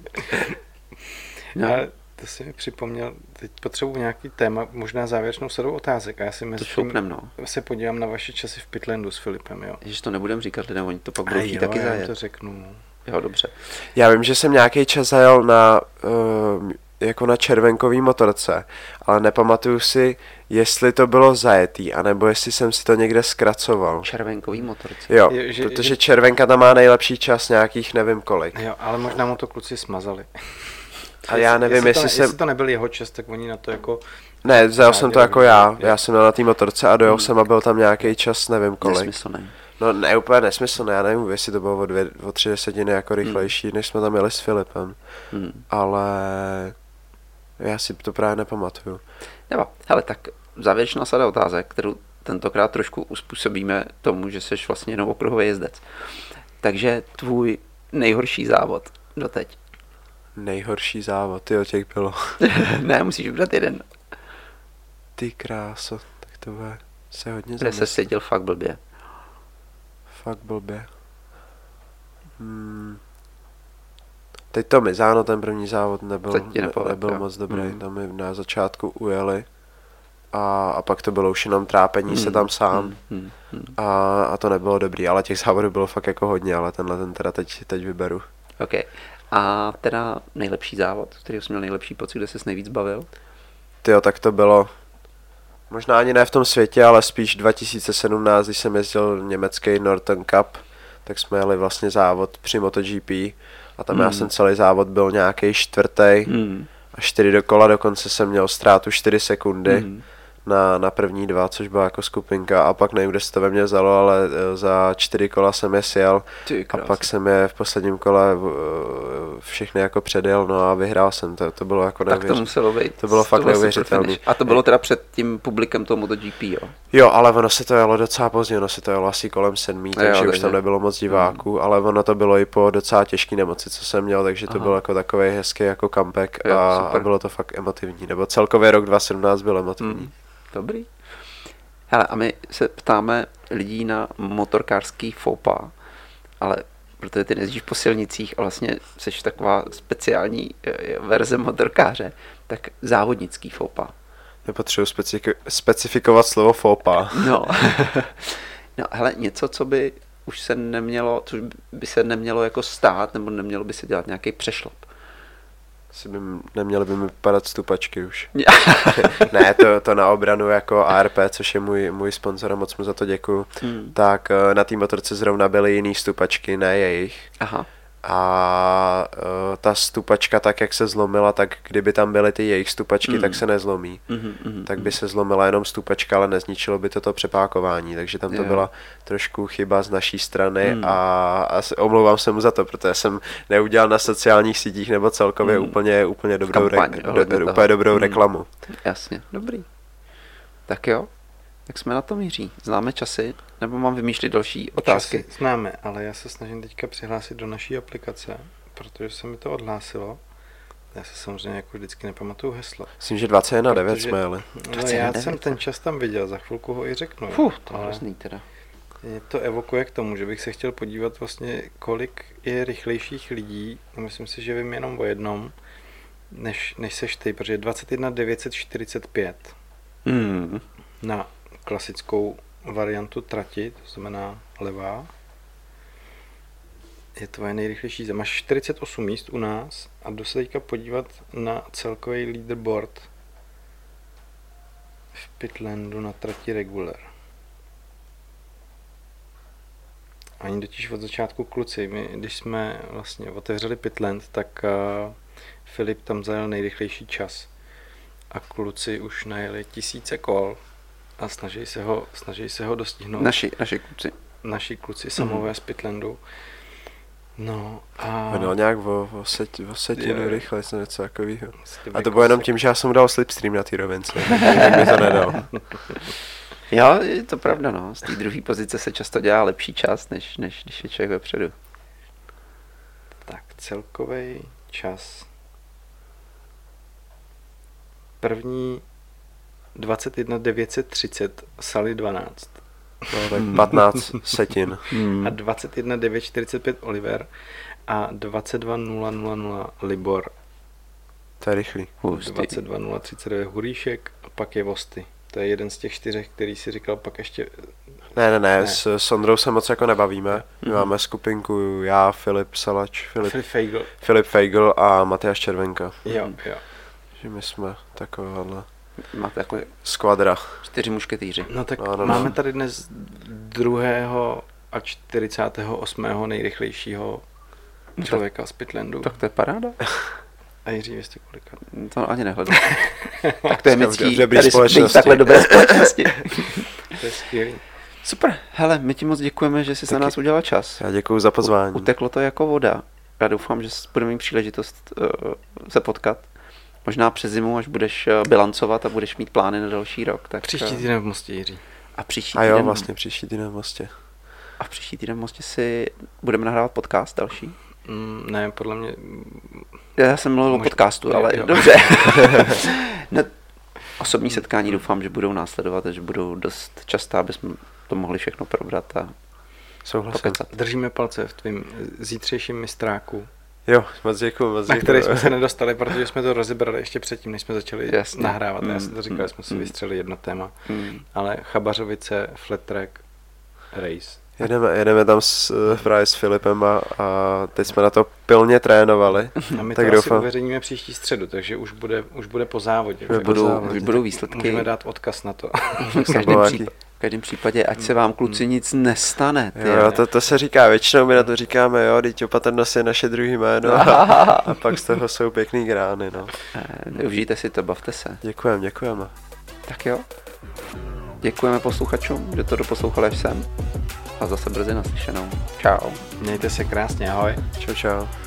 [SPEAKER 2] No,
[SPEAKER 1] Ale to si mi připomněl, teď potřebuji nějaký téma, možná závěrečnou sadu otázek a já si
[SPEAKER 2] to
[SPEAKER 1] mezi tím
[SPEAKER 2] šoupnem, no.
[SPEAKER 1] se podívám na vaše časy v Pitlandu s Filipem, jo.
[SPEAKER 2] Ježiš, to nebudem říkat lidem, oni to pak budou
[SPEAKER 1] A
[SPEAKER 2] chtít
[SPEAKER 1] jo,
[SPEAKER 2] taky
[SPEAKER 1] já jim
[SPEAKER 2] zajet.
[SPEAKER 1] to řeknu.
[SPEAKER 2] Jo, dobře.
[SPEAKER 3] Já vím, že jsem nějaký čas zajel na, uh, jako na červenkový motorce, ale nepamatuju si, jestli to bylo zajetý, anebo jestli jsem si to někde zkracoval.
[SPEAKER 2] Červenkový motorce.
[SPEAKER 3] Jo,
[SPEAKER 1] Je- že-
[SPEAKER 3] protože
[SPEAKER 1] že-
[SPEAKER 3] červenka tam má nejlepší čas nějakých nevím kolik.
[SPEAKER 1] Jo, ale možná mu to kluci smazali.
[SPEAKER 3] A já nevím,
[SPEAKER 1] jestli,
[SPEAKER 3] jestli
[SPEAKER 1] to,
[SPEAKER 3] jsem...
[SPEAKER 1] jestli to nebyl jeho čas, tak oni na to jako...
[SPEAKER 3] Ne, zajel jsem to jako já,
[SPEAKER 1] Jo.
[SPEAKER 3] já jsem měl na té motorce a dojel jsem a byl tam nějaký čas nevím kolik.
[SPEAKER 2] Nesmyslný.
[SPEAKER 3] No ne, úplně nesmyslné, já nevím, jestli to bylo o, dvě, o tři desetiny jako rychlejší, než jsme tam jeli s Filipem,
[SPEAKER 2] Hmm.
[SPEAKER 3] ale já si to právě nepamatuju.
[SPEAKER 2] Nebo, hele, tak závěrečná sada otázek, kterou tentokrát trošku uspůsobíme tomu, že jsi vlastně jenom okruhový jezdec. Takže tvůj nejhorší závod doteď.
[SPEAKER 3] Nejhorší závod, tyjo, těch bylo.
[SPEAKER 2] Ne, musíš vybrat jeden.
[SPEAKER 3] Ty kráso, tak to bude se hodně
[SPEAKER 2] Kde se
[SPEAKER 3] zamyslet.
[SPEAKER 2] seděl fakt blbě.
[SPEAKER 3] Fakt blbě. Hmm. Teď to Mizano, ten první závod nebyl,
[SPEAKER 2] Teď ti
[SPEAKER 3] ne,
[SPEAKER 2] nepovedl,
[SPEAKER 3] nebyl
[SPEAKER 2] jo.
[SPEAKER 3] moc dobrý,
[SPEAKER 2] Hmm.
[SPEAKER 3] tam mi na začátku ujeli a, a pak to bylo už jenom trápení se
[SPEAKER 2] Hmm,
[SPEAKER 3] tam sám.
[SPEAKER 2] hmm, hmm, hmm.
[SPEAKER 3] A, a to nebylo dobrý, ale těch závodů bylo fakt jako hodně, ale tenhle ten teda teď, teď vyberu.
[SPEAKER 2] OK. A teda nejlepší závod, z kterého jsi měl nejlepší pocit, kde jsi nejvíc bavil?
[SPEAKER 3] Tyjo, tak to bylo možná ani ne v tom světě, ale spíš dva tisíce sedmnáct, když jsem jezdil německý Norton Cup, tak jsme jeli vlastně závod při MotoGP a tam
[SPEAKER 2] Hmm.
[SPEAKER 3] já jsem celý závod byl nějaký čtvrtý
[SPEAKER 2] Hmm.
[SPEAKER 3] a čtyři dokola, dokonce jsem měl ztrátu čtyři sekundy.
[SPEAKER 2] Hmm.
[SPEAKER 3] Na, na první dva, což byla jako skupinka a pak nevím, kde se to ve mně vzalo, ale eh, za čtyři kola jsem je sjel
[SPEAKER 2] Ty
[SPEAKER 3] a
[SPEAKER 2] krása.
[SPEAKER 3] pak jsem je v posledním kole eh, všechny jako předjel, no a vyhrál jsem to, to bylo jako
[SPEAKER 2] Tak to
[SPEAKER 3] neuvěřitelné.
[SPEAKER 2] muselo být.
[SPEAKER 3] To bylo fakt
[SPEAKER 2] super
[SPEAKER 3] neuvěřitelný.
[SPEAKER 2] finish. A to bylo teda před tím publikem toho MotoGP, jo?
[SPEAKER 3] Jo, ale ono se to jelo docela pozdě, ono se to jelo asi kolem sedmí,
[SPEAKER 2] Jo,
[SPEAKER 3] takže už
[SPEAKER 2] takže-
[SPEAKER 3] tam nebylo moc diváků, ale ono to bylo i po docela těžké nemoci, co jsem měl, takže to
[SPEAKER 2] Aha.
[SPEAKER 3] bylo jako takový hezký jako comeback
[SPEAKER 2] Jo,
[SPEAKER 3] a, a
[SPEAKER 2] super.
[SPEAKER 3] bylo to fakt emotivní, nebo celkově rok dva tisíce sedmnáct byl emotivní.
[SPEAKER 2] Hmm. Dobrý. Hele, a my se ptáme lidí na motorkářský fópa, ale protože ty nejezdíš po silnicích a vlastně jsi taková speciální eh, verze motorkáře, tak závodnický fópa.
[SPEAKER 3] Nepotřebuji specifik- specifikovat slovo fópa.
[SPEAKER 2] No, No hele, něco, co by už se nemělo, což by se nemělo jako stát, nebo nemělo by se dělat nějaký přešlap.
[SPEAKER 3] Asi by, neměly by mi padat stupačky už. Ne, to, to na obranu jako A R P, což je můj, můj sponzor a moc mu za to děkuju. Hmm. Tak na té motorce zrovna byly jiný stupačky, ne jejich.
[SPEAKER 2] Aha.
[SPEAKER 3] A uh, ta stupačka tak, jak se zlomila, tak kdyby tam byly ty jejich stupačky, mm. tak se nezlomí. Mm, mm, tak by se zlomila jenom stupačka, ale nezničilo by to to přepákování. Takže tam to yeah. byla trošku chyba z naší strany mm. a, a omlouvám se mu za to, protože jsem neudělal na sociálních sítích nebo celkově mm. úplně, úplně dobrou,
[SPEAKER 2] Kampaň,
[SPEAKER 3] re, do, úplně dobrou mm. reklamu.
[SPEAKER 2] Jasně, dobrý. Tak jo, jak jsme na to míří? Známe časy? Nebo mám vymýšlet další otázky?
[SPEAKER 1] Časy známe, ale já se snažím teďka přihlásit do naší aplikace, protože se mi to odhlásilo. Já se samozřejmě jako vždycky nepamatuju heslo.
[SPEAKER 3] Myslím, že dvacet jedna devět jsme jeli.
[SPEAKER 1] No, já jsem ten čas tam viděl, za chvilku ho i řeknu.
[SPEAKER 2] Fuh, to je hrozný teda.
[SPEAKER 1] Mě to evokuje k tomu, že bych se chtěl podívat vlastně, kolik je rychlejších lidí, myslím si, že vím jenom o jednom, než, než seš ty, protože dvacet jedna devět set čtyřicet pět
[SPEAKER 2] mm.
[SPEAKER 1] na klasickou variantu trati, to znamená levá, je tvoje nejrychlejší zem. Máš čtyřicet osm míst u nás a jdu se teďka podívat na celkový leaderboard v Pitlandu na trati regular. Ani totiž od začátku kluci, my, když jsme vlastně otevřeli Pitland, tak uh, Filip tam zajel nejrychlejší čas a kluci už najeli tisíce kol a snaží se ho, snaží se ho dostihnout.
[SPEAKER 2] Naši, naši kluci.
[SPEAKER 1] Naši kluci samové mm. z Pitlandu. No a...
[SPEAKER 3] No nějak o, o, set, o setinu rychle, něco takového. A to bylo jenom tím, že já jsem mu dal slipstream na té rovince, tak mi to nedal.
[SPEAKER 2] Jo, je to pravda, no. Z té druhé pozice se často dělá lepší čas, než, než když je člověk vepředu.
[SPEAKER 1] Tak, celkový čas. První dvacet jedna devět set třicet, Sally dvanáct.
[SPEAKER 3] No, tak patnáct setin.
[SPEAKER 1] A dvacet jedna devět set čtyřicet pět Oliver a dvacet dva nula nula nula Libor.
[SPEAKER 3] To je rychlý.
[SPEAKER 1] dvacet dva nula třicet devět Huríšek a pak je Vosty. To je jeden z těch čtyřech, který si říkal pak ještě...
[SPEAKER 3] Ne, ne, ne, ne. S Sondrou se moc jako nebavíme. My mm-hmm. máme skupinku, já, Filip Salač, Filip,
[SPEAKER 1] Filip Feigl.
[SPEAKER 3] Filip Feigl a Matyáš Červenka.
[SPEAKER 1] Jo, jo.
[SPEAKER 3] Že my jsme takovéhle...
[SPEAKER 2] Máte jako
[SPEAKER 3] skvadra.
[SPEAKER 2] Čtyři mušketýři.
[SPEAKER 1] No tak
[SPEAKER 3] no, no,
[SPEAKER 1] máme
[SPEAKER 3] no.
[SPEAKER 1] tady dnes druhého a čtyřicátého osmého nejrychlejšího člověka z Pitlandu.
[SPEAKER 2] Tak to je paráda.
[SPEAKER 1] A Jiří, vy jste kolika?
[SPEAKER 2] To ani nehledám. Tak to je mický.
[SPEAKER 3] Dobrý společnosti.
[SPEAKER 2] Takhle dobré společnosti.
[SPEAKER 1] To je skvělý.
[SPEAKER 2] Super. Hele, my ti moc děkujeme, že jsi Taky. na nás udělal čas.
[SPEAKER 3] Já děkuju za pozvání.
[SPEAKER 2] U, uteklo to jako voda. Já doufám, že budeme mít příležitost uh, se potkat. Možná přes zimu, až budeš bilancovat a budeš mít plány na další rok. Tak...
[SPEAKER 1] Příští týden v Mostě, Jiří.
[SPEAKER 2] A příští
[SPEAKER 3] A jo,
[SPEAKER 2] týden...
[SPEAKER 3] vlastně příští týden v Mostě.
[SPEAKER 2] A v příští týden v Mostě si budeme nahrávat podcast další?
[SPEAKER 1] Mm, ne, podle mě...
[SPEAKER 2] Já jsem mluvil Možná... o podcastu,
[SPEAKER 1] jo,
[SPEAKER 2] ale
[SPEAKER 1] jo.
[SPEAKER 2] dobře. Ne, osobní setkání doufám, že budou následovat a že budou dost častá, aby jsme to mohli všechno probrat a pokecat.
[SPEAKER 1] Držíme palce v tvým zítřejším mistráku.
[SPEAKER 3] Jo, moc děkuju, moc děkuju.
[SPEAKER 1] Na který jsme se nedostali, protože jsme to rozebrali ještě předtím, než jsme začali Jasně. nahrávat. Mm, Já jsem to říkal, mm, jsme si mm. vystřelili jedno téma. Mm. Ale Chabařovice, Flat Track, Race.
[SPEAKER 3] Jedeme, jedeme tam s, právě s Filipem a, a teď jsme na to pilně trénovali.
[SPEAKER 1] A my
[SPEAKER 3] tak
[SPEAKER 1] to
[SPEAKER 3] doufám.
[SPEAKER 1] asi uveřejníme příští středu, takže už bude, už bude po závodě.
[SPEAKER 2] Už budou, závodě. Už budou výsledky.
[SPEAKER 1] Můžeme dát odkaz na to.
[SPEAKER 2] V každém, případ, v každém případě, ať se vám kluci nic nestane. Ty,
[SPEAKER 3] jo, to, to se říká, většinou my na to říkáme, jo, teď opatrnost je naše druhý jméno a, a pak z toho jsou pěkný grány, no.
[SPEAKER 2] Užijte si to, bavte se.
[SPEAKER 3] Děkujeme, děkujeme.
[SPEAKER 2] Tak jo. Děkujeme posluchačům, že to doposlouchali až sem. A zase brzy naslyšenou. Čau.
[SPEAKER 1] Mějte se krásně, ahoj.
[SPEAKER 3] Čau, čau.